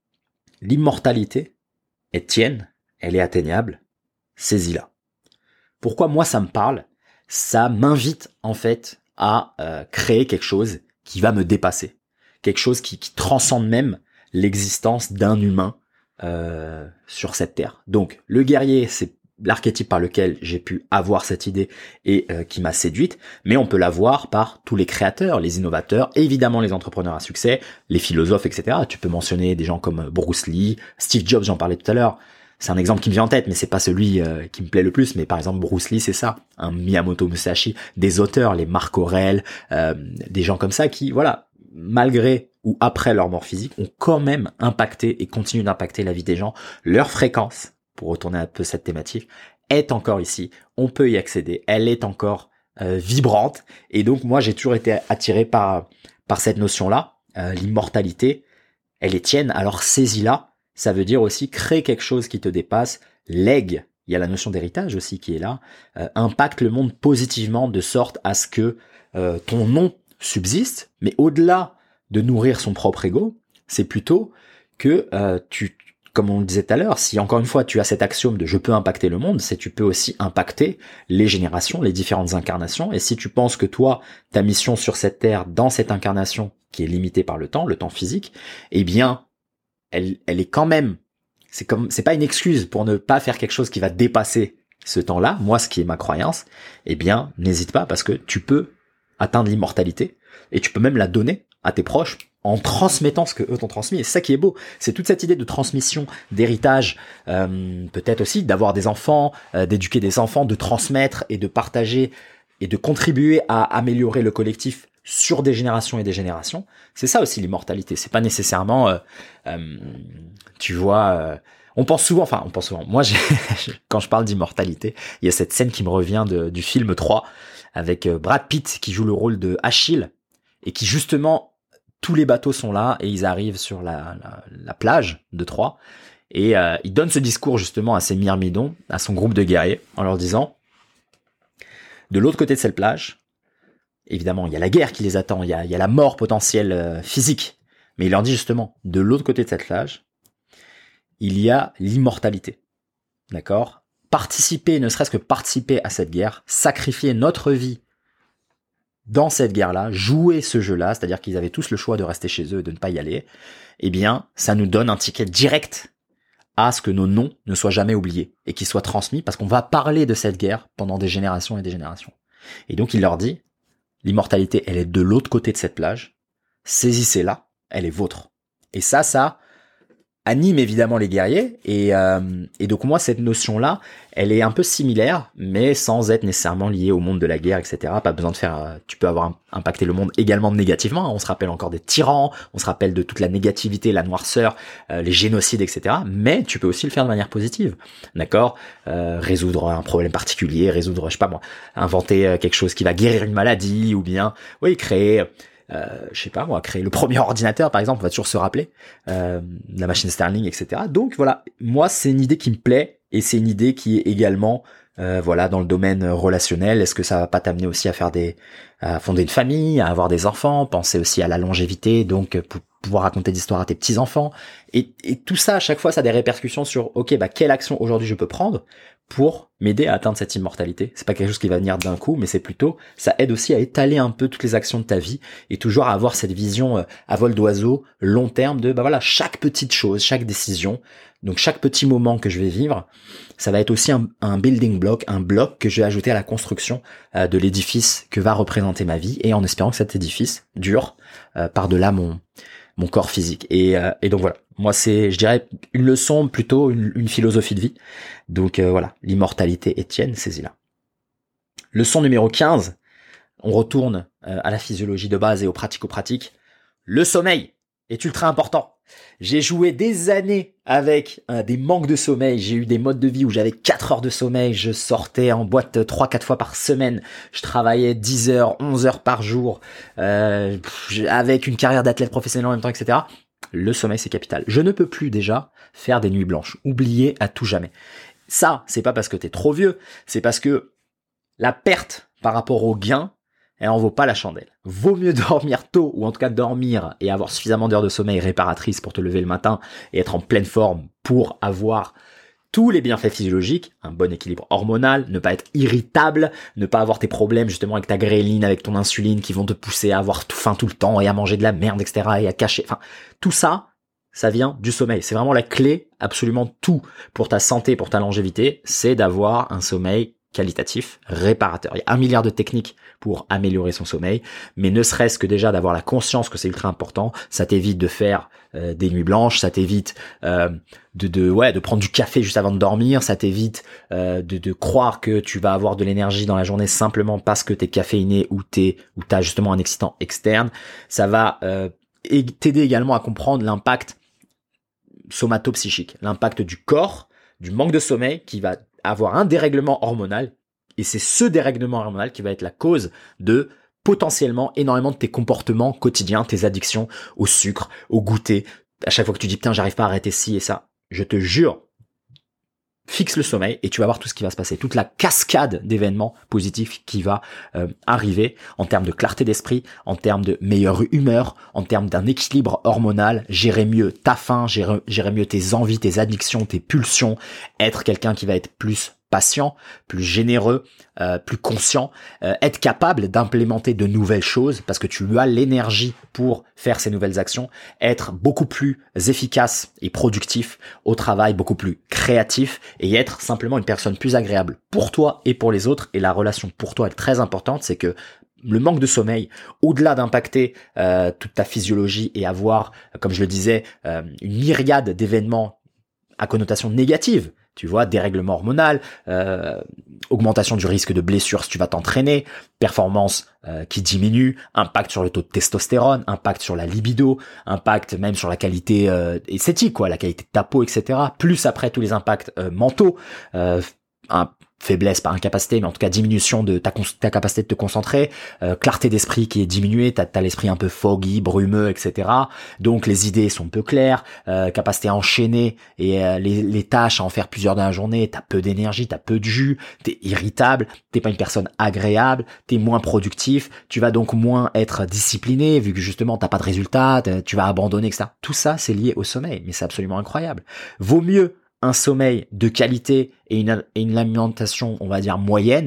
l'immortalité est tienne, elle est atteignable, saisis-la. Pourquoi moi, ça me parle ? Ça m'invite, en fait, à euh, créer quelque chose qui va me dépasser. Quelque chose qui, qui transcende même l'existence d'un humain Euh, sur cette terre. Donc le guerrier, c'est l'archétype par lequel j'ai pu avoir cette idée et euh, qui m'a séduite, mais on peut l'avoir par tous les créateurs, les innovateurs, évidemment les entrepreneurs à succès, les philosophes, et cetera. Tu peux mentionner des gens comme Bruce Lee, Steve Jobs, j'en parlais tout à l'heure. C'est un exemple qui me vient en tête, mais c'est pas celui euh, qui me plaît le plus. Mais par exemple, Bruce Lee, c'est ça. Un Miyamoto Musashi, des auteurs, les Marc Aurèle, euh, des gens comme ça qui, voilà, malgré ou après leur mort physique, ont quand même impacté et continuent d'impacter la vie des gens. Leur fréquence, pour retourner un peu cette thématique, est encore ici. On peut y accéder. Elle est encore euh, vibrante. Et donc, moi, j'ai toujours été attiré par par cette notion-là. Euh, l'immortalité, elle est tienne. Alors, saisis-la. Ça veut dire aussi créer quelque chose qui te dépasse. Lègue. Il y a la notion d'héritage aussi qui est là. Euh, impacte le monde positivement de sorte à ce que euh, ton nom subsiste, mais au-delà de nourrir son propre ego, c'est plutôt que euh, tu, comme on le disait tout à l'heure, si encore une fois tu as cet axiome de je peux impacter le monde, c'est tu peux aussi impacter les générations, les différentes incarnations, et si tu penses que toi, ta mission sur cette terre, dans cette incarnation qui est limitée par le temps, le temps physique, eh bien, elle, elle est quand même, c'est comme, c'est pas une excuse pour ne pas faire quelque chose qui va dépasser ce temps-là, moi ce qui est ma croyance, eh bien, n'hésite pas parce que tu peux atteindre l'immortalité et tu peux même la donner à tes proches en transmettant ce que eux t'ont transmis. Et c'est ça qui est beau, c'est toute cette idée de transmission, d'héritage, euh, peut-être aussi d'avoir des enfants, euh, d'éduquer des enfants, de transmettre et de partager et de contribuer à améliorer le collectif sur des générations et des générations. C'est ça aussi l'immortalité. C'est pas nécessairement, euh, euh, tu vois, euh, on pense souvent, enfin on pense souvent. Moi, j'ai, quand je parle d'immortalité, il y a cette scène qui me revient de, du film trois avec Brad Pitt qui joue le rôle de Achille et qui justement tous les bateaux sont là et ils arrivent sur la, la, la plage de Troie et euh, il donne ce discours justement à ses myrmidons, à son groupe de guerriers, en leur disant de l'autre côté de cette plage, évidemment il y a la guerre qui les attend, il y a, il y a la mort potentielle euh, physique, mais il leur dit justement de l'autre côté de cette plage, il y a l'immortalité, d'accord ? Participer, ne serait-ce que participer à cette guerre, sacrifier notre vie dans cette guerre-là, jouer ce jeu-là, c'est-à-dire qu'ils avaient tous le choix de rester chez eux et de ne pas y aller, eh bien, ça nous donne un ticket direct à ce que nos noms ne soient jamais oubliés et qu'ils soient transmis parce qu'on va parler de cette guerre pendant des générations et des générations. Et donc, il leur dit, l'immortalité, elle est de l'autre côté de cette plage, saisissez-la, elle est vôtre. Et ça, ça, anime évidemment les guerriers et, euh, et donc moi cette notion-là, elle est un peu similaire, mais sans être nécessairement liée au monde de la guerre, et cetera. Pas besoin de faire, euh, tu peux avoir impacté le monde également négativement. On se rappelle encore des tyrans, on se rappelle de toute la négativité, la noirceur, euh, les génocides, et cetera. Mais tu peux aussi le faire de manière positive, d'accord, euh, résoudre un problème particulier, résoudre, je sais pas moi, inventer quelque chose qui va guérir une maladie, ou bien, oui, créer. Euh, je sais pas moi, créer le premier ordinateur par exemple, on va toujours se rappeler euh, la machine Sterling, et cetera. Donc voilà, moi c'est une idée qui me plaît et c'est une idée qui est également euh, voilà dans le domaine relationnel. Est-ce que ça va pas t'amener aussi à faire des, à fonder une famille, à avoir des enfants, penser aussi à la longévité, donc pour pouvoir raconter des histoires à tes petits enfants et, et tout ça à chaque fois ça a des répercussions sur ok bah quelle action aujourd'hui je peux prendre pour m'aider à atteindre cette immortalité. C'est pas quelque chose qui va venir d'un coup, mais c'est plutôt, ça aide aussi à étaler un peu toutes les actions de ta vie et toujours à avoir cette vision à vol d'oiseau, long terme de, bah voilà, chaque petite chose, chaque décision, donc chaque petit moment que je vais vivre, ça va être aussi un, un building block, un bloc que je vais ajouter à la construction euh, de l'édifice que va représenter ma vie et en espérant que cet édifice dure euh, par-delà mon, mon corps physique. Et, euh, et donc voilà, moi c'est, je dirais, une leçon, plutôt une, une philosophie de vie. Donc euh, voilà, l'immortalité Étienne, saisis-la. Leçon numéro quinze, on retourne euh, à la physiologie de base et aux pratico-pratiques. Le sommeil est ultra important. J'ai joué des années avec euh, des manques de sommeil, j'ai eu des modes de vie où j'avais quatre heures de sommeil, je sortais en boîte trois quatre fois par semaine, je travaillais dix heures, onze heures par jour, euh, avec une carrière d'athlète professionnel en même temps, et cetera. Le sommeil, c'est capital. Je ne peux plus déjà faire des nuits blanches, oublier à tout jamais. Ça, c'est pas parce que t'es trop vieux, c'est parce que la perte par rapport au gain, elle en vaut pas la chandelle. Vaut mieux dormir tôt, ou en tout cas dormir et avoir suffisamment d'heures de sommeil réparatrices pour te lever le matin et être en pleine forme pour avoir tous les bienfaits physiologiques, un bon équilibre hormonal, ne pas être irritable, ne pas avoir tes problèmes justement avec ta gréline, avec ton insuline qui vont te pousser à avoir tout faim tout le temps et à manger de la merde, et cetera et à cacher. Enfin, tout ça, ça vient du sommeil. C'est vraiment la clé, absolument tout pour ta santé, pour ta longévité, c'est d'avoir un sommeil qualitatif, réparateur. Il y a un milliard de techniques pour améliorer son sommeil, mais ne serait-ce que déjà d'avoir la conscience que c'est ultra important, ça t'évite de faire euh, des nuits blanches, ça t'évite euh, de, de ouais de prendre du café juste avant de dormir, ça t'évite euh, de, de croire que tu vas avoir de l'énergie dans la journée simplement parce que t'es caféiné ou t'es ou t'as justement un excitant externe. Ça va euh, t'aider également à comprendre l'impact somatopsychique, l'impact du corps, du manque de sommeil qui va avoir un dérèglement hormonal, et c'est ce dérèglement hormonal qui va être la cause de potentiellement énormément de tes comportements quotidiens, tes addictions au sucre, au goûter. À chaque fois que tu dis putain j'arrive pas à arrêter ci et ça, je te jure, fixe le sommeil et tu vas voir tout ce qui va se passer, toute la cascade d'événements positifs qui va euh, arriver en termes de clarté d'esprit, en termes de meilleure humeur, en termes d'un équilibre hormonal, gérer mieux ta faim, gérer, gérer mieux tes envies, tes addictions, tes pulsions, être quelqu'un qui va être plus patient, plus généreux, euh, plus conscient, euh, être capable d'implémenter de nouvelles choses parce que tu as l'énergie pour faire ces nouvelles actions, être beaucoup plus efficace et productif au travail, beaucoup plus créatif et être simplement une personne plus agréable pour toi et pour les autres. Et la relation pour toi est très importante, c'est que le manque de sommeil, au-delà d'impacter euh, toute ta physiologie et avoir, comme je le disais, euh, une myriade d'événements à connotation négative, tu vois, dérèglement hormonal, euh, augmentation du risque de blessure si tu vas t'entraîner, performance euh, qui diminue, impact sur le taux de testostérone, impact sur la libido, impact même sur la qualité euh, esthétique, quoi, la qualité de ta peau, et cetera. Plus après tous les impacts euh, mentaux, euh, un faiblesse, pas incapacité, mais en tout cas diminution de ta, ta capacité de te concentrer, euh, clarté d'esprit qui est diminuée, t'as, t'as l'esprit un peu foggy, brumeux, et cetera. Donc les idées sont peu claires, euh, capacité à enchaîner et euh, les, les tâches, à en faire plusieurs dans la journée, t'as peu d'énergie, t'as peu de jus, t'es irritable, t'es pas une personne agréable, t'es moins productif, tu vas donc moins être discipliné vu que justement t'as pas de résultats, tu vas abandonner, et cetera. Tout ça c'est lié au sommeil, mais c'est absolument incroyable. Vaut mieux un sommeil de qualité et une, et une alimentation, on va dire, moyenne,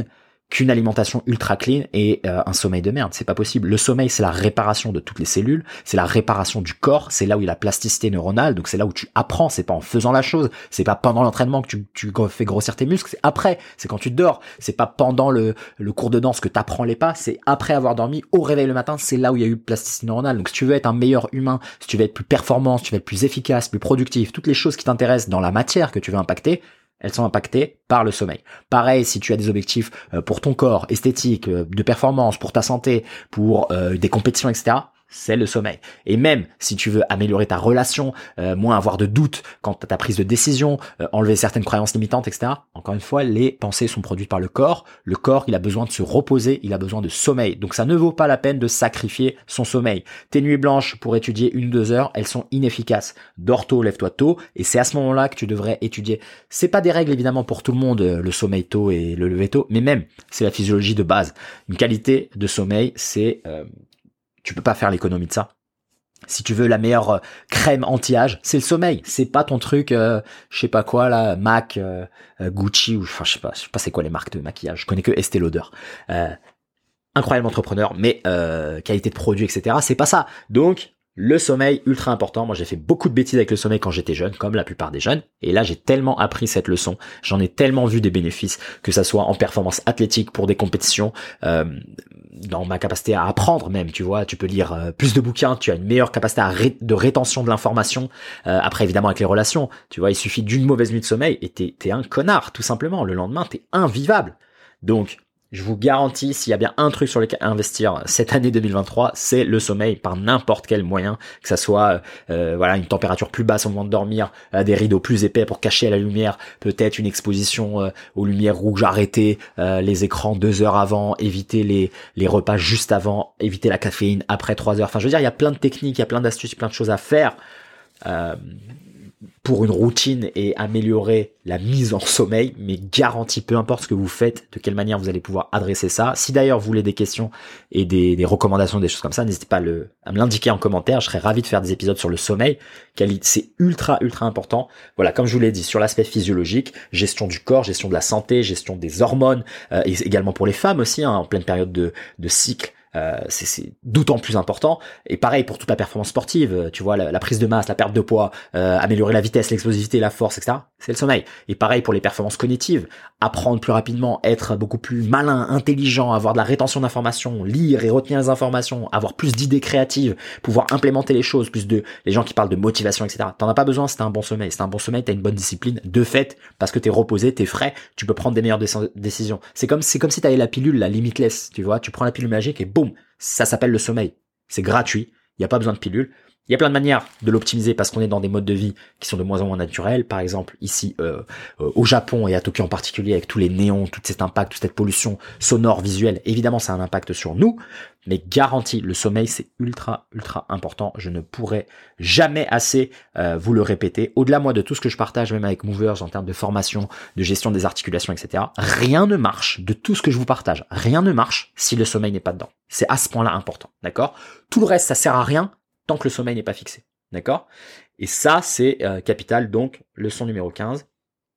qu'une alimentation ultra clean et euh, un sommeil de merde. C'est pas possible. Le sommeil, c'est la réparation de toutes les cellules, c'est la réparation du corps, c'est là où il y a la plasticité neuronale, donc c'est là où tu apprends, c'est pas en faisant la chose, c'est pas pendant l'entraînement que tu, tu fais grossir tes muscles, c'est après, c'est quand tu dors, c'est pas pendant le, le cours de danse que tu apprends les pas, c'est après avoir dormi, au réveil le matin, c'est là où il y a eu plasticité neuronale. Donc si tu veux être un meilleur humain, si tu veux être plus performant, si tu veux être plus efficace, plus productif, toutes les choses qui t'intéressent dans la matière que tu veux impacter, elles sont impactées par le sommeil. Pareil, si tu as des objectifs pour ton corps, esthétique, de performance, pour ta santé, pour euh, des compétitions, et cetera, c'est le sommeil. Et même si tu veux améliorer ta relation, euh, moins avoir de doutes quant à ta prise de décision, euh, enlever certaines croyances limitantes, et cetera. Encore une fois, les pensées sont produites par le corps. Le corps, il a besoin de se reposer, il a besoin de sommeil. Donc ça ne vaut pas la peine de sacrifier son sommeil. Tes nuits blanches pour étudier une ou deux heures, elles sont inefficaces. Dors tôt, lève-toi tôt, et c'est à ce moment-là que tu devrais étudier. C'est pas des règles évidemment pour tout le monde, le sommeil tôt et le lever tôt, mais même, c'est la physiologie de base. Une qualité de sommeil, c'est... Euh, Tu peux pas faire l'économie de ça. Si tu veux la meilleure crème anti-âge, c'est le sommeil. C'est pas ton truc, euh, je sais pas quoi là, Mac, euh, Gucci ou enfin je sais pas, je sais pas c'est quoi les marques de maquillage. Je connais que Estée Lauder. Euh, incroyable entrepreneur, mais euh, qualité de produit, et cetera. C'est pas ça. Donc le sommeil, ultra important. Moi, j'ai fait beaucoup de bêtises avec le sommeil quand j'étais jeune, comme la plupart des jeunes. Et là, j'ai tellement appris cette leçon. J'en ai tellement vu des bénéfices, que ça soit en performance athlétique pour des compétitions, euh, dans ma capacité à apprendre même, tu vois. Tu peux lire euh, plus de bouquins, tu as une meilleure capacité à ré- de rétention de l'information. Euh, après, évidemment, avec les relations, tu vois, il suffit d'une mauvaise nuit de sommeil et t'es, t'es un connard, tout simplement. Le lendemain, t'es invivable. Donc, je vous garantis, s'il y a bien un truc sur lequel investir cette année deux mille vingt-trois, c'est le sommeil par n'importe quel moyen, que ça soit euh, voilà une température plus basse au moment de dormir, euh, des rideaux plus épais pour cacher la lumière, peut-être une exposition euh, aux lumières rouges arrêtées, euh, les écrans deux heures avant, éviter les les repas juste avant, éviter la caféine après trois heures. Enfin, je veux dire, il y a plein de techniques, il y a plein d'astuces, plein de choses à faire. Euh, pour une routine et améliorer la mise en sommeil, mais garantie, peu importe ce que vous faites, de quelle manière vous allez pouvoir adresser ça. Si d'ailleurs vous voulez des questions et des, des recommandations, des choses comme ça, n'hésitez pas à, le, à me l'indiquer en commentaire. Je serais ravi de faire des épisodes sur le sommeil. C'est ultra, ultra important. Voilà, comme je vous l'ai dit, sur l'aspect physiologique, gestion du corps, gestion de la santé, gestion des hormones, euh, et également pour les femmes aussi, hein, en pleine période de, de cycle. Euh, c'est, c'est d'autant plus important. Et pareil pour toute la performance sportive, tu vois, la, la prise de masse, la perte de poids, euh, améliorer la vitesse, l'explosivité, la force, et cetera. C'est le sommeil. Et pareil pour les performances cognitives, apprendre plus rapidement, être beaucoup plus malin, intelligent, avoir de la rétention d'informations, lire et retenir les informations, avoir plus d'idées créatives, pouvoir implémenter les choses, plus de les gens qui parlent de motivation, et cetera. T'en as pas besoin si t'as un bon sommeil. Si t'as un bon sommeil, t'as une bonne discipline. De fait, parce que t'es reposé, t'es frais, tu peux prendre des meilleures dé- décisions. C'est comme c'est comme si t'avais la pilule, la limitless, tu vois. Tu prends la pilule magique et boum. Ça s'appelle le sommeil. C'est gratuit. Il n'y a pas besoin de pilule. Il y a plein de manières de l'optimiser parce qu'on est dans des modes de vie qui sont de moins en moins naturels. Par exemple, ici, euh, euh, au Japon et à Tokyo en particulier, avec tous les néons, tout cet impact, toute cette pollution sonore, visuelle, évidemment, ça a un impact sur nous. Mais garanti, le sommeil, c'est ultra, ultra important. Je ne pourrais jamais assez euh, vous le répéter. Au-delà, moi, de tout ce que je partage, même avec Movers, en termes de formation, de gestion des articulations, et cetera, rien ne marche de tout ce que je vous partage. Rien ne marche si le sommeil n'est pas dedans. C'est à ce point-là important, d'accord ? Tout le reste, ça sert à rien tant que le sommeil n'est pas fixé, d'accord ? Et ça, c'est euh, capital. Donc, leçon numéro quinze,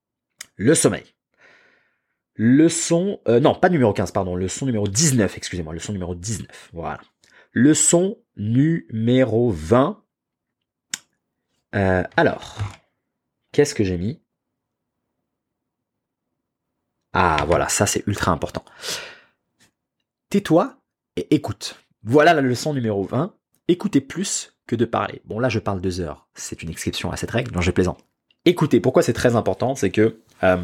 le sommeil. Leçon, euh, non, pas numéro quinze, pardon, leçon numéro dix-neuf, excusez-moi, leçon numéro dix-neuf, voilà. Leçon numéro vingt. Euh, alors, qu'est-ce que j'ai mis ? Ah, voilà, ça c'est ultra important. Tais-toi et écoute. Voilà la leçon numéro vingt. Écoutez plus que de parler. Bon, là, je parle deux heures. C'est une exception à cette règle, non, je plaisante. Écoutez, pourquoi c'est très important ? C'est que euh,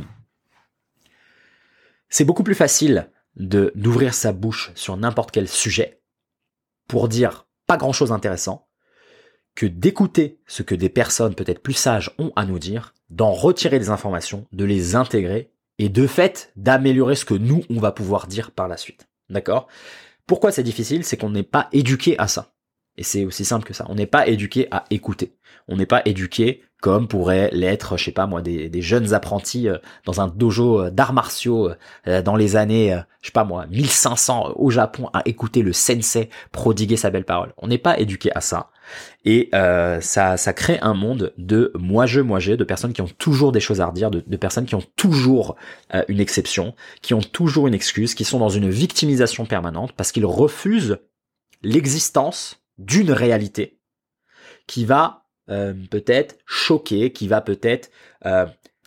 c'est beaucoup plus facile de d'ouvrir sa bouche sur n'importe quel sujet pour dire pas grand-chose d'intéressant que d'écouter ce que des personnes peut-être plus sages ont à nous dire, d'en retirer des informations, de les intégrer et de fait d'améliorer ce que nous, on va pouvoir dire par la suite. D'accord ? Pourquoi c'est difficile ? C'est qu'on n'est pas éduqué à ça. Et c'est aussi simple que ça. On n'est pas éduqué à écouter. On n'est pas éduqué comme pourraient l'être, je sais pas moi, des, des jeunes apprentis euh, dans un dojo d'arts martiaux euh, dans les années, euh, je sais pas moi, mille cinq cents au Japon, à écouter le sensei prodiguer sa belle parole. On n'est pas éduqué à ça. Et euh, ça, ça crée un monde de moi-je, moi-je, de personnes qui ont toujours des choses à redire, de, de personnes qui ont toujours euh, une exception, qui ont toujours une excuse, qui sont dans une victimisation permanente parce qu'ils refusent l'existence d'une réalité qui va euh, peut-être choquer, qui va peut-être euh,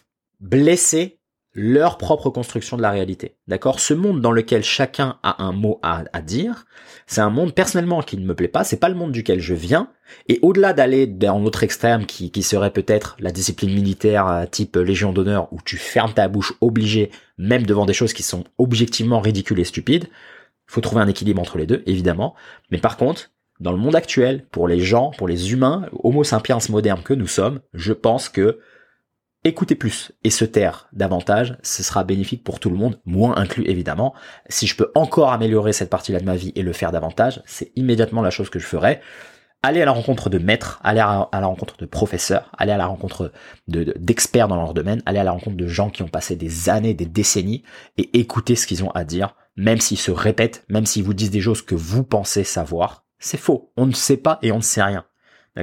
blesser leur propre construction de la réalité. D'accord ? Ce monde dans lequel chacun a un mot à, à dire, c'est un monde personnellement qui ne me plaît pas, c'est pas le monde duquel je viens, et au-delà d'aller dans l'autre extrême qui, qui serait peut-être la discipline militaire type Légion d'honneur où tu fermes ta bouche obligé, même devant des choses qui sont objectivement ridicules et stupides, il faut trouver un équilibre entre les deux, évidemment, mais par contre, dans le monde actuel, pour les gens, pour les humains, homo sapiens modernes que nous sommes, je pense que écouter plus et se taire davantage, ce sera bénéfique pour tout le monde, moi inclus évidemment. Si je peux encore améliorer cette partie-là de ma vie et le faire davantage, c'est immédiatement la chose que je ferai. Aller à la rencontre de maîtres, aller à la rencontre de professeurs, aller à la rencontre de, de, d'experts dans leur domaine, aller à la rencontre de gens qui ont passé des années, des décennies et écouter ce qu'ils ont à dire, même s'ils se répètent, même s'ils vous disent des choses que vous pensez savoir. C'est faux. On ne sait pas et on ne sait rien. D'accord ?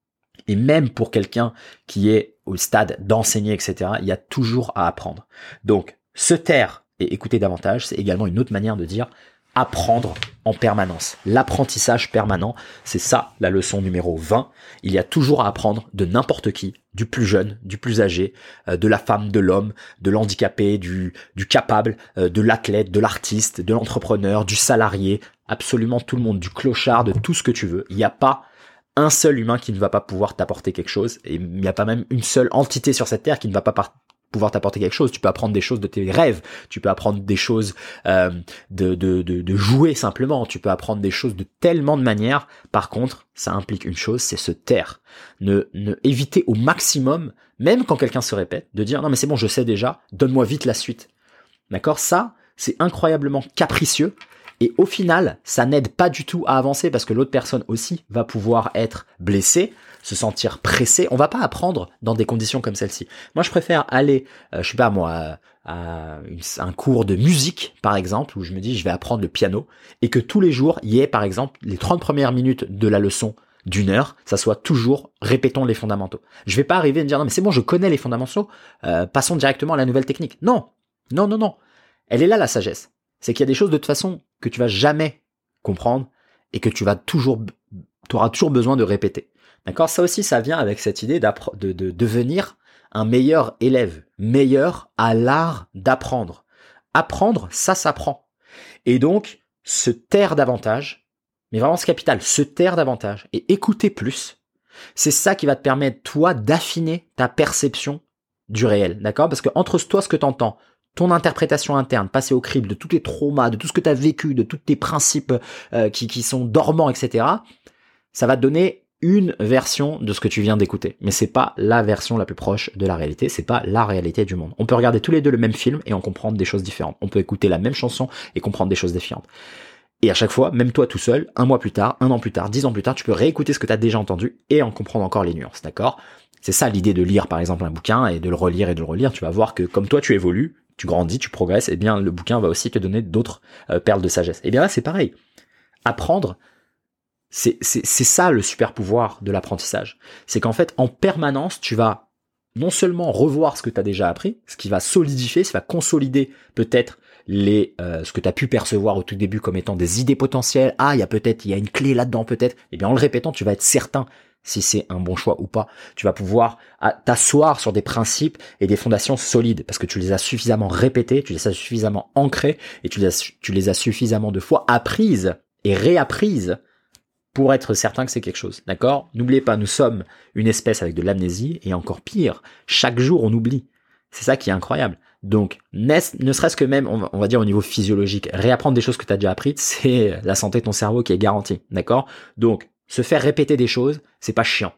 Et même pour quelqu'un qui est au stade d'enseigner, et cetera, il y a toujours à apprendre. Donc, se taire et écouter davantage, c'est également une autre manière de dire apprendre en permanence. L'apprentissage permanent, c'est ça la leçon numéro vingt. Il y a toujours à apprendre de n'importe qui, du plus jeune, du plus âgé, euh, de la femme, de l'homme, de l'handicapé, du, du capable, euh, de l'athlète, de l'artiste, de l'entrepreneur, du salarié, absolument tout le monde, du clochard, de tout ce que tu veux. Il n'y a pas un seul humain qui ne va pas pouvoir t'apporter quelque chose, et il n'y a pas même une seule entité sur cette terre qui ne va pas par- pouvoir t'apporter quelque chose. Tu peux apprendre des choses de tes rêves, tu peux apprendre des choses euh, de, de, de, de jouer simplement, tu peux apprendre des choses de tellement de manières. Par contre, ça implique une chose, c'est se taire. Ne, ne éviter au maximum, même quand quelqu'un se répète, de dire « Non mais c'est bon, je sais déjà, donne-moi vite la suite ». D'accord ? Ça, c'est incroyablement capricieux. Et au final, ça n'aide pas du tout à avancer parce que l'autre personne aussi va pouvoir être blessée, se sentir pressée. On va pas apprendre dans des conditions comme celle-ci. Moi, je préfère aller, euh, je sais pas moi, à une, un cours de musique, par exemple, où je me dis je vais apprendre le piano et que tous les jours, il y ait, par exemple, les trente premières minutes de la leçon d'une heure, ça soit toujours répétons les fondamentaux. Je vais pas arriver à me dire non mais c'est bon, je connais les fondamentaux, euh, passons directement à la nouvelle technique. Non, non, non, non. Elle est là la sagesse. C'est qu'il y a des choses de toute façon que tu vas jamais comprendre et que tu vas toujours, tu auras toujours besoin de répéter. D'accord ? Ça aussi, ça vient avec cette idée de, de devenir un meilleur élève, meilleur à l'art d'apprendre. Apprendre, ça s'apprend. Et donc, se taire davantage, mais vraiment c'est capital, se taire davantage et écouter plus, c'est ça qui va te permettre, toi, d'affiner ta perception du réel. D'accord ? Parce que entre toi, ce que tu entends, ton interprétation interne, passer au crible de tous les traumas, de tout ce que tu as vécu, de tous tes principes euh, qui, qui sont dormants, et cetera, ça va te donner une version de ce que tu viens d'écouter. Mais c'est pas la version la plus proche de la réalité, c'est pas la réalité du monde. On peut regarder tous les deux le même film et en comprendre des choses différentes. On peut écouter la même chanson et comprendre des choses différentes. Et à chaque fois, même toi tout seul, un mois plus tard, un an plus tard, dix ans plus tard, tu peux réécouter ce que tu as déjà entendu et en comprendre encore les nuances, d'accord ? C'est ça l'idée de lire par exemple un bouquin et de le relire et de le relire. Tu vas voir que comme toi tu évolues, tu grandis, tu progresses, et bien le bouquin va aussi te donner d'autres euh, perles de sagesse. Et bien là, c'est pareil. Apprendre, c'est, c'est, c'est ça le super pouvoir de l'apprentissage. C'est qu'en fait, en permanence, tu vas non seulement revoir ce que tu as déjà appris, ce qui va solidifier, ce qui va consolider peut-être les euh, ce que tu as pu percevoir au tout début comme étant des idées potentielles. Ah, il y a peut-être, il y a une clé là-dedans peut-être. Et bien en le répétant, tu vas être certain si c'est un bon choix ou pas. Tu vas pouvoir t'asseoir sur des principes et des fondations solides parce que tu les as suffisamment répétés, tu les as suffisamment ancrés et tu les as, tu les as suffisamment de fois apprises et réapprises pour être certain que c'est quelque chose. D'accord ? N'oubliez pas, nous sommes une espèce avec de l'amnésie et encore pire, chaque jour on oublie. C'est ça qui est incroyable. Donc, ne serait-ce que même, on va dire au niveau physiologique, réapprendre des choses que tu as déjà apprises, c'est la santé de ton cerveau qui est garantie. D'accord ? Donc, se faire répéter des choses, c'est pas chiant.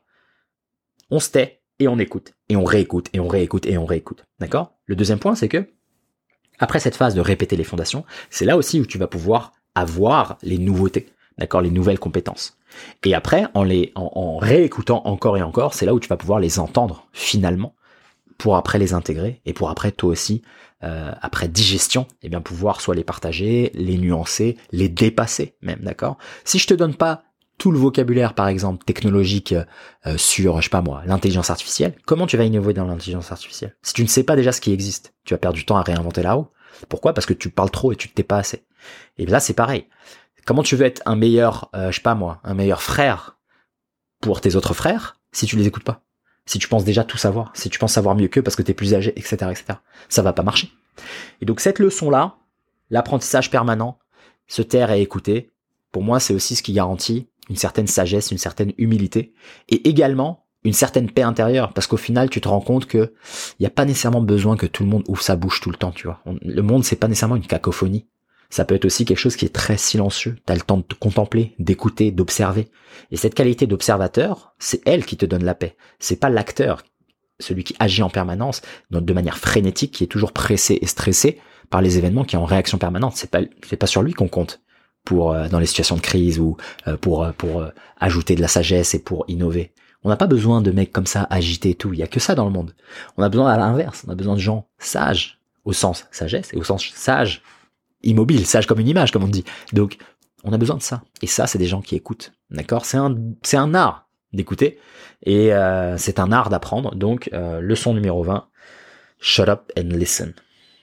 On se tait et on écoute, et on réécoute, et on réécoute, et on réécoute. D'accord ? Le deuxième point, c'est que, après cette phase de répéter les fondations, c'est là aussi où tu vas pouvoir avoir les nouveautés. d'accord, les nouvelles compétences. Et après, en les en, en réécoutant encore et encore, c'est là où tu vas pouvoir les entendre finalement, pour après les intégrer et pour après toi aussi, euh, après digestion, eh bien pouvoir soit les partager, les nuancer, les dépasser même, d'accord. Si je te donne pas tout le vocabulaire, par exemple, technologique euh, sur, je sais pas moi, l'intelligence artificielle, comment tu vas innover dans l'intelligence artificielle? Si tu ne sais pas déjà ce qui existe, tu vas perdre du temps à réinventer la roue. Pourquoi? Parce que tu parles trop et tu ne t'es pas assez. Et là, c'est pareil. Comment tu veux être un meilleur, euh, je sais pas moi, un meilleur frère pour tes autres frères si tu les écoutes pas? Si tu penses déjà tout savoir, si tu penses savoir mieux qu'eux parce que t'es plus âgé, et cetera, et cetera. Ça va pas marcher. Et donc cette leçon-là, l'apprentissage permanent, se taire et écouter, pour moi c'est aussi ce qui garantit une certaine sagesse, une certaine humilité, et également une certaine paix intérieure, parce qu'au final tu te rends compte que il y a pas nécessairement besoin que tout le monde ouvre sa bouche tout le temps, tu vois. On, le monde c'est pas nécessairement une cacophonie. Ça peut être aussi quelque chose qui est très silencieux. Tu as le temps de te contempler, d'écouter, d'observer. Et cette qualité d'observateur, c'est elle qui te donne la paix. C'est pas l'acteur, celui qui agit en permanence, de manière frénétique, qui est toujours pressé et stressé par les événements, qui est en réaction permanente. C'est pas, c'est pas sur lui qu'on compte pour euh, dans les situations de crise ou euh, pour euh, pour euh, ajouter de la sagesse et pour innover. On n'a pas besoin de mecs comme ça agités et tout. Il y a que ça dans le monde. On a besoin à l'inverse. On a besoin de gens sages au sens sagesse et au sens sage. Immobile, sage comme une image, comme on dit. Donc, on a besoin de ça. Et ça, c'est des gens qui écoutent. D'accord? C'est un, c'est un art d'écouter. Et euh, c'est un art d'apprendre. Donc, euh, leçon numéro vingt, shut up and listen.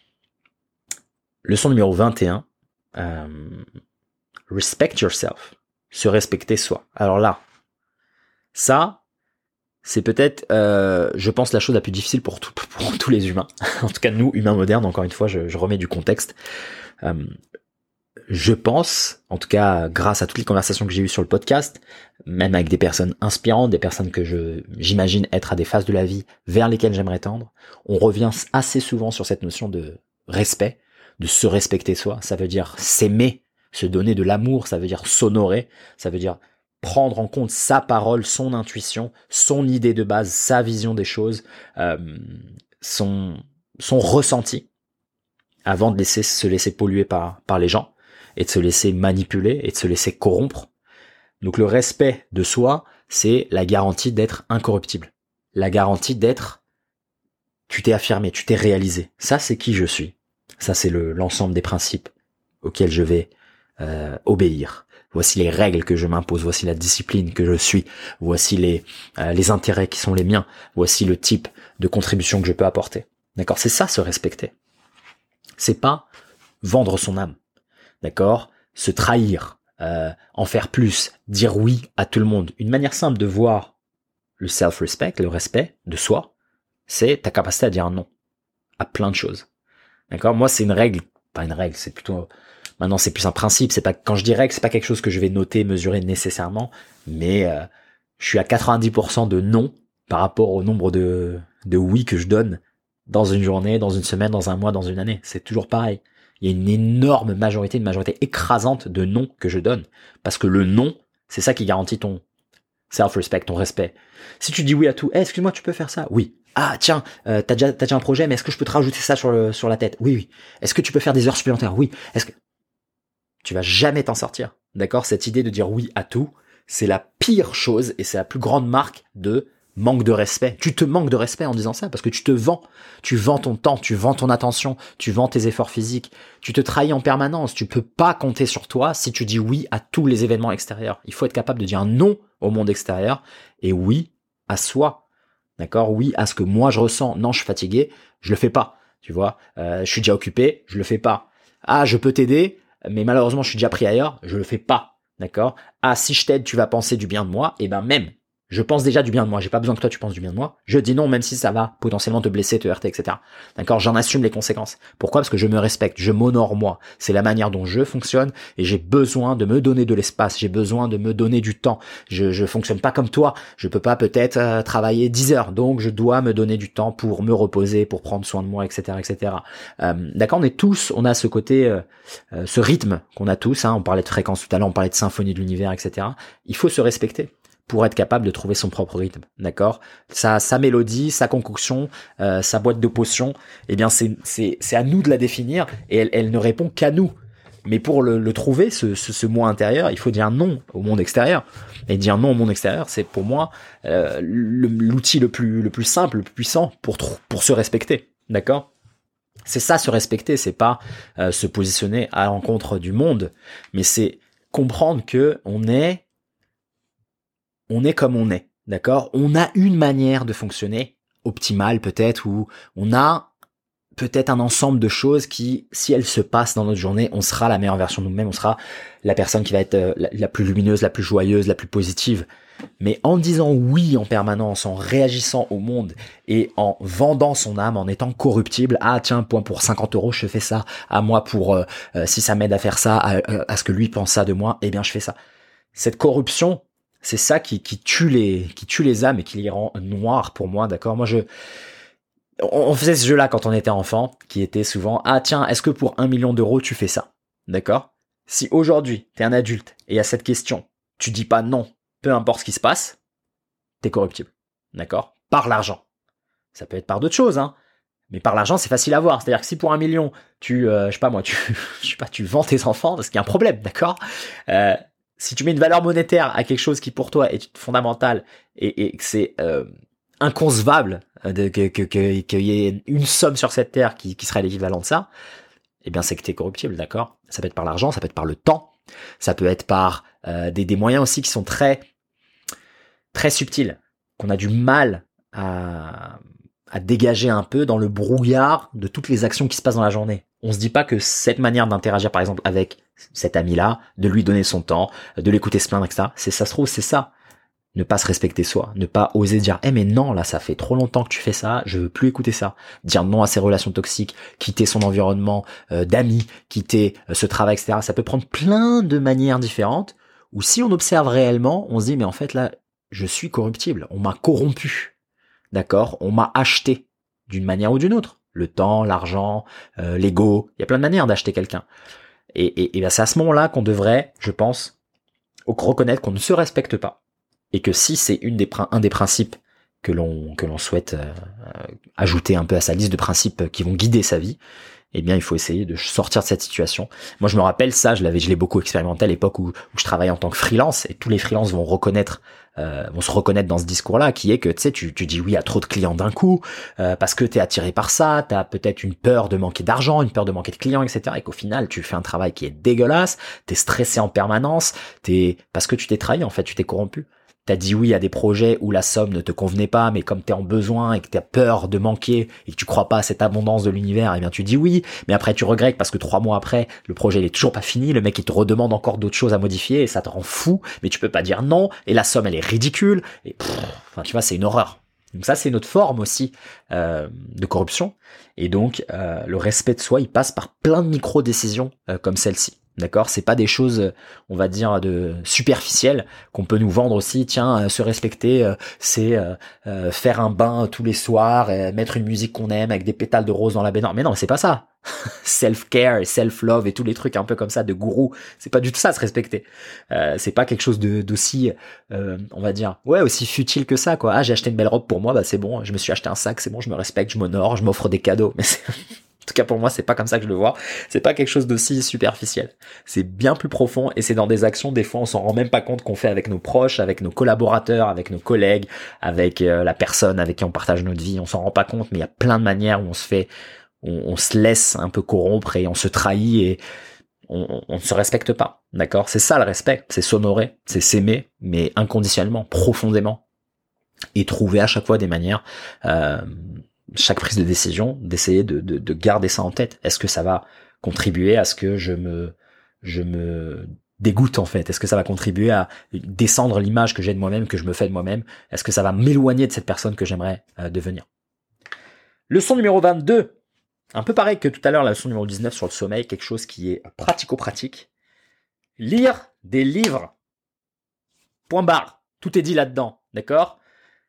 Leçon numéro vingt et un, euh, respect yourself. Se respecter soi. Alors là, ça, c'est peut-être, euh, je pense, la chose la plus difficile pour, tout, pour tous les humains. En tout cas, nous, humains modernes, encore une fois, je, je remets du contexte. Euh, je pense, en tout cas grâce à toutes les conversations que j'ai eues sur le podcast, même avec des personnes inspirantes, des personnes que je j'imagine être à des phases de la vie vers lesquelles j'aimerais tendre, on revient assez souvent sur cette notion de respect, de se respecter soi. Ça veut dire s'aimer, se donner de l'amour, ça veut dire s'honorer, ça veut dire prendre en compte sa parole, son intuition, son idée de base, sa vision des choses, euh, son son ressenti, avant de laisser se laisser polluer par par les gens et de se laisser manipuler et de se laisser corrompre. Donc le respect de soi, c'est la garantie d'être incorruptible. La garantie d'être, tu t'es affirmé, tu t'es réalisé. Ça, c'est qui je suis. Ça, c'est le l'ensemble des principes auxquels je vais euh, obéir. Voici les règles que je m'impose, voici la discipline que je suis, voici les euh, les intérêts qui sont les miens, voici le type de contribution que je peux apporter. D'accord? C'est ça, se respecter. C'est pas vendre son âme, d'accord? Se trahir, euh, en faire plus, dire oui à tout le monde. Une manière simple de voir le self-respect, le respect de soi, c'est ta capacité à dire non à plein de choses, d'accord? Moi, c'est une règle, pas une règle, c'est plutôt, maintenant c'est plus un principe. C'est pas, quand je dis règle, c'est pas quelque chose que je vais noter, mesurer nécessairement, mais euh, je suis à quatre-vingt-dix pour cent de non par rapport au nombre de de oui que je donne dans une journée, dans une semaine, dans un mois, dans une année. C'est toujours pareil. Il y a une énorme majorité, une majorité écrasante de non que je donne. Parce que le non, c'est ça qui garantit ton self-respect, ton respect. Si tu dis oui à tout, hey, excuse-moi, tu peux faire ça? Oui. Ah, tiens, euh, t'as déjà, t'as déjà un projet, mais est-ce que je peux te rajouter ça sur le, sur la tête? Oui, oui. Est-ce que tu peux faire des heures supplémentaires? Oui. Est-ce que, tu vas jamais t'en sortir. D'accord? Cette idée de dire oui à tout, c'est la pire chose et c'est la plus grande marque de manque de respect. Tu te manques de respect en disant ça parce que tu te vends. Tu vends ton temps, tu vends ton attention, tu vends tes efforts physiques. Tu te trahis en permanence. Tu peux pas compter sur toi si tu dis oui à tous les événements extérieurs. Il faut être capable de dire non au monde extérieur et oui à soi. D'accord? Oui à ce que moi je ressens. Non, je suis fatigué, je le fais pas. Tu vois, euh, je suis déjà occupé, je le fais pas. Ah, je peux t'aider, mais malheureusement je suis déjà pris ailleurs, je le fais pas. D'accord? Ah, si je t'aide, tu vas penser du bien de moi. Et ben même. Je pense déjà du bien de moi, j'ai pas besoin que toi tu penses du bien de moi. Je dis non même si ça va potentiellement te blesser, te heurter, et cetera. D'accord? J'en assume les conséquences. Pourquoi? Parce que je me respecte, je m'honore moi. C'est la manière dont je fonctionne et j'ai besoin de me donner de l'espace, j'ai besoin de me donner du temps. Je je fonctionne pas comme toi, je peux pas peut-être euh, travailler dix heures, donc je dois me donner du temps pour me reposer, pour prendre soin de moi, et cetera, et cetera. Euh, d'accord? On est tous, on a ce côté, euh, euh, ce rythme qu'on a tous. Hein, on parlait de fréquence tout à l'heure, on parlait de symphonie de l'univers, et cetera. Il faut se respecter pour être capable de trouver son propre rythme, d'accord? Sa, sa mélodie, sa concoction, euh, sa boîte de potions, eh bien c'est c'est c'est à nous de la définir et elle, elle ne répond qu'à nous. Mais pour le, le trouver, ce, ce, ce moi intérieur, il faut dire non au monde extérieur. Et dire non au monde extérieur, c'est pour moi euh, le, l'outil le plus, le plus simple, le plus puissant pour, pour se respecter. D'accord ? C'est ça, se respecter, c'est pas euh, se positionner à l'encontre du monde, mais c'est comprendre que on est, on est comme on est. D'accord ? On a une manière de fonctionner, optimale peut-être, où on a peut-être un ensemble de choses qui, si elles se passent dans notre journée, on sera la meilleure version de nous-mêmes, on sera la personne qui va être la, la plus lumineuse, la plus joyeuse, la plus positive. Mais en disant oui en permanence, en réagissant au monde et en vendant son âme, en étant corruptible, ah tiens, point pour cinquante euros, je fais ça, à moi pour, euh, euh, si ça m'aide à faire ça, à, à ce que lui pense ça de moi, eh bien je fais ça. Cette corruption, c'est ça qui, qui tue les, qui tue les âmes et qui les rend noires pour moi, d'accord ? Moi je... On faisait ce jeu-là quand on était enfant, qui était souvent « Ah tiens, est-ce que pour un million d'euros, tu fais ça ?» D'accord ? Si aujourd'hui, t'es un adulte, et à cette question, tu dis pas non, peu importe ce qui se passe, t'es corruptible. D'accord ? Par l'argent. Ça peut être par d'autres choses, hein. Mais par l'argent, c'est facile à voir. C'est-à-dire que si pour un million, tu, euh, je sais pas moi, tu, je sais pas, tu vends tes enfants, parce qu'il y a un problème, d'accord ? euh, Si tu mets une valeur monétaire à quelque chose qui pour toi est fondamental, et, et que c'est... Euh, inconcevable de, que, que, que, qu'il y ait une somme sur cette terre qui, qui serait l'équivalent de ça, eh bien c'est que t'es corruptible, d'accord ? Ça peut être par l'argent, ça peut être par le temps, ça peut être par euh, des, des moyens aussi qui sont très très subtils, qu'on a du mal à, à dégager un peu dans le brouillard de toutes les actions qui se passent dans la journée. On se dit pas que cette manière d'interagir par exemple avec cet ami-là, de lui donner son temps, de l'écouter se plaindre, et cetera, c'est ça se trouve, c'est ça. Ne pas se respecter soi, ne pas oser dire eh mais non là ça fait trop longtemps que tu fais ça, je veux plus écouter ça, dire non à ses relations toxiques, quitter son environnement euh, d'amis, quitter euh, ce travail, et cetera. Ça peut prendre plein de manières différentes, ou si on observe réellement, on se dit mais en fait là je suis corruptible, on m'a corrompu, d'accord, on m'a acheté d'une manière ou d'une autre, le temps, l'argent, euh, l'ego, il y a plein de manières d'acheter quelqu'un, et, et, et ben c'est à ce moment-là qu'on devrait, je pense, reconnaître qu'on ne se respecte pas. Et que si c'est une des, un des principes que l'on, que l'on souhaite euh, ajouter un peu à sa liste de principes qui vont guider sa vie, eh bien, il faut essayer de sortir de cette situation. Moi, je me rappelle ça, je l'avais, je l'ai beaucoup expérimenté à l'époque où, où je travaillais en tant que freelance, et tous les freelances vont reconnaître, euh, vont se reconnaître dans ce discours-là, qui est que, tu sais, tu, tu dis oui à trop de clients d'un coup, euh, parce que t'es attiré par ça, t'as peut-être une peur de manquer d'argent, une peur de manquer de clients, et cetera. Et qu'au final, tu fais un travail qui est dégueulasse, t'es stressé en permanence, t'es, parce que tu t'es trahi, en fait, tu t'es corrompu. T'as dit oui à des projets où la somme ne te convenait pas, mais comme t'es en besoin et que t'as peur de manquer et que tu crois pas à cette abondance de l'univers, eh bien tu dis oui, mais après tu regrettes parce que trois mois après, le projet il est toujours pas fini, le mec il te redemande encore d'autres choses à modifier et ça te rend fou, mais tu peux pas dire non, et la somme elle est ridicule, et pff, enfin tu vois, c'est une horreur. Donc ça c'est une autre forme aussi euh, de corruption, et donc euh, le respect de soi il passe par plein de micro-décisions euh, comme celle-ci. D'accord, c'est pas des choses, on va dire, de superficielles qu'on peut nous vendre aussi. Tiens, euh, se respecter, euh, c'est euh, euh, faire un bain tous les soirs, euh, mettre une musique qu'on aime avec des pétales de rose dans la baignoire. Mais non, c'est pas ça. Self-care, self-love et tous les trucs un peu comme ça de gourou, c'est pas du tout ça, se respecter. Euh, c'est pas quelque chose de d'aussi, euh, on va dire, ouais, aussi futile que ça, quoi. Ah, j'ai acheté une belle robe pour moi, bah c'est bon. Je me suis acheté un sac, c'est bon, je me respecte, je m'honore, je m'offre des cadeaux. Mais c'est... En tout cas pour moi c'est pas comme ça que je le vois, c'est pas quelque chose d'aussi superficiel, c'est bien plus profond et c'est dans des actions, des fois on s'en rend même pas compte qu'on fait avec nos proches, avec nos collaborateurs, avec nos collègues, avec euh, la personne avec qui on partage notre vie, on s'en rend pas compte, mais il y a plein de manières où on se fait, on, on se laisse un peu corrompre et on se trahit et on, on ne se respecte pas, d'accord ? C'est ça le respect, c'est s'honorer, c'est s'aimer, mais inconditionnellement, profondément, et trouver à chaque fois des manières... Euh, chaque prise de décision, d'essayer de, de, de garder ça en tête. Est-ce que ça va contribuer à ce que je me, je me dégoûte en fait ? Est-ce que ça va contribuer à descendre l'image que j'ai de moi-même, que je me fais de moi-même ? Est-ce que ça va m'éloigner de cette personne que j'aimerais euh, devenir ? Leçon numéro vingt-deux, un peu pareil que tout à l'heure, la leçon numéro dix-neuf sur le sommeil, quelque chose qui est pratico-pratique. Lire des livres. Point barre. Tout est dit là-dedans, d'accord ?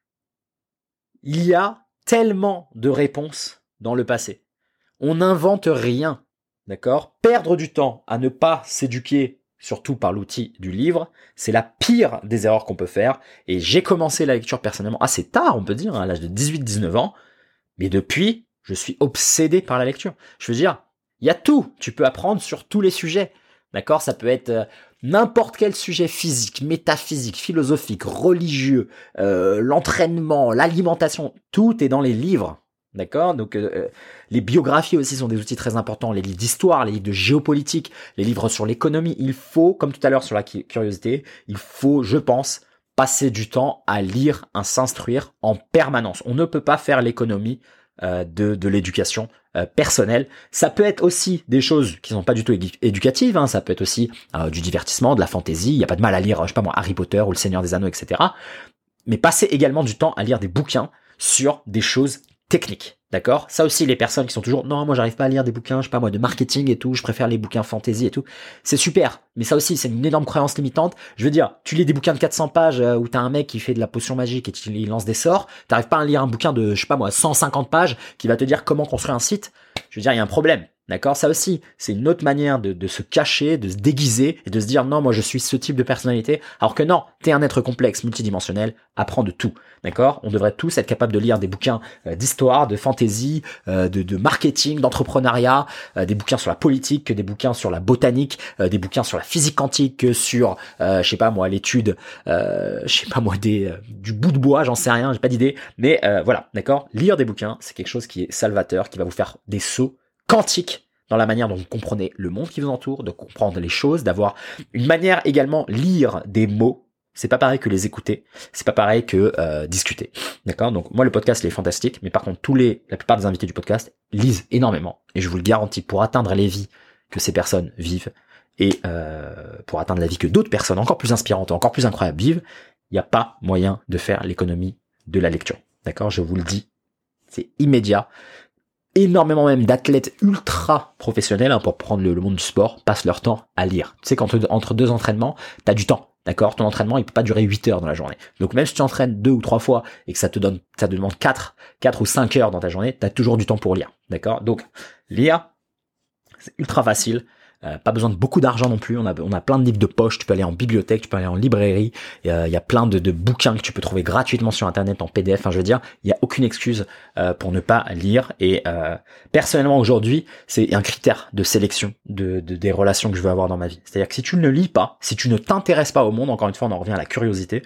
Il y a tellement de réponses dans le passé. On n'invente rien, d'accord ? Perdre du temps à ne pas s'éduquer, surtout par l'outil du livre, c'est la pire des erreurs qu'on peut faire. Et j'ai commencé la lecture personnellement assez tard, on peut dire, hein, à l'âge de dix-huit dix-neuf ans. Mais depuis, je suis obsédé par la lecture. Je veux dire, il y a tout. Tu peux apprendre sur tous les sujets. d'accord? Ça peut être euh, n'importe quel sujet physique, métaphysique, philosophique, religieux, euh, l'entraînement, l'alimentation, tout est dans les livres. D'accord? Donc euh, les biographies aussi sont des outils très importants, les livres d'histoire, les livres de géopolitique, les livres sur l'économie. Il faut, comme tout à l'heure sur la curiosité, il faut, je pense, passer du temps à lire, à s'instruire en permanence. On ne peut pas faire l'économie euh, de, de l'éducation euh, personnelle. Ça peut être aussi des choses qui sont pas du tout édu- éducatives, hein. Ça peut être aussi euh, du divertissement, de la fantaisie. Il n'y a pas de mal à lire, je sais pas moi, Harry Potter ou Le Seigneur des Anneaux, et cetera. Mais passer également du temps à lire des bouquins sur des choses technique, d'accord? Ça aussi, les personnes qui sont toujours, non, moi j'arrive pas à lire des bouquins, je sais pas moi, de marketing et tout, je préfère les bouquins fantasy et tout, c'est super, mais ça aussi, c'est une énorme croyance limitante. Je veux dire, tu lis des bouquins de quatre cents pages euh, où t'as un mec qui fait de la potion magique et il lance des sorts, t'arrives pas à lire un bouquin de, je sais pas moi, cent cinquante pages qui va te dire comment construire un site. Je veux dire, il y a un problème. D'accord? Ça aussi, c'est une autre manière de, de se cacher, de se déguiser et de se dire non, moi je suis ce type de personnalité, alors que non, t'es un être complexe, multidimensionnel, apprends de tout. D'accord? On devrait tous être capables de lire des bouquins euh, d'histoire, de fantasy, euh, de, de marketing, d'entrepreneuriat, euh, des bouquins sur la politique, des bouquins sur la botanique, euh, des bouquins sur la physique quantique, sur, euh, je sais pas moi, l'étude, euh, je sais pas moi, des euh, du bout de bois, j'en sais rien, j'ai pas d'idée, mais euh, voilà, d'accord? Lire des bouquins, c'est quelque chose qui est salvateur, qui va vous faire des sauts quantique dans la manière dont vous comprenez le monde qui vous entoure, de comprendre les choses, d'avoir une manière également lire des mots. C'est pas pareil que les écouter, c'est pas pareil que euh, discuter. D'accord? Donc moi le podcast il est fantastique, mais par contre tous les la plupart des invités du podcast lisent énormément et je vous le garantis, pour atteindre les vies que ces personnes vivent et euh, pour atteindre la vie que d'autres personnes encore plus inspirantes, encore plus incroyables vivent, il n'y a pas moyen de faire l'économie de la lecture. D'accord? Je vous le dis, c'est immédiat. Énormément même d'athlètes ultra professionnels, hein, pour prendre le, le monde du sport, passent leur temps à lire. Tu sais qu'entre entre deux entraînements, t'as du temps, d'accord? Ton entraînement, il peut pas durer huit heures dans la journée. Donc même si tu t'entraînes deux ou trois fois et que ça te donne, ça te demande quatre, quatre ou cinq heures dans ta journée, t'as toujours du temps pour lire, d'accord? Donc lire, c'est ultra facile. Euh, pas besoin de beaucoup d'argent non plus. On a, on a plein de livres de poche. Tu peux aller en bibliothèque, tu peux aller en librairie. Il euh, y a plein de, de bouquins que tu peux trouver gratuitement sur Internet en P D F. Enfin, je veux dire, il y a aucune excuse euh, pour ne pas lire. Et euh, personnellement, aujourd'hui, c'est un critère de sélection de, de des relations que je veux avoir dans ma vie. C'est-à-dire que si tu ne lis pas, si tu ne t'intéresses pas au monde, encore une fois, on en revient à la curiosité.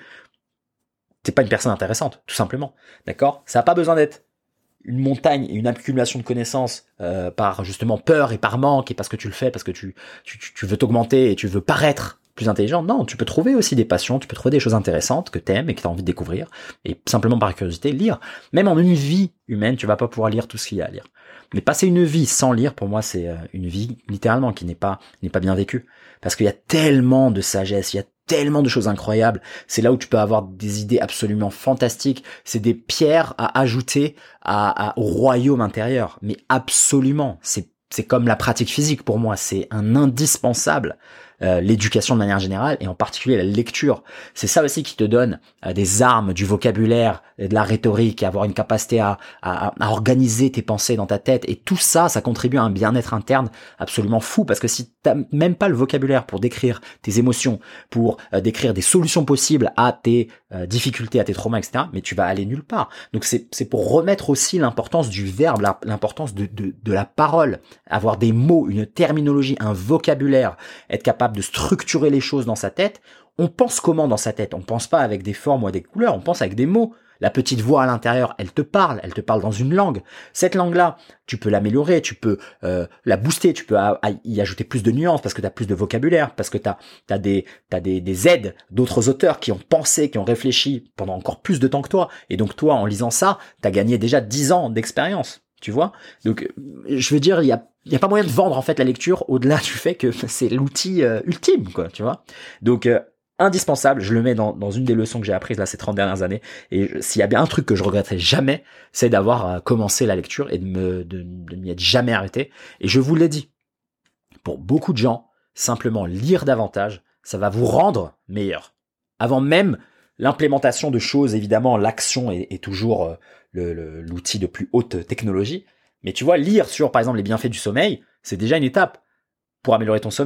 T'es pas une personne intéressante, tout simplement. D'accord? Ça n'a pas besoin d'être une montagne et une accumulation de connaissances euh, par justement peur et par manque et parce que tu le fais, parce que tu, tu, tu veux t'augmenter et tu veux paraître plus intelligent. Non, tu peux trouver aussi des passions, tu peux trouver des choses intéressantes que t'aimes et que t'as envie de découvrir et simplement par curiosité, lire. Même en une vie humaine, tu vas pas pouvoir lire tout ce qu'il y a à lire. Mais passer une vie sans lire, pour moi, c'est une vie littéralement qui n'est pas n'est pas bien vécue. Parce qu'il y a tellement de sagesse, il y a tellement de choses incroyables. C'est là où tu peux avoir des idées absolument fantastiques. C'est des pierres à ajouter à, à, au royaume intérieur. Mais absolument, c'est c'est comme la pratique physique pour moi. C'est un indispensable. Euh, l'éducation de manière générale et en particulier la lecture. C'est ça aussi qui te donne euh, des armes, du vocabulaire, de la rhétorique, avoir une capacité à, à, à organiser tes pensées dans ta tête. Et tout ça, ça contribue à un bien-être interne absolument fou parce que si t'as même pas le vocabulaire pour décrire tes émotions, pour euh, décrire des solutions possibles à tes euh, difficultés, à tes traumas, et cetera, mais tu vas aller nulle part. Donc c'est c'est pour remettre aussi l'importance du verbe, la, l'importance de, de, de la parole, avoir des mots, une terminologie, un vocabulaire, être capable de structurer les choses dans sa tête. On pense comment dans sa tête? On pense pas avec des formes ou avec des couleurs, on pense avec des mots. La petite voix à l'intérieur, elle te parle, elle te parle dans une langue. Cette langue-là, tu peux l'améliorer, tu peux euh, la booster, tu peux a, a, y ajouter plus de nuances parce que tu as plus de vocabulaire, parce que tu as, t'as des, t'as des, des aides d'autres auteurs qui ont pensé, qui ont réfléchi pendant encore plus de temps que toi. Et donc toi, en lisant ça, tu as gagné déjà dix ans d'expérience. Tu vois? Donc, je veux dire, il y a, il y a pas moyen de vendre en fait la lecture au-delà du fait que c'est l'outil euh, ultime, quoi. Tu vois? Donc, euh, indispensable. Je le mets dans, dans une des leçons que j'ai apprises là ces trente dernières années. Et je, s'il y a bien un truc que je regretterai jamais, c'est d'avoir euh, commencé la lecture et de me, de, de m'y être jamais arrêté. Et je vous l'ai dit, pour beaucoup de gens, simplement lire davantage, ça va vous rendre meilleur. Avant même l'implémentation de choses, évidemment, l'action est, est toujours euh, le, le, l'outil de plus haute technologie. Mais tu vois, lire sur, par exemple, les bienfaits du sommeil, c'est déjà une étape pour améliorer ton sommeil.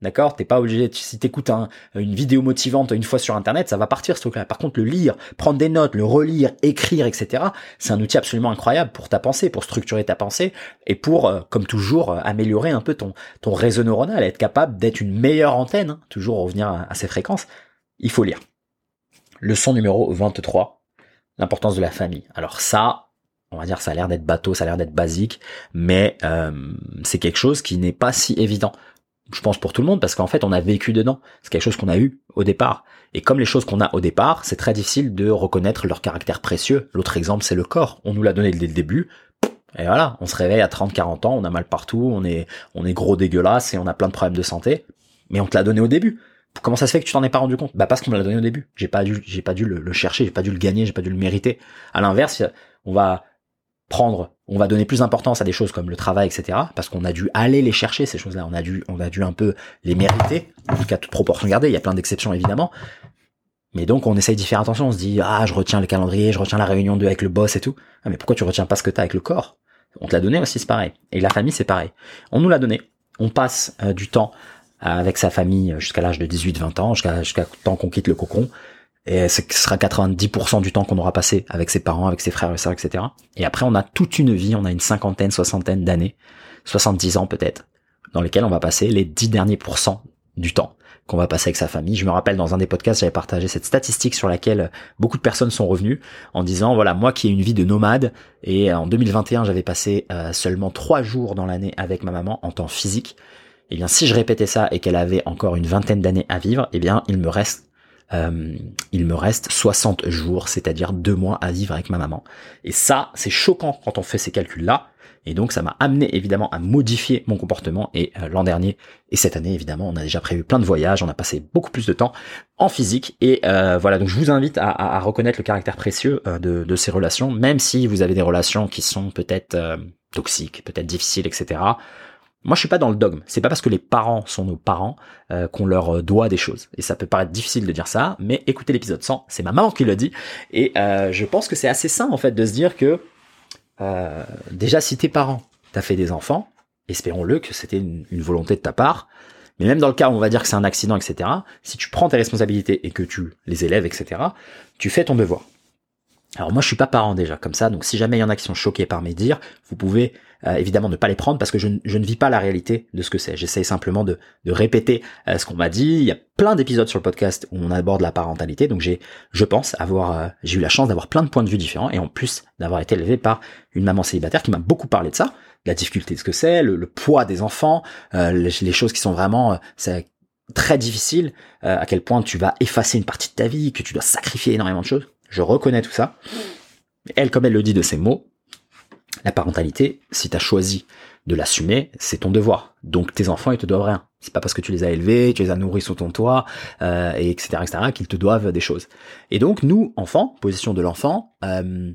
D'accord? T'es pas obligé, si t'écoutes un, une vidéo motivante une fois sur Internet, ça va partir ce truc-là. Par contre, le lire, prendre des notes, le relire, écrire, et cetera, c'est un outil absolument incroyable pour ta pensée, pour structurer ta pensée et pour, euh, comme toujours, euh, améliorer un peu ton, ton réseau neuronal, être capable d'être une meilleure antenne, hein, toujours revenir à, à ces fréquences. Il faut lire. Leçon numéro vingt-trois, l'importance de la famille. Alors ça, on va dire, ça a l'air d'être bateau, ça a l'air d'être basique, mais euh, c'est quelque chose qui n'est pas si évident. Je pense pour tout le monde, parce qu'en fait, on a vécu dedans. C'est quelque chose qu'on a eu au départ. Et comme les choses qu'on a au départ, c'est très difficile de reconnaître leur caractère précieux. L'autre exemple, c'est le corps. On nous l'a donné dès le début. Et voilà, on se réveille à trente, quarante ans, on a mal partout, on est, on est gros dégueulasse et on a plein de problèmes de santé. Mais on te l'a donné au début. Comment ça se fait que tu t'en es pas rendu compte? Bah, parce qu'on me l'a donné au début. J'ai pas dû, j'ai pas dû le, le chercher, j'ai pas dû le gagner, j'ai pas dû le mériter. À l'inverse, on va prendre, on va donner plus d'importance à des choses comme le travail, et cetera, parce qu'on a dû aller les chercher, ces choses-là, on a dû, on a dû un peu les mériter, en tout cas toute proportion gardée, il y a plein d'exceptions évidemment, mais donc on essaye d'y faire attention, on se dit, ah, je retiens le calendrier, je retiens la réunion deux avec le boss et tout, ah, mais pourquoi tu retiens pas ce que t'as avec le corps? On te l'a donné aussi, c'est pareil, et la famille c'est pareil, on nous l'a donné, on passe euh, du temps avec sa famille jusqu'à l'âge de dix-huit vingt ans, jusqu'à jusqu'à le temps qu'on quitte le cocon, et ce sera quatre-vingt-dix pour cent du temps qu'on aura passé avec ses parents, avec ses frères et sœurs, et cetera. Et après, on a toute une vie, on a une cinquantaine, soixantaine d'années, soixante-dix ans peut-être, dans lesquels on va passer les dix derniers pourcents du temps qu'on va passer avec sa famille. Je me rappelle, dans un des podcasts, j'avais partagé cette statistique sur laquelle beaucoup de personnes sont revenues en disant, voilà, moi qui ai une vie de nomade, et en deux mille vingt et un, j'avais passé euh, seulement trois jours dans l'année avec ma maman en temps physique. Eh bien, si je répétais ça et qu'elle avait encore une vingtaine d'années à vivre, eh bien, il me reste Euh, il me reste soixante jours, c'est-à-dire deux mois à vivre avec ma maman. Et ça, c'est choquant quand on fait ces calculs-là. Et donc, ça m'a amené évidemment à modifier mon comportement. Et euh, l'an dernier et cette année, évidemment, on a déjà prévu plein de voyages. On a passé beaucoup plus de temps en physique. Et euh, voilà, donc je vous invite à, à, à reconnaître le caractère précieux euh, de, de ces relations, même si vous avez des relations qui sont peut-être euh, toxiques, peut-être difficiles, et cetera. Moi, je suis pas dans le dogme. C'est pas parce que les parents sont nos parents euh, qu'on leur doit des choses. Et ça peut paraître difficile de dire ça, mais écoutez l'épisode cent, c'est ma maman qui le dit. Et euh, je pense que c'est assez sain, en fait, de se dire que euh, déjà, si tes parents t'as fait des enfants, espérons-le que c'était une, une volonté de ta part, mais même dans le cas où on va dire que c'est un accident, et cetera, si tu prends tes responsabilités et que tu les élèves, et cetera, tu fais ton devoir. Alors moi je suis pas parent déjà comme ça, donc si jamais il y en a qui sont choqués par mes dires, vous pouvez euh, évidemment ne pas les prendre parce que je, je ne vis pas la réalité de ce que c'est. J'essaye simplement de, de répéter euh, ce qu'on m'a dit. Il y a plein d'épisodes sur le podcast où on aborde la parentalité, donc j'ai, je pense avoir, euh, j'ai eu la chance d'avoir plein de points de vue différents et en plus d'avoir été élevé par une maman célibataire qui m'a beaucoup parlé de ça, de la difficulté de ce que c'est, le, le poids des enfants, euh, les, les choses qui sont vraiment euh, c'est très difficiles, euh, à quel point tu vas effacer une partie de ta vie, que tu dois sacrifier énormément de choses. Je reconnais tout ça. Elle, comme elle le dit de ses mots, la parentalité, si tu as choisi de l'assumer, c'est ton devoir. Donc tes enfants, ils te doivent rien. C'est pas parce que tu les as élevés, tu les as nourris sous ton toit, euh, et etc., et cetera, qu'ils te doivent des choses. Et donc nous, enfants, position de l'enfant, euh,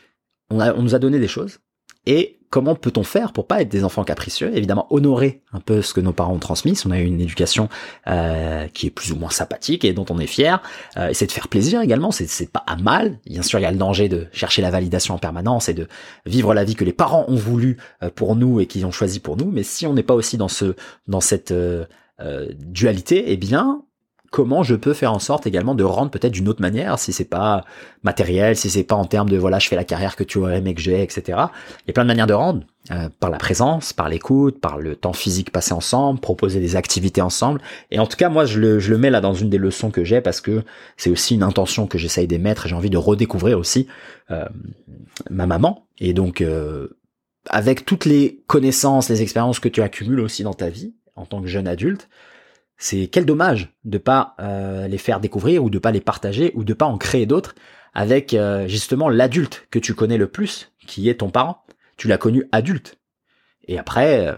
on, a, on nous a donné des choses. Et comment peut-on faire pour pas être des enfants capricieux? Évidemment, honorer un peu ce que nos parents ont transmis. Si on a eu une éducation euh, qui est plus ou moins sympathique et dont on est fier, euh, essayer de faire plaisir également, c'est, c'est pas à mal. Bien sûr, il y a le danger de chercher la validation en permanence et de vivre la vie que les parents ont voulu pour nous et qui ont choisi pour nous. Mais si on n'est pas aussi dans ce dans cette euh, euh, dualité, eh bien comment je peux faire en sorte également de rendre peut-être d'une autre manière, si c'est pas matériel, si c'est pas en termes de voilà, je fais la carrière que tu aurais aimé que j'ai, et cetera. Il y a plein de manières de rendre, euh, par la présence, par l'écoute, par le temps physique passé ensemble, proposer des activités ensemble. Et en tout cas, moi, je le, je le mets là dans une des leçons que j'ai parce que c'est aussi une intention que j'essaye d'émettre et j'ai envie de redécouvrir aussi euh, ma maman. Et donc, euh, avec toutes les connaissances, les expériences que tu accumules aussi dans ta vie en tant que jeune adulte, c'est quel dommage de pas euh, les faire découvrir ou de pas les partager ou de pas en créer d'autres avec euh, justement l'adulte que tu connais le plus, qui est ton parent. Tu l'as connu adulte. Et après, euh,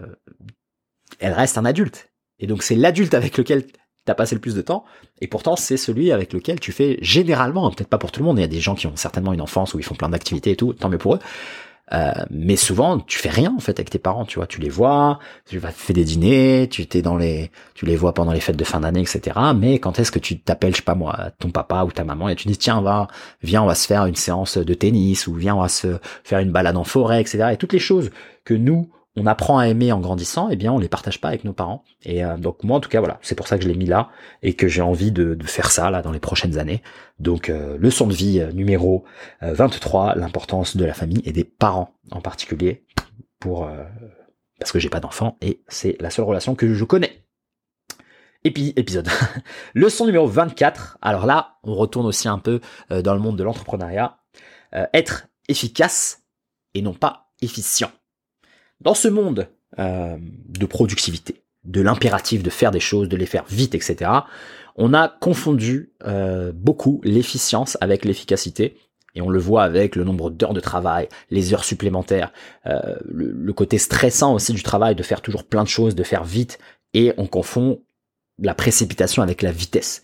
elle reste un adulte. Et donc c'est l'adulte avec lequel tu as passé le plus de temps. Et pourtant, c'est celui avec lequel tu fais généralement, peut-être pas pour tout le monde, il y a des gens qui ont certainement une enfance où ils font plein d'activités et tout, tant mieux pour eux. Euh, mais souvent tu fais rien en fait avec tes parents, tu vois, tu les vois, tu vas faire des dîners, tu t'es dans les, tu les vois pendant les fêtes de fin d'année, et cetera. Mais quand est-ce que tu t'appelles, je sais pas moi, ton papa ou ta maman et tu dis tiens va, viens on va se faire une séance de tennis ou viens on va se faire une balade en forêt, et cetera. Et toutes les choses que nous on apprend à aimer en grandissant, eh bien on les partage pas avec nos parents. Et euh, donc moi en tout cas voilà, c'est pour ça que je l'ai mis là et que j'ai envie de, de faire ça là dans les prochaines années. Donc euh, leçon de vie euh, numéro euh, vingt-trois, l'importance de la famille et des parents en particulier pour euh, parce que j'ai pas d'enfants et c'est la seule relation que je connais. Et puis épisode. Leçon numéro vingt-quatre. Alors là, on retourne aussi un peu euh, dans le monde de l'entrepreneuriat. Euh, être efficace et non pas efficient. Dans ce monde euh, de productivité, de l'impératif de faire des choses, de les faire vite, et cetera, on a confondu euh, beaucoup l'efficience avec l'efficacité. Et on le voit avec le nombre d'heures de travail, les heures supplémentaires, euh, le, le côté stressant aussi du travail, de faire toujours plein de choses, de faire vite. Et on confond la précipitation avec la vitesse.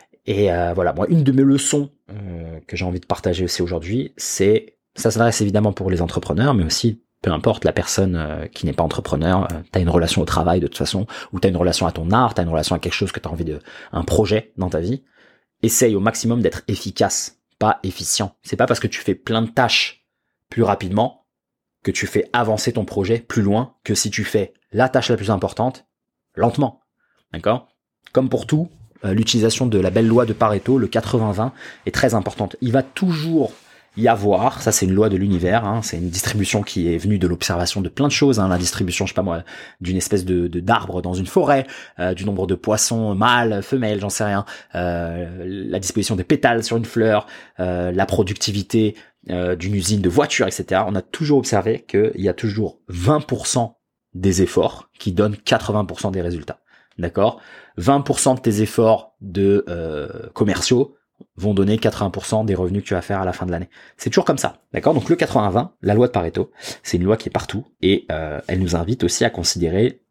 Et euh, voilà, moi, une de mes leçons euh, que j'ai envie de partager aussi aujourd'hui, c'est, ça s'adresse évidemment pour les entrepreneurs, mais aussi peu importe la personne euh, qui n'est pas entrepreneur, euh, t'as une relation au travail de toute façon, ou t'as une relation à ton art, t'as une relation à quelque chose que t'as envie de, un projet dans ta vie, essaye au maximum d'être efficace, pas efficient. C'est pas parce que tu fais plein de tâches plus rapidement que tu fais avancer ton projet plus loin que si tu fais la tâche la plus importante lentement. D'accord ? Comme pour tout, euh, l'utilisation de la belle loi de Pareto, le quatre-vingts vingt, est très importante. Il va toujours y avoir, ça c'est une loi de l'univers, hein, c'est une distribution qui est venue de l'observation de plein de choses, hein, la distribution, je sais pas moi, d'une espèce de, de d'arbre dans une forêt, euh, du nombre de poissons mâles, femelles, j'en sais rien, euh, la disposition des pétales sur une fleur, euh, la productivité euh, d'une usine de voitures, et cetera. On a toujours observé qu'il y a toujours vingt pour cent des efforts qui donnent quatre-vingts pour cent des résultats. D'accord ? vingt pour cent de tes efforts de euh, commerciaux vont donner quatre-vingts pour cent des revenus que tu vas faire à la fin de l'année. C'est toujours comme ça, d'accord ? Donc le quatre-vingts vingt, la loi de Pareto, c'est une loi qui est partout et euh, elle nous invite aussi à considérer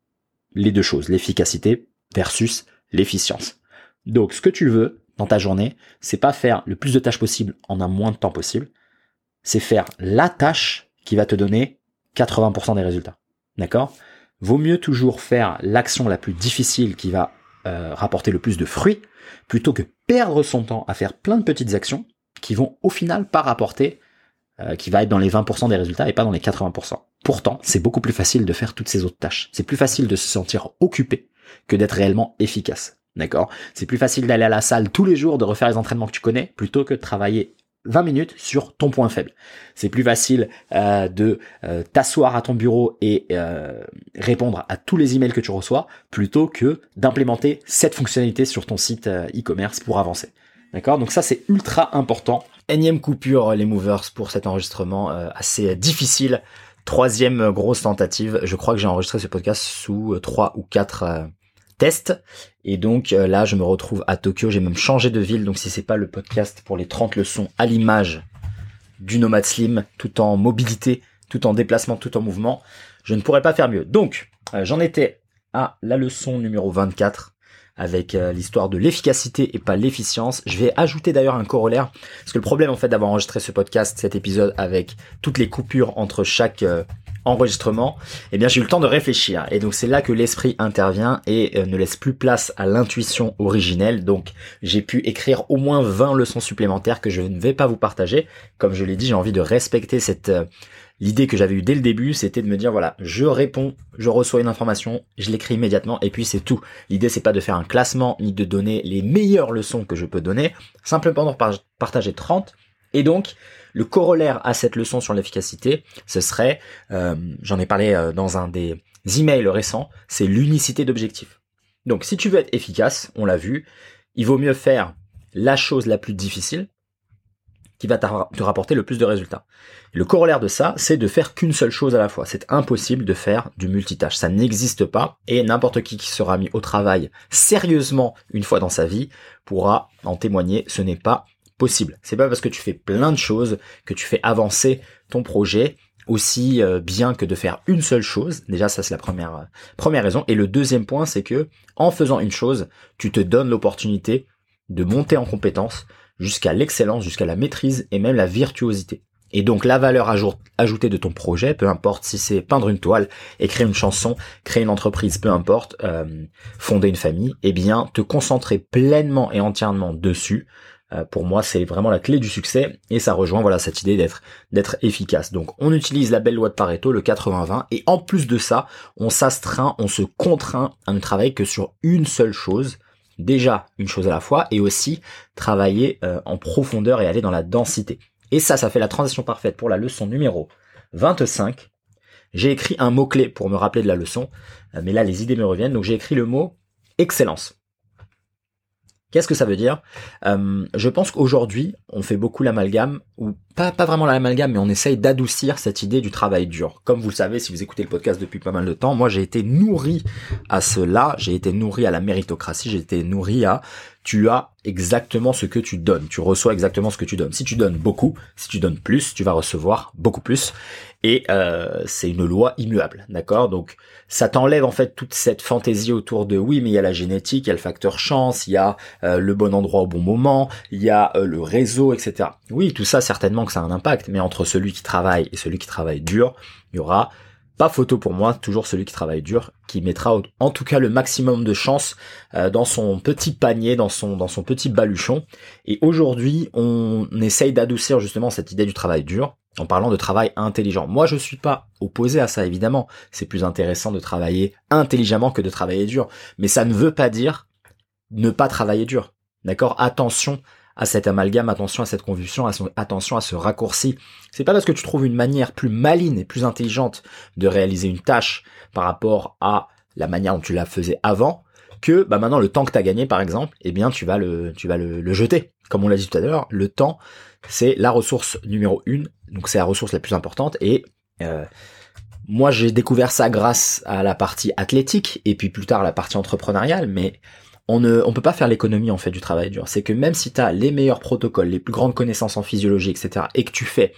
les deux choses, l'efficacité versus l'efficience. Donc ce que tu veux dans ta journée, c'est pas faire le plus de tâches possible en un moins de temps possible, c'est faire la tâche qui va te donner quatre-vingts pour cent des résultats, d'accord ? Vaut mieux toujours faire l'action la plus difficile qui va euh, rapporter le plus de fruits plutôt que perdre son temps à faire plein de petites actions qui vont au final pas rapporter, euh, qui va être dans les vingt pour cent des résultats et pas dans les quatre-vingts pour cent. Pourtant, c'est beaucoup plus facile de faire toutes ces autres tâches. C'est plus facile de se sentir occupé que d'être réellement efficace. D'accord ? C'est plus facile d'aller à la salle tous les jours, de refaire les entraînements que tu connais, plutôt que de travailler vingt minutes sur ton point faible. C'est plus facile euh, de euh, t'asseoir à ton bureau et euh, répondre à tous les emails que tu reçois plutôt que d'implémenter cette fonctionnalité sur ton site euh, e-commerce pour avancer. D'accord ? Donc ça, c'est ultra important. Énième coupure, les movers, pour cet enregistrement euh, assez difficile. Troisième grosse tentative. Je crois que j'ai enregistré ce podcast sous trois ou quatre euh, tests. Et donc euh, là, je me retrouve à Tokyo. J'ai même changé de ville. Donc si c'est pas le podcast pour les trente leçons à l'image du Nomad Slim, tout en mobilité, tout en déplacement, tout en mouvement, je ne pourrais pas faire mieux. Donc, euh, j'en étais à la leçon numéro vingt-quatre avec euh, l'histoire de l'efficacité et pas l'efficience. Je vais ajouter d'ailleurs un corollaire, parce que le problème en fait d'avoir enregistré ce podcast, cet épisode avec toutes les coupures entre chaque euh, enregistrement, eh bien j'ai eu le temps de réfléchir. Et donc c'est là que l'esprit intervient et euh, ne laisse plus place à l'intuition originelle. Donc j'ai pu écrire au moins vingt leçons supplémentaires que je ne vais pas vous partager. Comme je l'ai dit, j'ai envie de respecter cette... Euh, L'idée que j'avais eue dès le début, c'était de me dire, voilà, je réponds, je reçois une information, je l'écris immédiatement, et puis c'est tout. L'idée, c'est pas de faire un classement, ni de donner les meilleures leçons que je peux donner, simplement de partager trente. Et donc, le corollaire à cette leçon sur l'efficacité, ce serait, euh, j'en ai parlé euh, dans un des emails récents, c'est l'unicité d'objectif. Donc, si tu veux être efficace, on l'a vu, il vaut mieux faire la chose la plus difficile, qui va te rapporter le plus de résultats. Le corollaire de ça, c'est de faire qu'une seule chose à la fois. C'est impossible de faire du multitâche. Ça n'existe pas et n'importe qui qui sera mis au travail sérieusement une fois dans sa vie pourra en témoigner. Ce n'est pas possible. C'est pas parce que tu fais plein de choses que tu fais avancer ton projet aussi bien que de faire une seule chose. Déjà, ça c'est la première première raison. Et le deuxième point, c'est que en faisant une chose, tu te donnes l'opportunité de monter en compétence jusqu'à l'excellence, jusqu'à la maîtrise et même la virtuosité. Et donc la valeur ajoutée de ton projet, peu importe si c'est peindre une toile, écrire une chanson, créer une entreprise, peu importe, euh, fonder une famille, eh bien te concentrer pleinement et entièrement dessus Euh, pour moi, c'est vraiment la clé du succès et ça rejoint voilà cette idée d'être d'être efficace. Donc, on utilise la belle loi de Pareto, le quatre-vingts vingt, et en plus de ça, on s'astreint, on se contraint à ne travailler que sur une seule chose. Déjà une chose à la fois, et aussi travailler euh, en profondeur et aller dans la densité. Et ça, ça fait la transition parfaite pour la leçon numéro vingt-cinq. J'ai écrit un mot-clé pour me rappeler de la leçon, euh, mais là les idées me reviennent, donc j'ai écrit le mot excellence. Qu'est-ce que ça veut dire ? euh, Je pense qu'aujourd'hui, on fait beaucoup l'amalgame, ou pas, pas vraiment l'amalgame, mais on essaye d'adoucir cette idée du travail dur. Comme vous le savez, si vous écoutez le podcast depuis pas mal de temps, moi j'ai été nourri à cela, j'ai été nourri à la méritocratie, j'ai été nourri à tu as exactement ce que tu donnes, tu reçois exactement ce que tu donnes. Si tu donnes beaucoup, si tu donnes plus, tu vas recevoir beaucoup plus. Et euh, c'est une loi immuable, d'accord ? Donc ça t'enlève en fait toute cette fantaisie autour de oui, mais il y a la génétique, il y a le facteur chance, il y a euh, le bon endroit au bon moment, il y a euh, le réseau, et cetera. Oui, tout ça certainement que ça a un impact, mais entre celui qui travaille et celui qui travaille dur, il y aura pas photo pour moi, toujours celui qui travaille dur, qui mettra en tout cas le maximum de chance euh, dans son petit panier, dans son dans son petit baluchon. Et aujourd'hui, on essaye d'adoucir justement cette idée du travail dur en parlant de travail intelligent. Moi, je suis pas opposé à ça, évidemment. C'est plus intéressant de travailler intelligemment que de travailler dur. Mais ça ne veut pas dire ne pas travailler dur. D'accord ? Attention à cet amalgame, attention à cette confusion, à son, attention à ce raccourci. C'est pas parce que tu trouves une manière plus maligne et plus intelligente de réaliser une tâche par rapport à la manière dont tu la faisais avant que bah maintenant le temps que tu as gagné par exemple, eh bien tu vas le tu vas le, le jeter. Comme on l'a dit tout à l'heure, le temps c'est la ressource numéro une, donc c'est la ressource la plus importante et euh, moi j'ai découvert ça grâce à la partie athlétique et puis plus tard la partie entrepreneuriale, mais On ne, on peut pas faire l'économie en fait du travail dur. C'est que même si tu as les meilleurs protocoles, les plus grandes connaissances en physiologie, et cetera, et que tu fais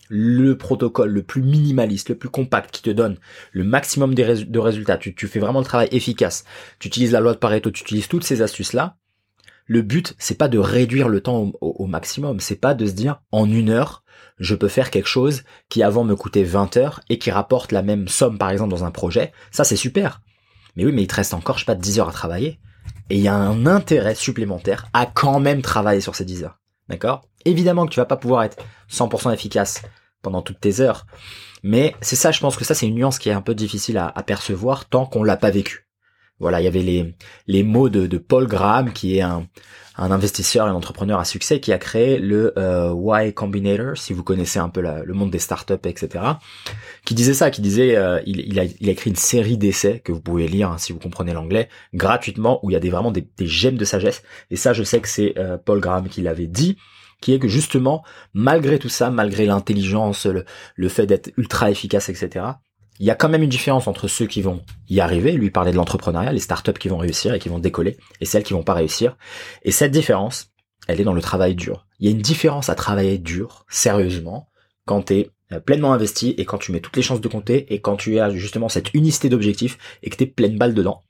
le protocole le plus minimaliste, le plus compact, qui te donne le maximum de, rés- de résultats, tu, tu fais vraiment le travail efficace, tu utilises la loi de Pareto, tu utilises toutes ces astuces-là, le but, c'est pas de réduire le temps au, au, au maximum, c'est pas de se dire, en une heure, je peux faire quelque chose qui avant me coûtait vingt heures et qui rapporte la même somme par exemple dans un projet, ça c'est super. Mais oui, mais il te reste encore, je sais pas, dix heures à travailler. Et il y a un intérêt supplémentaire à quand même travailler sur ces dix heures. D'accord ? Évidemment que tu vas pas pouvoir être cent pour cent efficace pendant toutes tes heures. Mais c'est ça, je pense que ça, c'est une nuance qui est un peu difficile à, à percevoir tant qu'on l'a pas vécu. Voilà, il y avait les, les mots de, de Paul Graham, qui est un, un investisseur et un entrepreneur à succès, qui a créé le euh, Y Combinator, si vous connaissez un peu la, le monde des startups, et cetera, qui disait ça, qui disait, euh, il, il, a, il a écrit une série d'essais que vous pouvez lire hein, si vous comprenez l'anglais, gratuitement, où il y a des, vraiment des, des gemmes de sagesse. Et ça, je sais que c'est euh, Paul Graham qui l'avait dit, qui est que justement, malgré tout ça, malgré l'intelligence, le, le fait d'être ultra efficace, et cetera, il y a quand même une différence entre ceux qui vont y arriver, lui parler de l'entrepreneuriat, les startups qui vont réussir et qui vont décoller, et celles qui vont pas réussir. Et cette différence, elle est dans le travail dur. Il y a une différence à travailler dur, sérieusement, quand tu es pleinement investi et quand tu mets toutes les chances de compter et quand tu as justement cette unicité d'objectif et que tu es pleine balle dedans,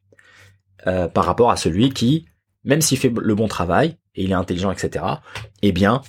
euh, par rapport à celui qui, même s'il fait le bon travail et il est intelligent, et cetera, eh bien,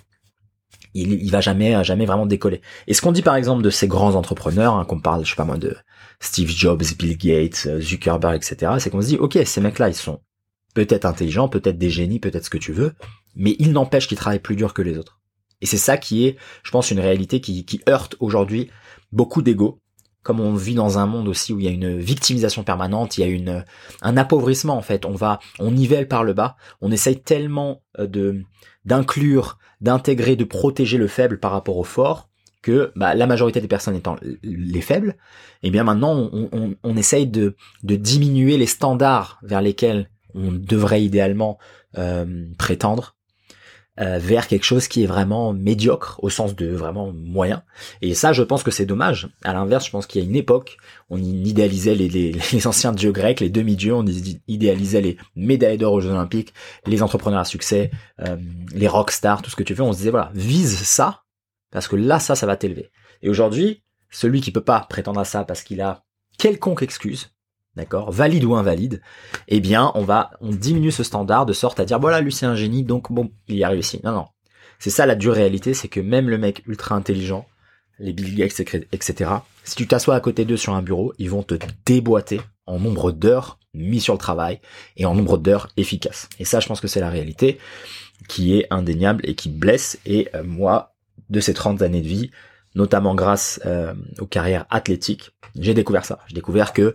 il, il va jamais, jamais vraiment décoller. Et ce qu'on dit par exemple de ces grands entrepreneurs, hein, qu'on parle, je sais pas moi, de Steve Jobs, Bill Gates, Zuckerberg, et cetera, c'est qu'on se dit, ok, ces mecs-là, ils sont peut-être intelligents, peut-être des génies, peut-être ce que tu veux, mais il n'empêche qu'ils travaillent plus dur que les autres. Et c'est ça qui est, je pense, une réalité qui, qui heurte aujourd'hui beaucoup d'ego. Comme on vit dans un monde aussi où il y a une victimisation permanente, il y a une un appauvrissement en fait. On va, on nivelle par le bas. On essaye tellement de d'inclure, d'intégrer, de protéger le faible par rapport au fort que bah, la majorité des personnes étant les faibles, et bien maintenant on, on, on essaye de de diminuer les standards vers lesquels on devrait idéalement euh, prétendre. Euh, vers quelque chose qui est vraiment médiocre au sens de vraiment moyen. Et ça, je pense que c'est dommage. À l'inverse, je pense qu'il y a une époque, on idéalisait les, les, les anciens dieux grecs, les demi-dieux, on idéalisait les médailles d'or aux Jeux Olympiques, les entrepreneurs à succès, euh, les rockstars, tout ce que tu veux. On se disait voilà, vise ça parce que là, ça, ça va t'élever. Et aujourd'hui, celui qui peut pas prétendre à ça parce qu'il a quelconque excuse, d'accord, valide ou invalide, eh bien, on va, on diminue ce standard de sorte à dire, voilà, lui c'est un génie, donc bon, il y a réussi. Non, non. C'est ça la dure réalité, c'est que même le mec ultra intelligent, les Bill Gates, et cetera, si tu t'assois à côté d'eux sur un bureau, ils vont te déboîter en nombre d'heures mis sur le travail et en nombre d'heures efficaces. Et ça, je pense que c'est la réalité qui est indéniable et qui blesse. Et euh, moi, de ces trente années de vie, notamment grâce euh, aux carrières athlétiques, j'ai découvert ça. J'ai découvert que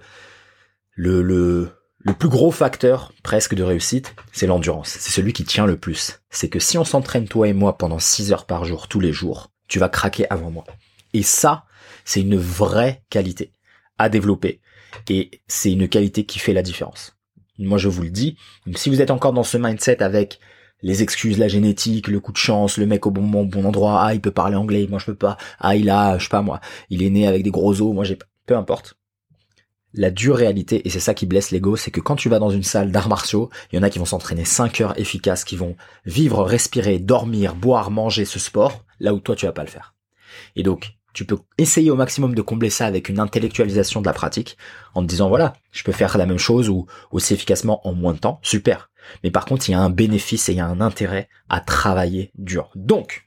le, le, le plus gros facteur presque de réussite, c'est l'endurance. C'est celui qui tient le plus. C'est que si on s'entraîne, toi et moi, pendant six heures par jour, tous les jours, tu vas craquer avant moi. Et ça, c'est une vraie qualité à développer. Et c'est une qualité qui fait la différence. Moi, je vous le dis, donc si vous êtes encore dans ce mindset avec les excuses, la génétique, le coup de chance, le mec au bon moment, au bon endroit, ah, il peut parler anglais, moi je peux pas, ah, il a, je sais pas moi, il est né avec des gros os, moi j'ai pas, peu importe. La dure réalité, et c'est ça qui blesse l'ego, c'est que quand tu vas dans une salle d'arts martiaux, il y en a qui vont s'entraîner cinq heures efficaces, qui vont vivre, respirer, dormir, boire, manger ce sport, là où toi tu vas pas le faire. Et donc, tu peux essayer au maximum de combler ça avec une intellectualisation de la pratique, en te disant voilà, je peux faire la même chose ou aussi efficacement en moins de temps, super. Mais par contre, il y a un bénéfice et il y a un intérêt à travailler dur. Donc,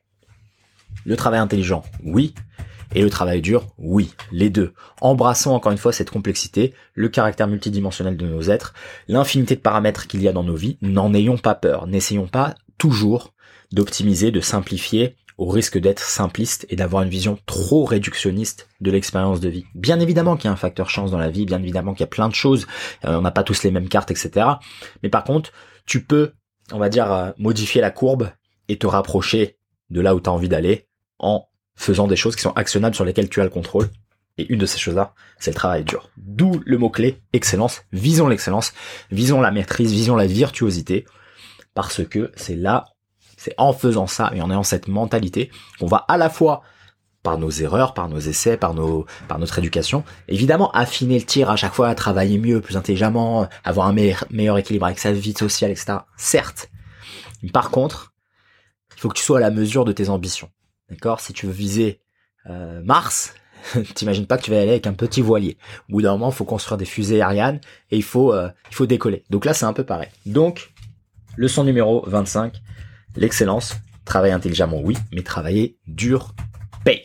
le travail intelligent, oui. Et le travail dur, oui, les deux. Embrassons encore une fois cette complexité, le caractère multidimensionnel de nos êtres, l'infinité de paramètres qu'il y a dans nos vies. N'en ayons pas peur. N'essayons pas toujours d'optimiser, de simplifier, au risque d'être simpliste et d'avoir une vision trop réductionniste de l'expérience de vie. Bien évidemment qu'il y a un facteur chance dans la vie, bien évidemment qu'il y a plein de choses, euh, on n'a pas tous les mêmes cartes, et cetera. Mais par contre, tu peux, on va dire, euh, modifier la courbe et te rapprocher de là où tu as envie d'aller en faisant des choses qui sont actionnables sur lesquelles tu as le contrôle. Et une de ces choses-là, c'est le travail dur. D'où le mot-clé, excellence. Visons l'excellence, visons la maîtrise, visons la virtuosité, parce que c'est là, c'est en faisant ça et en ayant cette mentalité qu'on va à la fois, par nos erreurs, par nos essais, par nos, par notre éducation, évidemment affiner le tir à chaque fois, travailler mieux, plus intelligemment, avoir un meilleur, meilleur équilibre avec sa vie sociale, et cetera. Certes. Par contre, il faut que tu sois à la mesure de tes ambitions. D'accord? Si tu veux viser euh, Mars, t'imagines pas que tu vas y aller avec un petit voilier. Au bout d'un moment, il faut construire des fusées Ariane et il faut euh, il faut décoller. Donc là, c'est un peu pareil. Donc, leçon numéro vingt-cinq, l'excellence. Travailler intelligemment, oui, mais travailler dur, paye.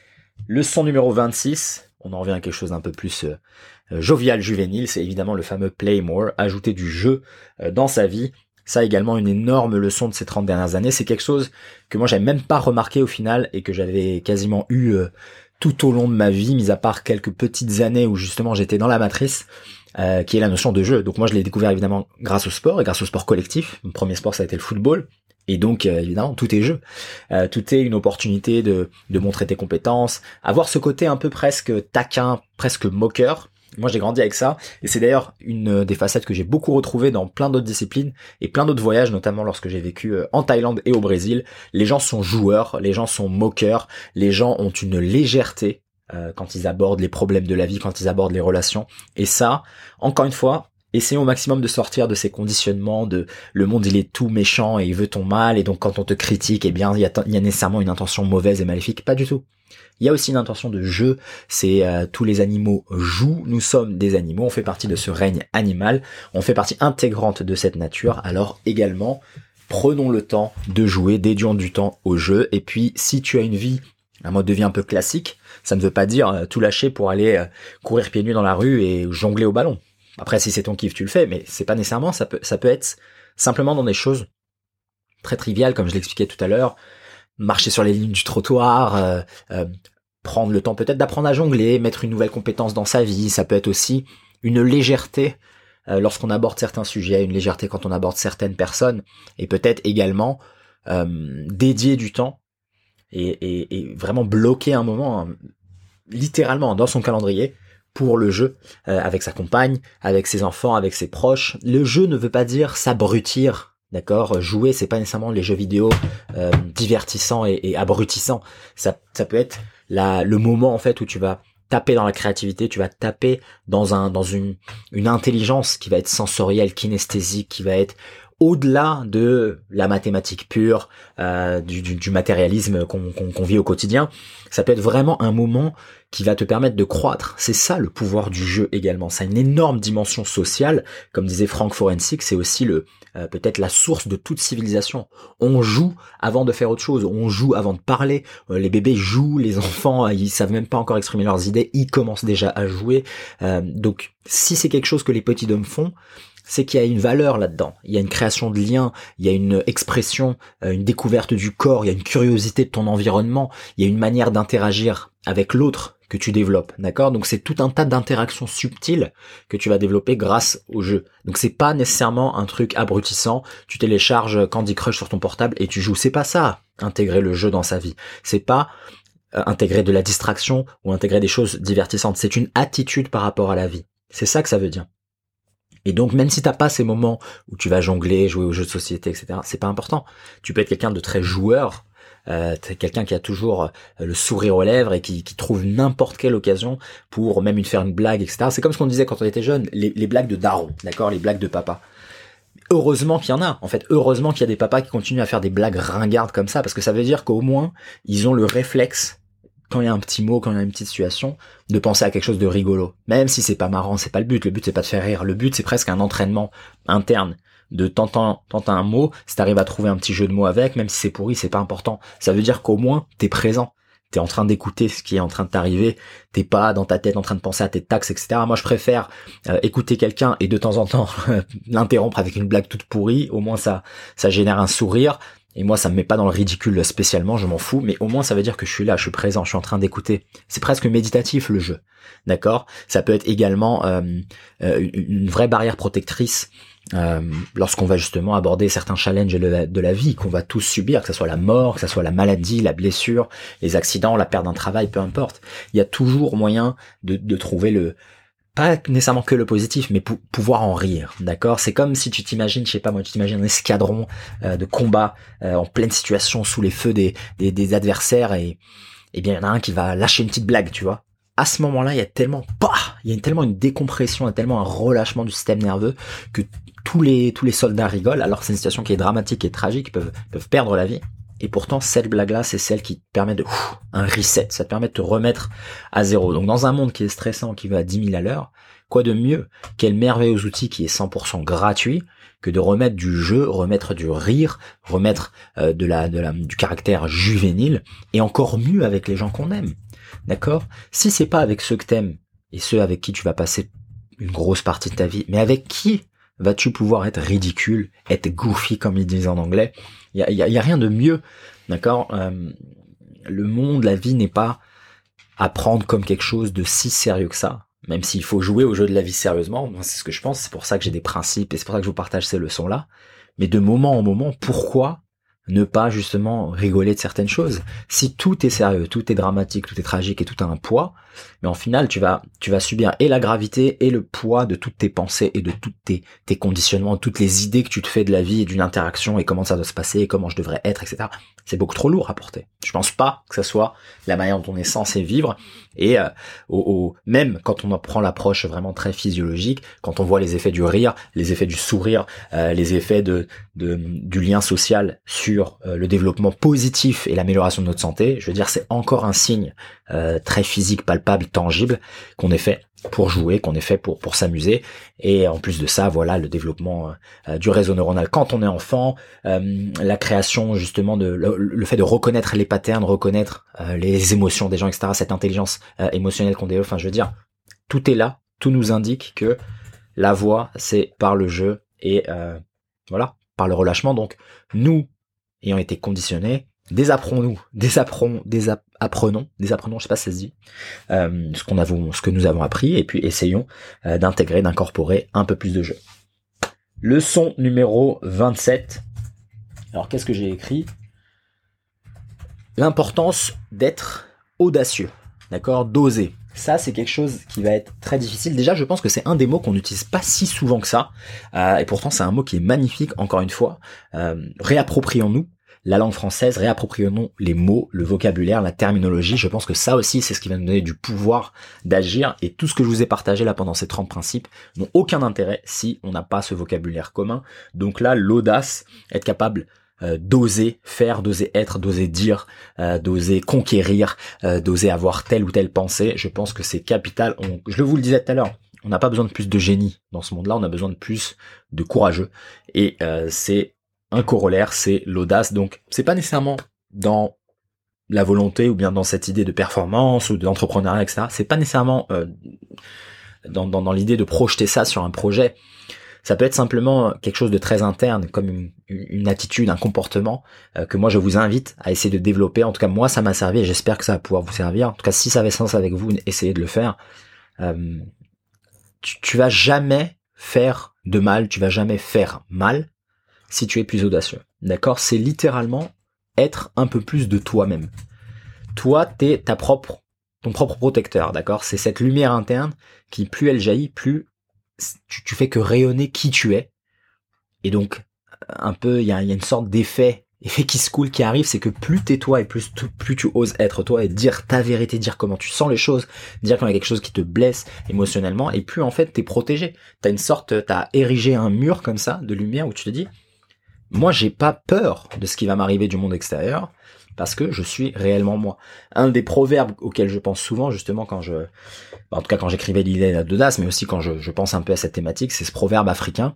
Leçon numéro vingt-six, on en revient à quelque chose d'un peu plus euh, jovial, juvénile, c'est évidemment le fameux play more, ajouter du jeu euh, dans sa vie. Ça également une énorme leçon de ces trente dernières années. C'est quelque chose que moi j'avais même pas remarqué au final et que j'avais quasiment eu euh, tout au long de ma vie, mis à part quelques petites années où justement j'étais dans la matrice, euh, qui est la notion de jeu. Donc moi je l'ai découvert évidemment grâce au sport et grâce au sport collectif. Mon premier sport ça a été le football. Et donc euh, évidemment tout est jeu, euh, tout est une opportunité de, de montrer tes compétences, avoir ce côté un peu presque taquin, presque moqueur. Moi, j'ai grandi avec ça, et c'est d'ailleurs une des facettes que j'ai beaucoup retrouvées dans plein d'autres disciplines et plein d'autres voyages, notamment lorsque j'ai vécu en Thaïlande et au Brésil. Les gens sont joueurs, les gens sont moqueurs, les gens ont une légèreté euh, quand ils abordent les problèmes de la vie, quand ils abordent les relations. Et ça, encore une fois, essayons au maximum de sortir de ces conditionnements de le monde il est tout méchant et il veut ton mal, et donc quand on te critique, eh bien il y a, il y a nécessairement une intention mauvaise et maléfique. Pas du tout. Il y a aussi une intention de jeu, c'est euh, tous les animaux jouent, nous sommes des animaux, on fait partie de ce règne animal, on fait partie intégrante de cette nature, alors également, prenons le temps de jouer, dédions du temps au jeu, et puis si tu as une vie, un mode de vie un peu classique, ça ne veut pas dire euh, tout lâcher pour aller euh, courir pieds nus dans la rue et jongler au ballon. Après, si c'est ton kiff, tu le fais, mais c'est pas nécessairement, ça peut, ça peut être simplement dans des choses très triviales, comme je l'expliquais tout à l'heure, marcher sur les lignes du trottoir, euh, euh, prendre le temps peut-être d'apprendre à jongler, mettre une nouvelle compétence dans sa vie. Ça peut être aussi une légèreté euh, lorsqu'on aborde certains sujets, une légèreté quand on aborde certaines personnes, et peut-être également euh, dédier du temps et, et, et vraiment bloquer un moment, hein, littéralement dans son calendrier, pour le jeu, euh, avec sa compagne, avec ses enfants, avec ses proches. Le jeu ne veut pas dire s'abrutir. D'accord, jouer, c'est pas nécessairement les jeux vidéo euh, divertissants et, et abrutissants. Ça, ça peut être la, le moment en fait où tu vas taper dans la créativité, tu vas taper dans un, dans une, une intelligence qui va être sensorielle, kinesthésique, qui va être au-delà de la mathématique pure, euh, du, du, du matérialisme qu'on, qu'on, qu'on vit au quotidien. Ça peut être vraiment un moment qui va te permettre de croître. C'est ça le pouvoir du jeu également. Ça a une énorme dimension sociale. Comme disait Frank Forensic, c'est aussi le euh, peut-être la source de toute civilisation. On joue avant de faire autre chose. On joue avant de parler. Euh, les bébés jouent, les enfants, ils savent même pas encore exprimer leurs idées. Ils commencent déjà à jouer. Euh, donc, si c'est quelque chose que les petits hommes font, c'est qu'il y a une valeur là-dedans, il y a une création de liens, il y a une expression, une découverte du corps, il y a une curiosité de ton environnement, il y a une manière d'interagir avec l'autre que tu développes, d'accord? Donc c'est tout un tas d'interactions subtiles que tu vas développer grâce au jeu. Donc c'est pas nécessairement un truc abrutissant, tu télécharges Candy Crush sur ton portable et tu joues, c'est pas ça, intégrer le jeu dans sa vie. C'est pas euh, intégrer de la distraction ou intégrer des choses divertissantes, c'est une attitude par rapport à la vie. C'est ça que ça veut dire. Et donc, même si t'as pas ces moments où tu vas jongler, jouer aux jeux de société, et cetera, c'est pas important. Tu peux être quelqu'un de très joueur, euh, t'es quelqu'un qui a toujours euh, le sourire aux lèvres et qui, qui trouve n'importe quelle occasion pour même une faire une blague, et cetera. C'est comme ce qu'on disait quand on était jeune, les, les blagues de daron, d'accord, les blagues de papa. Heureusement qu'il y en a, en fait, heureusement qu'il y a des papas qui continuent à faire des blagues ringardes comme ça, parce que ça veut dire qu'au moins, ils ont le réflexe, quand il y a un petit mot, quand il y a une petite situation, de penser à quelque chose de rigolo. Même si c'est pas marrant, c'est pas le but. Le but, c'est pas de faire rire. Le but, c'est presque un entraînement interne. De t'entends, t'entends un mot, si t'arrives à trouver un petit jeu de mots avec, même si c'est pourri, c'est pas important. Ça veut dire qu'au moins, t'es présent. T'es en train d'écouter ce qui est en train de t'arriver. T'es pas dans ta tête en train de penser à tes taxes, et cetera. Moi, je préfère euh, écouter quelqu'un et de temps en temps l'interrompre avec une blague toute pourrie. Au moins, ça, ça génère un sourire. Et moi, ça me met pas dans le ridicule spécialement, je m'en fous, mais au moins ça veut dire que je suis là, je suis présent, je suis en train d'écouter. C'est presque méditatif le jeu, d'accord? Ça peut être également euh, euh, une vraie barrière protectrice euh, lorsqu'on va justement aborder certains challenges de la, de la vie qu'on va tous subir, que ce soit la mort, que ce soit la maladie, la blessure, les accidents, la perte d'un travail, peu importe. Il y a toujours moyen de, de trouver le... pas nécessairement que le positif, mais pou- pouvoir en rire, d'accord? C'est comme si tu t'imagines, je sais pas moi, tu t'imagines un escadron euh, de combat euh, en pleine situation sous les feux des, des, des adversaires et et bien il y en a un qui va lâcher une petite blague, tu vois. À ce moment-là, il y a tellement, bah, il y a tellement une décompression, il y a tellement un relâchement du système nerveux que tous les tous les soldats rigolent. Alors c'est une situation qui est dramatique et tragique, ils peuvent peuvent perdre la vie. Et pourtant, cette blague-là, c'est celle qui te permet de... Ouf, un reset, ça te permet de te remettre à zéro. Donc dans un monde qui est stressant, qui va à dix mille à l'heure, quoi de mieux? Quel merveilleux outil qui est cent pour cent gratuit que de remettre du jeu, remettre du rire, remettre euh, de la, de la, du caractère juvénile, et encore mieux avec les gens qu'on aime. D'accord? Si c'est pas avec ceux que t'aimes, et ceux avec qui tu vas passer une grosse partie de ta vie, mais avec qui vas-tu pouvoir être ridicule, être goofy comme ils disent en anglais? Il y a, y a, y a rien de mieux, d'accord? euh, Le monde, la vie n'est pas à prendre comme quelque chose de si sérieux que ça, même s'il faut jouer au jeu de la vie sérieusement. Moi, c'est ce que je pense, c'est pour ça que j'ai des principes et c'est pour ça que je vous partage ces leçons-là. Mais de moment en moment, pourquoi ne pas justement rigoler de certaines choses? Si tout est sérieux, tout est dramatique, tout est tragique et tout a un poids, mais en final tu vas tu vas subir et la gravité et le poids de toutes tes pensées et de tous tes tes conditionnements, toutes les idées que tu te fais de la vie et d'une interaction et comment ça doit se passer et comment je devrais être, et cetera. C'est beaucoup trop lourd à porter. Je pense pas que ça soit la manière dont on est censé vivre. Et euh, au, au, même quand on en prend l'approche vraiment très physiologique, quand on voit les effets du rire, les effets du sourire, euh, les effets de, de du lien social sur euh, le développement positif et l'amélioration de notre santé, je veux dire, c'est encore un signe euh, très physique, palpable, tangible qu'on est fait pour jouer, qu'on est fait pour pour s'amuser. Et en plus de ça, voilà, le développement euh, du réseau neuronal quand on est enfant, euh, la création justement de le, le fait de reconnaître les patterns, reconnaître euh, les émotions des gens, et cetera. Cette intelligence euh, émotionnelle qu'on développe. Enfin, je veux dire, tout est là, tout nous indique que la voie, c'est par le jeu et euh, voilà, par le relâchement. Donc, nous ayant été conditionnés, désapprenons-nous, désapprenons, désapprenons, désapprenons, je sais pas si ça se dit, euh, ce qu'on a, ce que nous avons appris, et puis essayons euh, d'intégrer, d'incorporer un peu plus de jeu. Leçon numéro vingt-sept. Alors, qu'est-ce que j'ai écrit? L'importance d'être audacieux, d'accord, d'oser. Ça, c'est quelque chose qui va être très difficile. Déjà, je pense que c'est un des mots qu'on n'utilise pas si souvent que ça, euh, et pourtant, c'est un mot qui est magnifique. Encore une fois, euh, réapproprions-nous. la langue française, réapproprions les mots, le vocabulaire, la terminologie. Je pense que ça aussi, c'est ce qui va nous donner du pouvoir d'agir. Et tout ce que je vous ai partagé là pendant ces trente principes n'ont aucun intérêt si on n'a pas ce vocabulaire commun. Donc là, l'audace, être capable euh, d'oser faire, d'oser être, d'oser dire, euh, d'oser conquérir, euh, d'oser avoir telle ou telle pensée, je pense que c'est capital. On, je vous le disais tout à l'heure, on n'a pas besoin de plus de génie dans ce monde-là, on a besoin de plus de courageux. Et euh, c'est un corollaire, c'est l'audace. Donc, c'est pas nécessairement dans la volonté ou bien dans cette idée de performance ou d'entrepreneuriat, et cetera. C'est pas nécessairement euh, dans, dans, dans l'idée de projeter ça sur un projet. Ça peut être simplement quelque chose de très interne, comme une, une attitude, un comportement euh, que moi je vous invite à essayer de développer. En tout cas, moi ça m'a servi et j'espère que ça va pouvoir vous servir. En tout cas, si ça avait sens avec vous, essayez de le faire. Euh, tu, tu vas jamais faire de mal, tu vas jamais faire mal si tu es plus audacieux. D'accord? C'est littéralement être un peu plus de toi-même. Toi, t'es ta propre, ton propre protecteur, d'accord? C'est cette lumière interne qui, plus elle jaillit, plus tu, tu fais que rayonner qui tu es. Et donc, un peu, il y a, y a une sorte d'effet, effet qui se coule, qui arrive, c'est que plus t'es toi et plus, plus tu oses être toi et dire ta vérité, dire comment tu sens les choses, dire quand il y a quelque chose qui te blesse émotionnellement, et plus en fait t'es protégé. T'as une sorte, t'as érigé un mur comme ça de lumière où tu te dis, moi, j'ai pas peur de ce qui va m'arriver du monde extérieur parce que je suis réellement moi. Un des proverbes auxquels je pense souvent, justement, quand je, en tout cas quand j'écrivais l'idée d'audace, mais aussi quand je, je pense un peu à cette thématique, c'est ce proverbe africain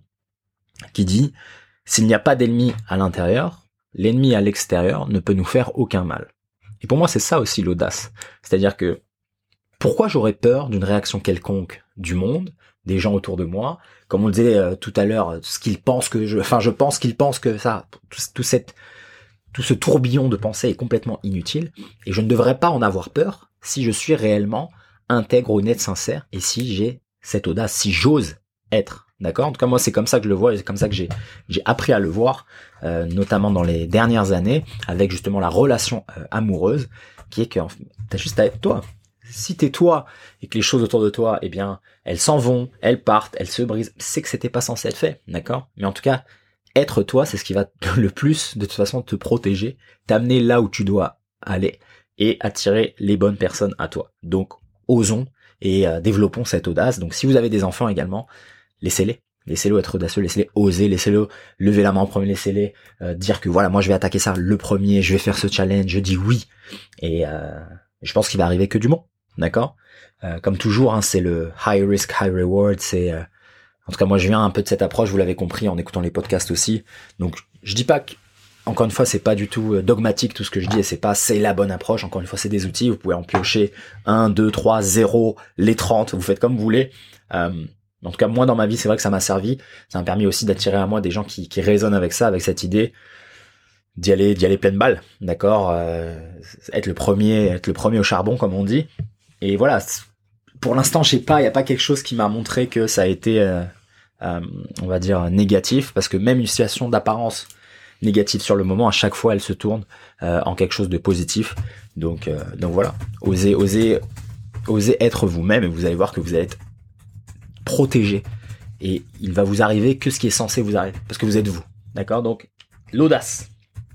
qui dit « S'il n'y a pas d'ennemi à l'intérieur, l'ennemi à l'extérieur ne peut nous faire aucun mal. » Et pour moi, c'est ça aussi l'audace. C'est-à-dire que pourquoi j'aurais peur d'une réaction quelconque du monde, des gens autour de moi, comme on le disait euh, tout à l'heure, ce qu'ils pensent que je, enfin je pense qu'ils pensent que ça, tout, tout cette, tout ce tourbillon de pensée est complètement inutile, et je ne devrais pas en avoir peur si je suis réellement intègre, honnête, sincère, et si j'ai cette audace, si j'ose être, d'accord? En tout cas moi c'est comme ça que je le vois, et c'est comme ça que j'ai, j'ai appris à le voir, euh, notamment dans les dernières années, avec justement la relation euh, amoureuse, qui est que t'as juste à être toi. Si t'es toi et que les choses autour de toi, eh bien, elles s'en vont, elles partent, elles se brisent, c'est que c'était pas censé être fait, d'accord? Mais en tout cas, être toi, c'est ce qui va le plus, de toute façon, te protéger, t'amener là où tu dois aller et attirer les bonnes personnes à toi. Donc, osons et euh, développons cette audace. Donc, si vous avez des enfants également, laissez-les. Laissez-le être audacieux, laissez-les oser, laissez-le lever la main en premier, laissez-les euh, dire que voilà, moi je vais attaquer ça le premier, je vais faire ce challenge, je dis oui. Et euh, je pense qu'il va arriver que du bon. D'accord, euh, comme toujours, hein, c'est le high risk, high reward. C'est, euh, en tout cas, moi, je viens un peu de cette approche. Vous l'avez compris en écoutant les podcasts aussi. Donc, je dis pas que, encore une fois, c'est pas du tout dogmatique tout ce que je dis, et c'est pas c'est la bonne approche. Encore une fois, c'est des outils. Vous pouvez en piocher un, deux, trois, zéro, les trente. Vous faites comme vous voulez. Euh, en tout cas, moi, dans ma vie, c'est vrai que ça m'a servi. Ça m'a permis aussi d'attirer à moi des gens qui, qui résonnent avec ça, avec cette idée d'y aller, d'y aller pleine balle. D'accord, euh, être le premier, être le premier au charbon, comme on dit. Et voilà, pour l'instant, je sais pas, il y a pas quelque chose qui m'a montré que ça a été, euh, euh, on va dire, négatif, parce que même une situation d'apparence négative sur le moment, à chaque fois, elle se tourne euh, en quelque chose de positif. Donc, euh, donc voilà, osez, osez, osez être vous-même, et vous allez voir que vous allez être protégé, et il va vous arriver que ce qui est censé vous arriver, parce que vous êtes vous. D'accord, donc l'audace.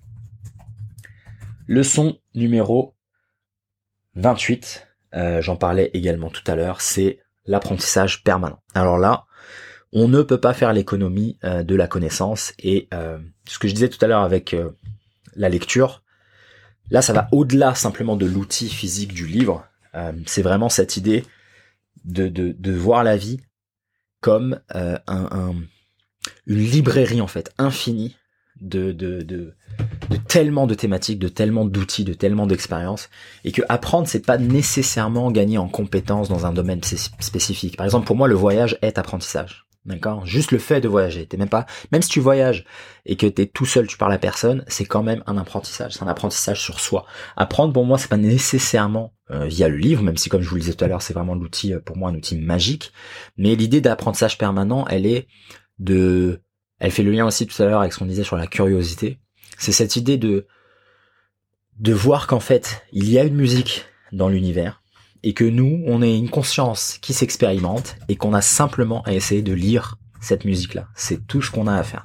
Leçon numéro vingt-huit. Euh, j'en parlais également tout à l'heure, c'est l'apprentissage permanent. Alors là, on ne peut pas faire l'économie euh, de la connaissance, et euh, ce que je disais tout à l'heure avec euh, la lecture, là ça va au-delà simplement de l'outil physique du livre. Euh, c'est vraiment cette idée de, de, de voir la vie comme euh, un, un, une librairie en fait infinie de, de, de, de tellement de thématiques, de tellement d'outils, de tellement d'expériences, et que apprendre, c'est pas nécessairement gagner en compétences dans un domaine spécifique. Par exemple, pour moi, le voyage est apprentissage. D'accord? Juste le fait de voyager. T'es même pas, même si tu voyages et que t'es tout seul, tu parles à personne, c'est quand même un apprentissage. C'est un apprentissage sur soi. Apprendre, pour moi, c'est pas nécessairement euh, via le livre, même si, comme je vous le disais tout à l'heure, c'est vraiment l'outil, pour moi, un outil magique. Mais l'idée d'apprentissage permanent, elle est de, elle fait le lien aussi tout à l'heure avec ce qu'on disait sur la curiosité. C'est cette idée de, de voir qu'en fait, il y a une musique dans l'univers, et que nous, on est une conscience qui s'expérimente, et qu'on a simplement à essayer de lire cette musique-là. C'est tout ce qu'on a à faire.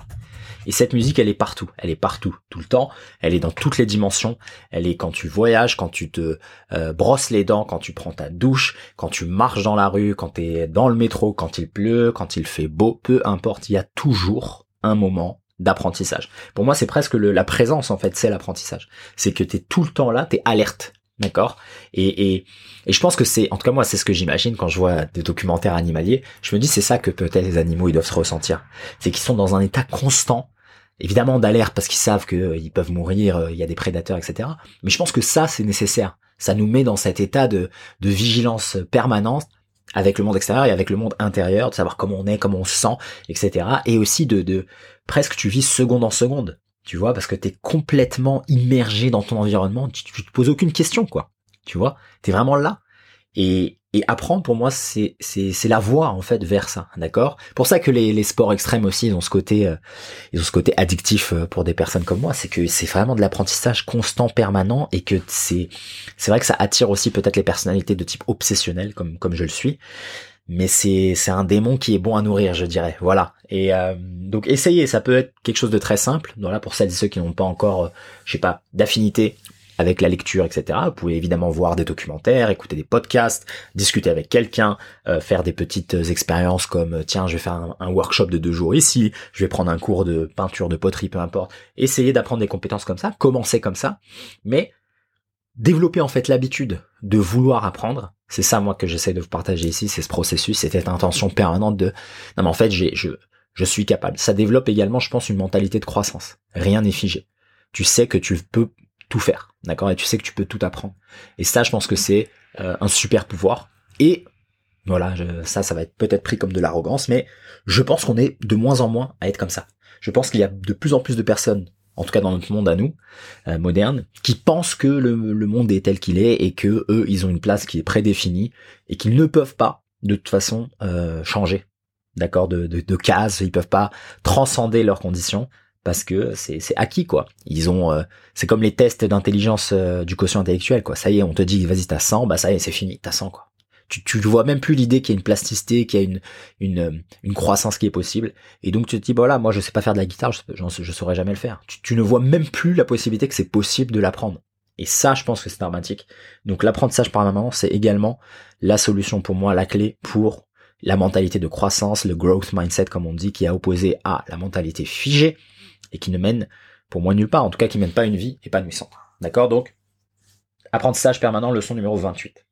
Et cette musique, elle est partout. Elle est partout, tout le temps. Elle est dans toutes les dimensions. Elle est quand tu voyages, quand tu te euh, brosses les dents, quand tu prends ta douche, quand tu marches dans la rue, quand tu es dans le métro, quand il pleut, quand il fait beau, peu importe. Il y a toujours un moment d'apprentissage. Pour moi, c'est presque le, la présence, en fait, c'est l'apprentissage. C'est que tu es tout le temps là, tu es alerte. D'accord, et, et et je pense que c'est, en tout cas moi c'est ce que j'imagine quand je vois des documentaires animaliers. Je me dis c'est ça que peut-être les animaux ils doivent se ressentir, c'est qu'ils sont dans un état constant, évidemment d'alerte parce qu'ils savent que euh, ils peuvent mourir, euh, il y a des prédateurs, et cetera. Mais je pense que ça c'est nécessaire. Ça nous met dans cet état de de vigilance permanente avec le monde extérieur et avec le monde intérieur, de savoir comment on est, comment on se sent, et cetera. Et aussi de de presque tu vis seconde en seconde. Tu vois, parce que t'es complètement immergé dans ton environnement, tu, tu te poses aucune question, quoi. Tu vois, t'es vraiment là. Et, et apprendre, pour moi, c'est, c'est, c'est la voie, en fait, vers ça, d'accord? Pour ça que les, les sports extrêmes aussi, ils ont ce côté, euh, ils ont ce côté addictif pour des personnes comme moi, c'est que c'est vraiment de l'apprentissage constant, permanent, et que c'est, c'est vrai que ça attire aussi peut-être les personnalités de type obsessionnel, comme, comme je le suis. Mais c'est c'est un démon qui est bon à nourrir, je dirais. Voilà. Et euh, donc essayez, ça peut être quelque chose de très simple. Voilà, pour celles et ceux qui n'ont pas encore, euh, je sais pas, d'affinité avec la lecture, et cetera. Vous pouvez évidemment voir des documentaires, écouter des podcasts, discuter avec quelqu'un, euh, faire des petites expériences comme tiens, je vais faire un, un workshop de deux jours ici, je vais prendre un cours de peinture, de poterie, peu importe. Essayez d'apprendre des compétences comme ça, commencez comme ça, mais développer en fait l'habitude de vouloir apprendre. C'est ça moi que j'essaie de vous partager ici, c'est ce processus, c'est cette intention permanente de non mais en fait j'ai je je suis capable. Ça développe également, je pense, une mentalité de croissance. Rien n'est figé. Tu sais que tu peux tout faire, d'accord, et tu sais que tu peux tout apprendre. Et ça, je pense que c'est euh, un super pouvoir. Et voilà, je, ça, ça va être peut-être pris comme de l'arrogance, mais je pense qu'on est de moins en moins à être comme ça. Je pense qu'il y a de plus en plus de personnes, en tout cas dans notre monde à nous, euh, moderne, qui pensent que le, le monde est tel qu'il est et que eux, ils ont une place qui est prédéfinie et qu'ils ne peuvent pas, de toute façon, euh, changer, d'accord, de, de, de case, ils peuvent pas transcender leurs conditions parce que c'est, c'est acquis, quoi. Ils ont, euh, c'est comme les tests d'intelligence euh, du quotient intellectuel, quoi. Ça y est, on te dit, vas-y, t'as cent, bah ça y est, c'est fini, t'as cent, quoi. Tu, tu vois même plus l'idée qu'il y a une plasticité, qu'il y a une, une, une croissance qui est possible. Et donc tu te dis, voilà, moi je sais pas faire de la guitare, je, je, je saurais jamais le faire. Tu, tu ne vois même plus la possibilité que c'est possible de l'apprendre. Et ça, je pense que c'est dramatique. Donc l'apprentissage permanent, c'est également la solution pour moi, la clé pour la mentalité de croissance, le growth mindset comme on dit, qui est opposé à la mentalité figée et qui ne mène pour moi nulle part, en tout cas qui mène pas une vie épanouissante. D'accord? Donc, apprentissage permanent, leçon numéro vingt-huit.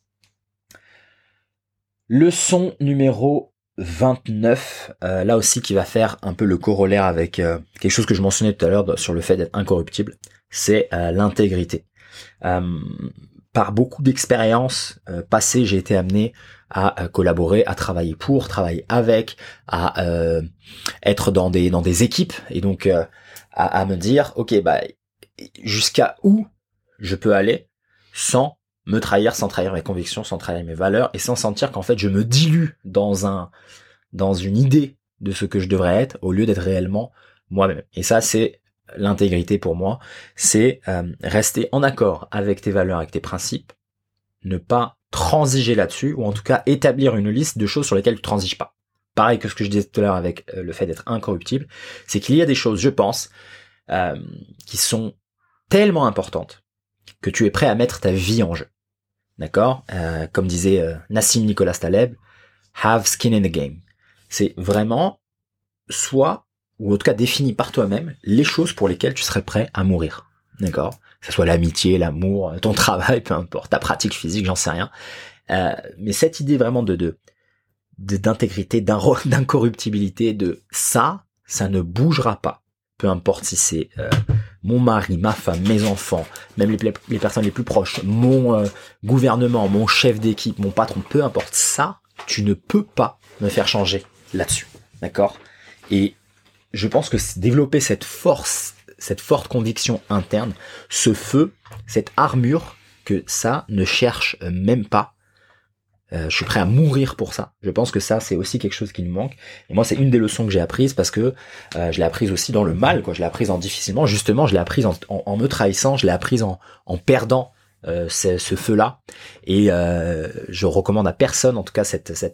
Leçon numéro vingt-neuf, euh, là aussi qui va faire un peu le corollaire avec euh, quelque chose que je mentionnais tout à l'heure sur le fait d'être incorruptible, c'est euh, l'intégrité. Euh, par beaucoup d'expériences euh, passées, j'ai été amené à euh, collaborer, à travailler pour, travailler avec, à euh, être dans des dans des équipes et donc euh, à, à me dire ok bah jusqu'à où je peux aller sans me trahir, sans trahir mes convictions, sans trahir mes valeurs et sans sentir qu'en fait je me dilue dans un dans une idée de ce que je devrais être au lieu d'être réellement moi-même. Et ça c'est l'intégrité pour moi, c'est euh, rester en accord avec tes valeurs, avec tes principes, ne pas transiger là-dessus, ou en tout cas établir une liste de choses sur lesquelles tu transiges pas. Pareil que ce que je disais tout à l'heure avec euh, le fait d'être incorruptible, c'est qu'il y a des choses, je pense, euh, qui sont tellement importantes que tu es prêt à mettre ta vie en jeu. D'accord, euh, comme disait euh, Nassim Nicolas Taleb, have skin in the game. C'est vraiment soit ou en tout cas définis par toi-même les choses pour lesquelles tu serais prêt à mourir. D'accord ? Que ce soit l'amitié, l'amour, ton travail, peu importe, ta pratique physique, j'en sais rien. Euh, mais cette idée vraiment de, de, de d'intégrité, d'incorruptibilité, de ça, ça ne bougera pas. Peu importe si c'est euh, mon mari, ma femme, mes enfants, même les, les personnes les plus proches, mon euh, gouvernement, mon chef d'équipe, mon patron, peu importe ça, tu ne peux pas me faire changer là-dessus. D'accord ? Et je pense que développer cette force, cette forte conviction interne, ce feu, cette armure, que ça ne cherche même pas. Euh, je suis prêt à mourir pour ça. Je pense que ça, c'est aussi quelque chose qui nous manque. Et moi, c'est une des leçons que j'ai apprises parce que euh, je l'ai apprise aussi dans le mal, quoi. Je l'ai apprise en difficilement. Justement, je l'ai apprise en, en, en me trahissant, je l'ai apprise en, en perdant euh, ce, ce feu-là. Et euh, je recommande à personne, en tout cas, cette, cette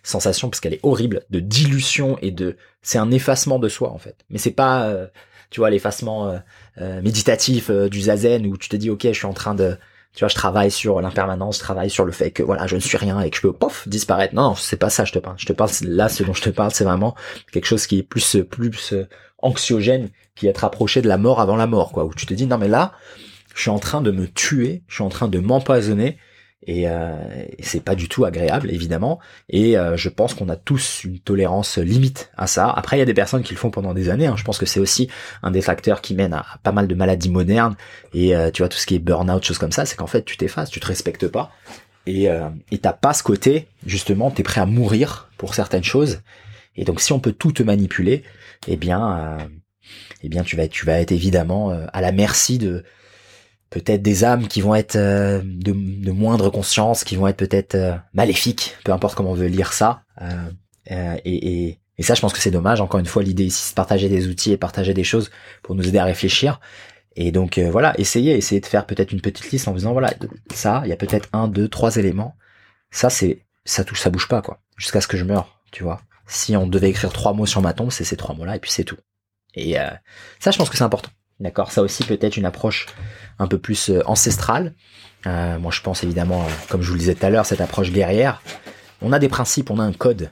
sensation, parce qu'elle est horrible, de dilution et de, c'est un effacement de soi en fait. Mais c'est pas, euh, tu vois, l'effacement euh, euh, méditatif euh, du zazen où tu te dis ok, je suis en train de, tu vois, je travaille sur l'impermanence, je travaille sur le fait que voilà, je ne suis rien et que je peux pof disparaître. Non, non, c'est pas ça je te parle. Je te parle là, ce dont je te parle, c'est vraiment quelque chose qui est plus plus euh, anxiogène, qui est être rapproché de la mort avant la mort, quoi. Où tu te dis non mais là, je suis en train de me tuer, je suis en train de m'empoisonner. Et, euh, et c'est pas du tout agréable évidemment, et euh, je pense qu'on a tous une tolérance limite à ça. Après il y a des personnes qui le font pendant des années, hein. Je pense que c'est aussi un des facteurs qui mène à, à pas mal de maladies modernes, et euh, tu vois tout ce qui est burn-out, choses comme ça, c'est qu'en fait tu t'effaces, tu te respectes pas, et euh, et t'as pas ce côté, justement t'es prêt à mourir pour certaines choses, et donc si on peut tout te manipuler, eh bien euh, eh bien tu vas être, tu vas être évidemment euh, à la merci de peut-être des âmes qui vont être euh, de, de moindre conscience, qui vont être peut-être euh, maléfiques, peu importe comment on veut lire ça. Euh, euh, et, et, et ça, je pense que c'est dommage. Encore une fois, l'idée ici, c'est de partager des outils et partager des choses pour nous aider à réfléchir. Et donc euh, voilà, essayez, essayez de faire peut-être une petite liste en vous disant voilà, ça, il y a peut-être un, deux, trois éléments. Ça, c'est ça touche, ça bouge pas quoi, jusqu'à ce que je meure, tu vois. Si on devait écrire trois mots sur ma tombe, c'est ces trois mots-là et puis c'est tout. Et euh, ça, je pense que c'est important. D'accord, ça aussi peut-être une approche un peu plus euh, ancestrale. Euh, moi je pense évidemment, euh, comme je vous le disais tout à l'heure, cette approche guerrière. On a des principes, on a un code.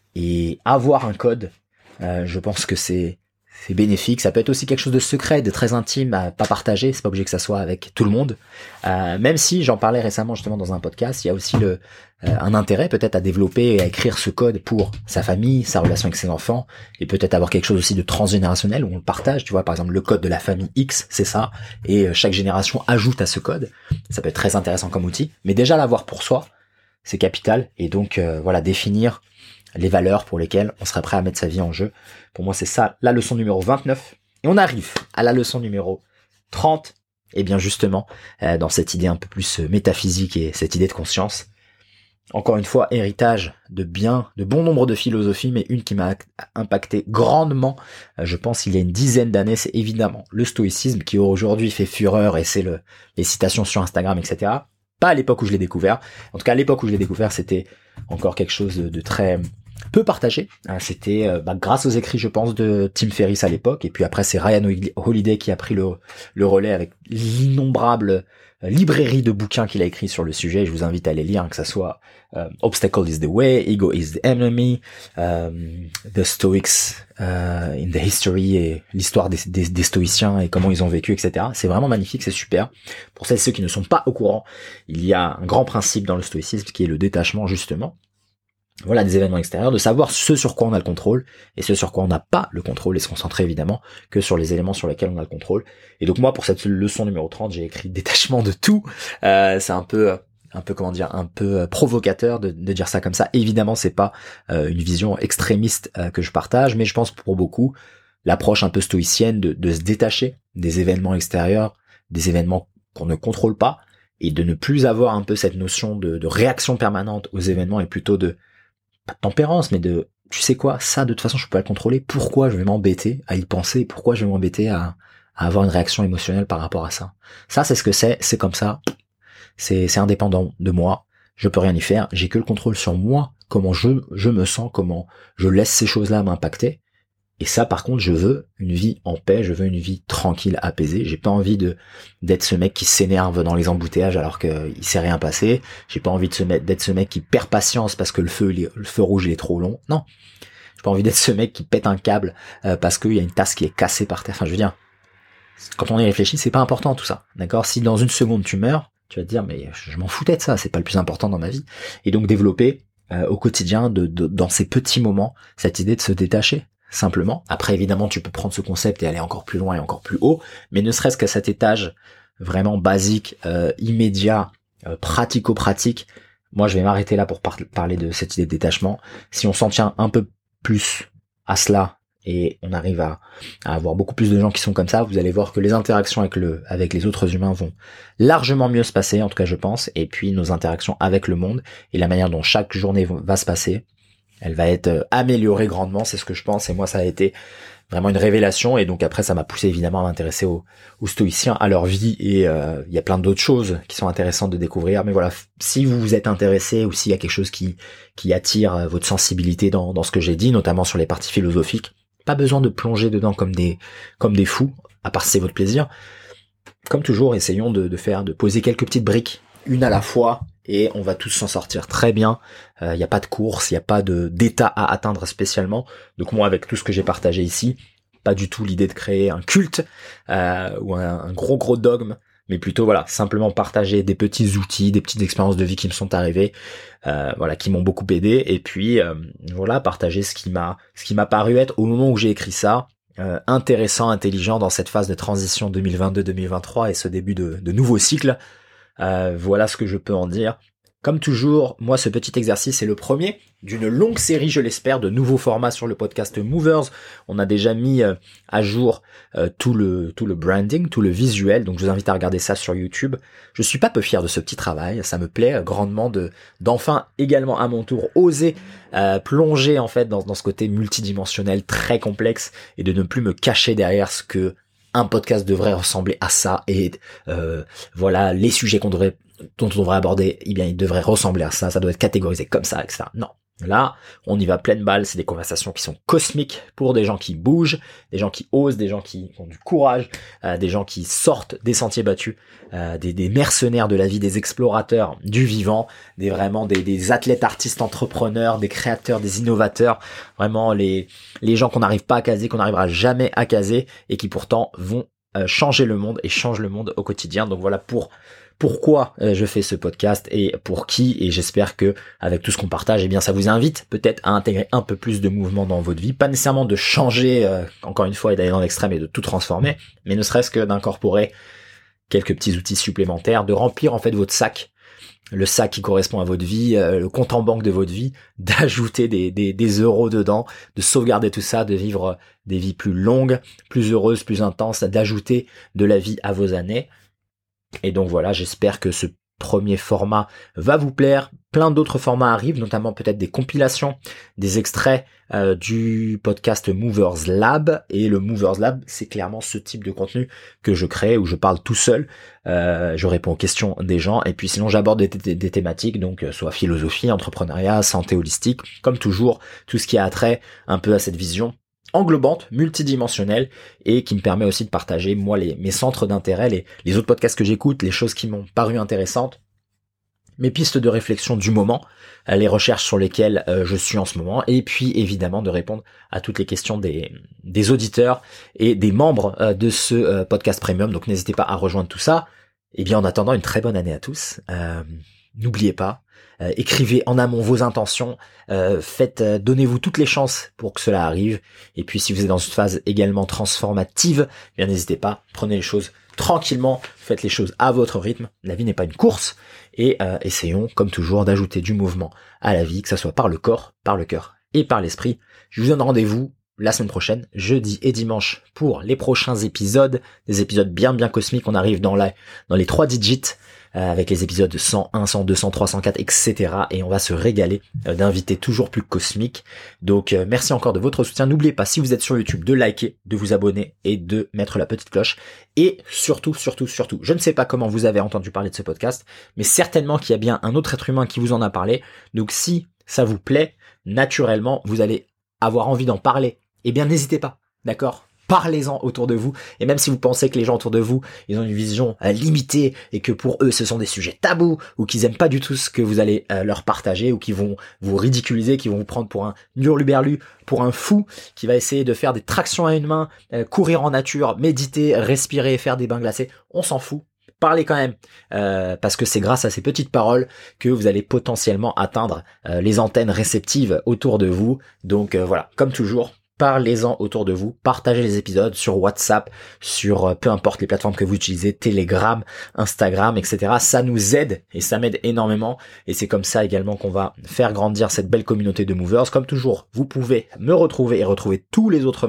Et avoir un code, euh, je pense que c'est c'est bénéfique. Ça peut être aussi quelque chose de secret, de très intime, à pas partager. C'est pas obligé que ça soit avec tout le monde. Euh, même si j'en parlais récemment justement dans un podcast, il y a aussi le euh, un intérêt peut-être à développer et à écrire ce code pour sa famille, sa relation avec ses enfants, et peut-être avoir quelque chose aussi de transgénérationnel où on le partage. Tu vois, par exemple le code de la famille X, c'est ça, et chaque génération ajoute à ce code. Ça peut être très intéressant comme outil, mais déjà l'avoir pour soi, c'est capital. Et donc euh, voilà, définir les valeurs pour lesquelles on serait prêt à mettre sa vie en jeu. Pour moi, c'est ça, la leçon numéro vingt-neuf. Et on arrive à la leçon numéro trente. Et bien justement, euh, dans cette idée un peu plus métaphysique et cette idée de conscience. Encore une fois, héritage de bien, de bon nombre de philosophies, mais une qui m'a impacté grandement, euh, je pense, il y a une dizaine d'années, c'est évidemment le stoïcisme, qui aujourd'hui fait fureur, et c'est le, les citations sur Instagram, et cetera. Pas à l'époque où je l'ai découvert. En tout cas, à l'époque où je l'ai découvert, c'était encore quelque chose de, de très peu partagé. C'était euh, bah, grâce aux écrits, je pense, de Tim Ferriss à l'époque, et puis après c'est Ryan Holiday qui a pris le, le relais avec l'innombrable euh, librairie de bouquins qu'il a écrit sur le sujet. Je vous invite à les lire, hein, que ça soit euh, Obstacle is the Way, Ego is the Enemy, euh, The Stoics euh, in the History, et l'histoire des, des, des stoïciens et comment ils ont vécu, et cetera. C'est vraiment magnifique, c'est super. Pour celles et ceux qui ne sont pas au courant, il y a un grand principe dans le stoïcisme qui est le détachement, justement. Voilà, des événements extérieurs, de savoir ce sur quoi on a le contrôle et ce sur quoi on n'a pas le contrôle, et se concentrer évidemment que sur les éléments sur lesquels on a le contrôle. Et donc moi, pour cette leçon numéro trente, j'ai écrit détachement de tout. Euh, c'est un peu, un peu comment dire, un peu provocateur de, de dire ça comme ça. Évidemment, c'est pas euh, une vision extrémiste euh, que je partage, mais je pense pour beaucoup l'approche un peu stoïcienne de, de se détacher des événements extérieurs, des événements qu'on ne contrôle pas, et de ne plus avoir un peu cette notion de, de réaction permanente aux événements, et plutôt de pas de tempérance, mais de, tu sais quoi, ça de toute façon je peux pas le contrôler, pourquoi je vais m'embêter à y penser, pourquoi je vais m'embêter à, à avoir une réaction émotionnelle par rapport à ça. Ça c'est ce que c'est, c'est comme ça, c'est c'est indépendant de moi, je peux rien y faire, j'ai que le contrôle sur moi, comment je, je me sens, comment je laisse ces choses-là m'impacter. Et ça, par contre, je veux une vie en paix, je veux une vie tranquille, apaisée. J'ai pas envie de d'être ce mec qui s'énerve dans les embouteillages alors qu'il s'est rien passé. J'ai pas envie de se mettre d'être ce mec qui perd patience parce que le feu, le feu rouge il est trop long. Non, j'ai pas envie d'être ce mec qui pète un câble euh, parce qu'il y a une tasse qui est cassée par terre. Enfin, je veux dire, quand on y réfléchit, c'est pas important tout ça. D'accord ? Si dans une seconde tu meurs, tu vas te dire mais je m'en foutais de ça, c'est pas le plus important dans ma vie. Et donc développer euh, au quotidien, de, de dans ces petits moments, cette idée de se détacher. Simplement. Après, évidemment, tu peux prendre ce concept et aller encore plus loin et encore plus haut, mais ne serait-ce qu'à cet étage vraiment basique, euh, immédiat, euh, pratico-pratique, moi, je vais m'arrêter là pour par- parler de cette idée de détachement. Si on s'en tient un peu plus à cela et on arrive à, à avoir beaucoup plus de gens qui sont comme ça, vous allez voir que les interactions avec le, avec les autres humains vont largement mieux se passer, en tout cas, je pense, et puis nos interactions avec le monde et la manière dont chaque journée va se passer, elle va être améliorée grandement, c'est ce que je pense, et moi ça a été vraiment une révélation, et donc après ça m'a poussé évidemment à m'intéresser aux, aux stoïciens, à leur vie, et euh, il y a plein d'autres choses qui sont intéressantes de découvrir, mais voilà, si vous vous êtes intéressé, ou s'il y a quelque chose qui qui attire votre sensibilité dans, dans ce que j'ai dit, notamment sur les parties philosophiques, pas besoin de plonger dedans comme des comme des fous, à part si c'est votre plaisir. Comme toujours, essayons de, de faire, de poser quelques petites briques, une à la fois, et on va tous s'en sortir très bien. Il euh, n'y a pas de course, il n'y a pas de d'état à atteindre spécialement. Donc moi, avec tout ce que j'ai partagé ici, pas du tout l'idée de créer un culte euh, ou un, un gros gros dogme, mais plutôt voilà, simplement partager des petits outils, des petites expériences de vie qui me sont arrivées, euh, voilà, qui m'ont beaucoup aidé, et puis euh, voilà, partager ce qui m'a ce qui m'a paru être au moment où j'ai écrit ça. Euh, intéressant, intelligent dans cette phase de transition deux mille vingt-deux deux mille vingt-trois et ce début de, de nouveau cycle. Euh, voilà ce que je peux en dire. Comme toujours, moi ce petit exercice est le premier d'une longue série, je l'espère, de nouveaux formats sur le podcast Movers. On a déjà mis euh, à jour euh, tout le tout le branding, tout le visuel, donc je vous invite à regarder ça sur YouTube. Je suis pas peu fier de ce petit travail, ça me plaît euh, grandement de d'enfin également à mon tour oser euh, plonger en fait dans, dans ce côté multidimensionnel très complexe et de ne plus me cacher derrière ce que un podcast devrait ressembler à ça, et euh, voilà les sujets qu'on devrait dont on devrait aborder, eh bien ils devraient ressembler à ça, ça doit être catégorisé comme ça, et cetera. Non. Là, on y va pleine balle, c'est des conversations qui sont cosmiques pour des gens qui bougent, des gens qui osent, des gens qui ont du courage, euh, des gens qui sortent des sentiers battus, euh, des, des mercenaires de la vie, des explorateurs du vivant, des vraiment des, des athlètes, artistes, entrepreneurs, des créateurs, des innovateurs, vraiment les, les gens qu'on n'arrive pas à caser, qu'on n'arrivera jamais à caser, et qui pourtant vont euh, changer le monde et changent le monde au quotidien. Donc voilà pour pourquoi je fais ce podcast et pour qui, et j'espère que avec tout ce qu'on partage, eh bien ça vous invite peut-être à intégrer un peu plus de mouvement dans votre vie, pas nécessairement de changer euh, encore une fois et d'aller dans l'extrême et de tout transformer, mais ne serait-ce que d'incorporer quelques petits outils supplémentaires, de remplir en fait votre sac, le sac qui correspond à votre vie, euh, le compte en banque de votre vie, d'ajouter des, des, des euros dedans, de sauvegarder tout ça, de vivre des vies plus longues, plus heureuses, plus intenses, d'ajouter de la vie à vos années. Et donc voilà, j'espère que ce premier format va vous plaire. Plein d'autres formats arrivent, notamment peut-être des compilations, des extraits euh, du podcast Movers Lab. Et le Movers Lab, c'est clairement ce type de contenu que je crée, où je parle tout seul, euh, je réponds aux questions des gens, et puis sinon j'aborde des, des, des thématiques, donc soit philosophie, entrepreneuriat, santé holistique, comme toujours, tout ce qui a trait un peu à cette vision englobante, multidimensionnelle, et qui me permet aussi de partager moi les mes centres d'intérêt, les, les autres podcasts que j'écoute, les choses qui m'ont paru intéressantes, mes pistes de réflexion du moment, les recherches sur lesquelles euh, je suis en ce moment, et puis évidemment de répondre à toutes les questions des des auditeurs et des membres euh, de ce euh, podcast premium. Donc n'hésitez pas à rejoindre tout ça. Et bien en attendant, une très bonne année à tous. Euh, n'oubliez pas, Euh, écrivez en amont vos intentions, euh, faites, euh, donnez-vous toutes les chances pour que cela arrive. Et puis si vous êtes dans une phase également transformative, eh bien n'hésitez pas, prenez les choses tranquillement, faites les choses à votre rythme. La vie n'est pas une course, et euh, essayons comme toujours d'ajouter du mouvement à la vie, que ce soit par le corps, par le cœur et par l'esprit. Je vous donne rendez-vous la semaine prochaine, jeudi et dimanche, pour les prochains épisodes, des épisodes bien bien cosmiques. On arrive dans la dans les trois digits, euh, avec les épisodes cent un, cent deux, cent trois, cent quatre, et cetera. Et on va se régaler euh, d'invités toujours plus cosmiques. Donc euh, merci encore de votre soutien. N'oubliez pas, si vous êtes sur YouTube, de liker, de vous abonner et de mettre la petite cloche. Et surtout, surtout, surtout, je ne sais pas comment vous avez entendu parler de ce podcast, mais certainement qu'il y a bien un autre être humain qui vous en a parlé. Donc si ça vous plaît, naturellement, vous allez avoir envie d'en parler. Eh bien, n'hésitez pas, d'accord ? Parlez-en autour de vous, et même si vous pensez que les gens autour de vous, ils ont une vision euh, limitée, et que pour eux ce sont des sujets tabous, ou qu'ils aiment pas du tout ce que vous allez euh, leur partager, ou qu'ils vont vous ridiculiser, qu'ils vont vous prendre pour un hurluberlu, pour un fou, qui va essayer de faire des tractions à une main, euh, courir en nature, méditer, respirer, faire des bains glacés, on s'en fout. Parlez quand même, euh, parce que c'est grâce à ces petites paroles que vous allez potentiellement atteindre euh, les antennes réceptives autour de vous. Donc euh, voilà, comme toujours, parlez-en autour de vous, partagez les épisodes sur WhatsApp, sur euh, peu importe les plateformes que vous utilisez, Telegram, Instagram, et cetera. Ça nous aide, et ça m'aide énormément, et c'est comme ça également qu'on va faire grandir cette belle communauté de movers. Comme toujours, vous pouvez me retrouver et retrouver tous les autres membres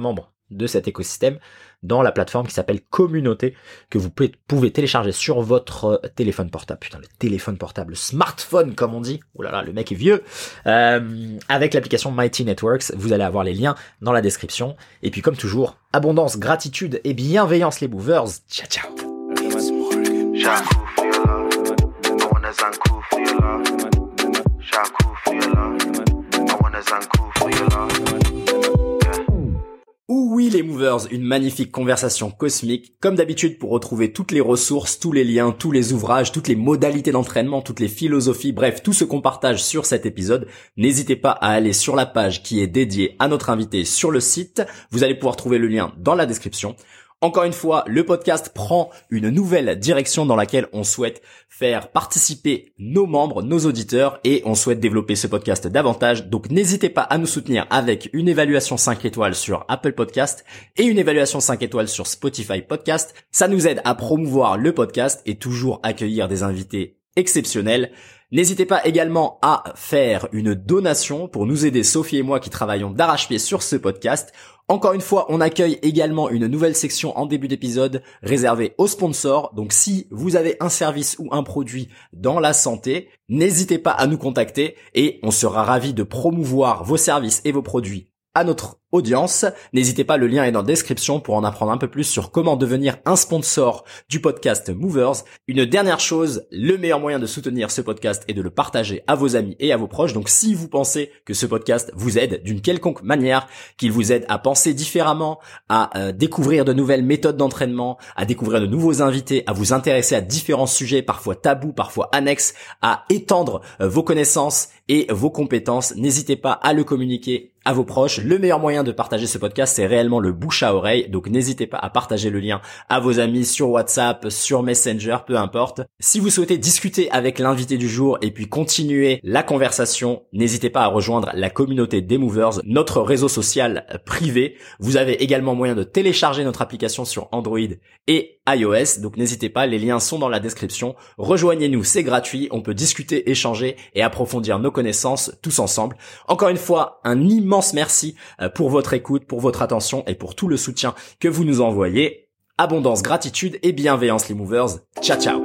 de cet écosystème dans la plateforme qui s'appelle Communauté, que vous pouvez télécharger sur votre téléphone portable. Putain, le téléphone portable, le smartphone comme on dit. Oh là là, le mec est vieux. Euh, avec l'application Mighty Networks, vous allez avoir les liens dans la description. Et puis comme toujours, abondance, gratitude et bienveillance les movers. Ciao ciao. Oui les movers, une magnifique conversation cosmique. Comme d'habitude, pour retrouver toutes les ressources, tous les liens, tous les ouvrages, toutes les modalités d'entraînement, toutes les philosophies, bref, tout ce qu'on partage sur cet épisode, n'hésitez pas à aller sur la page qui est dédiée à notre invité sur le site. Vous allez pouvoir trouver le lien dans la description. Encore une fois, le podcast prend une nouvelle direction dans laquelle on souhaite faire participer nos membres, nos auditeurs, et on souhaite développer ce podcast davantage. Donc n'hésitez pas à nous soutenir avec une évaluation cinq étoiles sur Apple Podcast et une évaluation cinq étoiles sur Spotify Podcast. Ça nous aide à promouvoir le podcast et toujours accueillir des invités exceptionnels. N'hésitez pas également à faire une donation pour nous aider, Sophie et moi qui travaillons d'arrache-pied sur ce podcast. Encore une fois, on accueille également une nouvelle section en début d'épisode réservée aux sponsors. Donc si vous avez un service ou un produit dans la santé, n'hésitez pas à nous contacter et on sera ravis de promouvoir vos services et vos produits à notre audience. N'hésitez pas, le lien est dans la description pour en apprendre un peu plus sur comment devenir un sponsor du podcast Movers. Une dernière chose, le meilleur moyen de soutenir ce podcast est de le partager à vos amis et à vos proches. Donc si vous pensez que ce podcast vous aide d'une quelconque manière, qu'il vous aide à penser différemment, à euh, découvrir de nouvelles méthodes d'entraînement, à découvrir de nouveaux invités, à vous intéresser à différents sujets, parfois tabous, parfois annexes, à étendre euh, vos connaissances et vos compétences, n'hésitez pas à le communiquer à vos proches. Le meilleur moyen de partager ce podcast, c'est réellement le bouche à oreille. Donc n'hésitez pas à partager le lien à vos amis sur WhatsApp, sur Messenger, peu importe. Si vous souhaitez discuter avec l'invité du jour et puis continuer la conversation, n'hésitez pas à rejoindre la communauté des Movers, notre réseau social privé. Vous avez également moyen de télécharger notre application sur Android et iOS. Donc n'hésitez pas, les liens sont dans la description. Rejoignez-nous, c'est gratuit. On peut discuter, échanger et approfondir nos connaissances tous ensemble. Encore une fois, un immense merci pour votre écoute, pour votre attention et pour tout le soutien que vous nous envoyez. Abondance, gratitude et bienveillance les movers. Ciao ciao.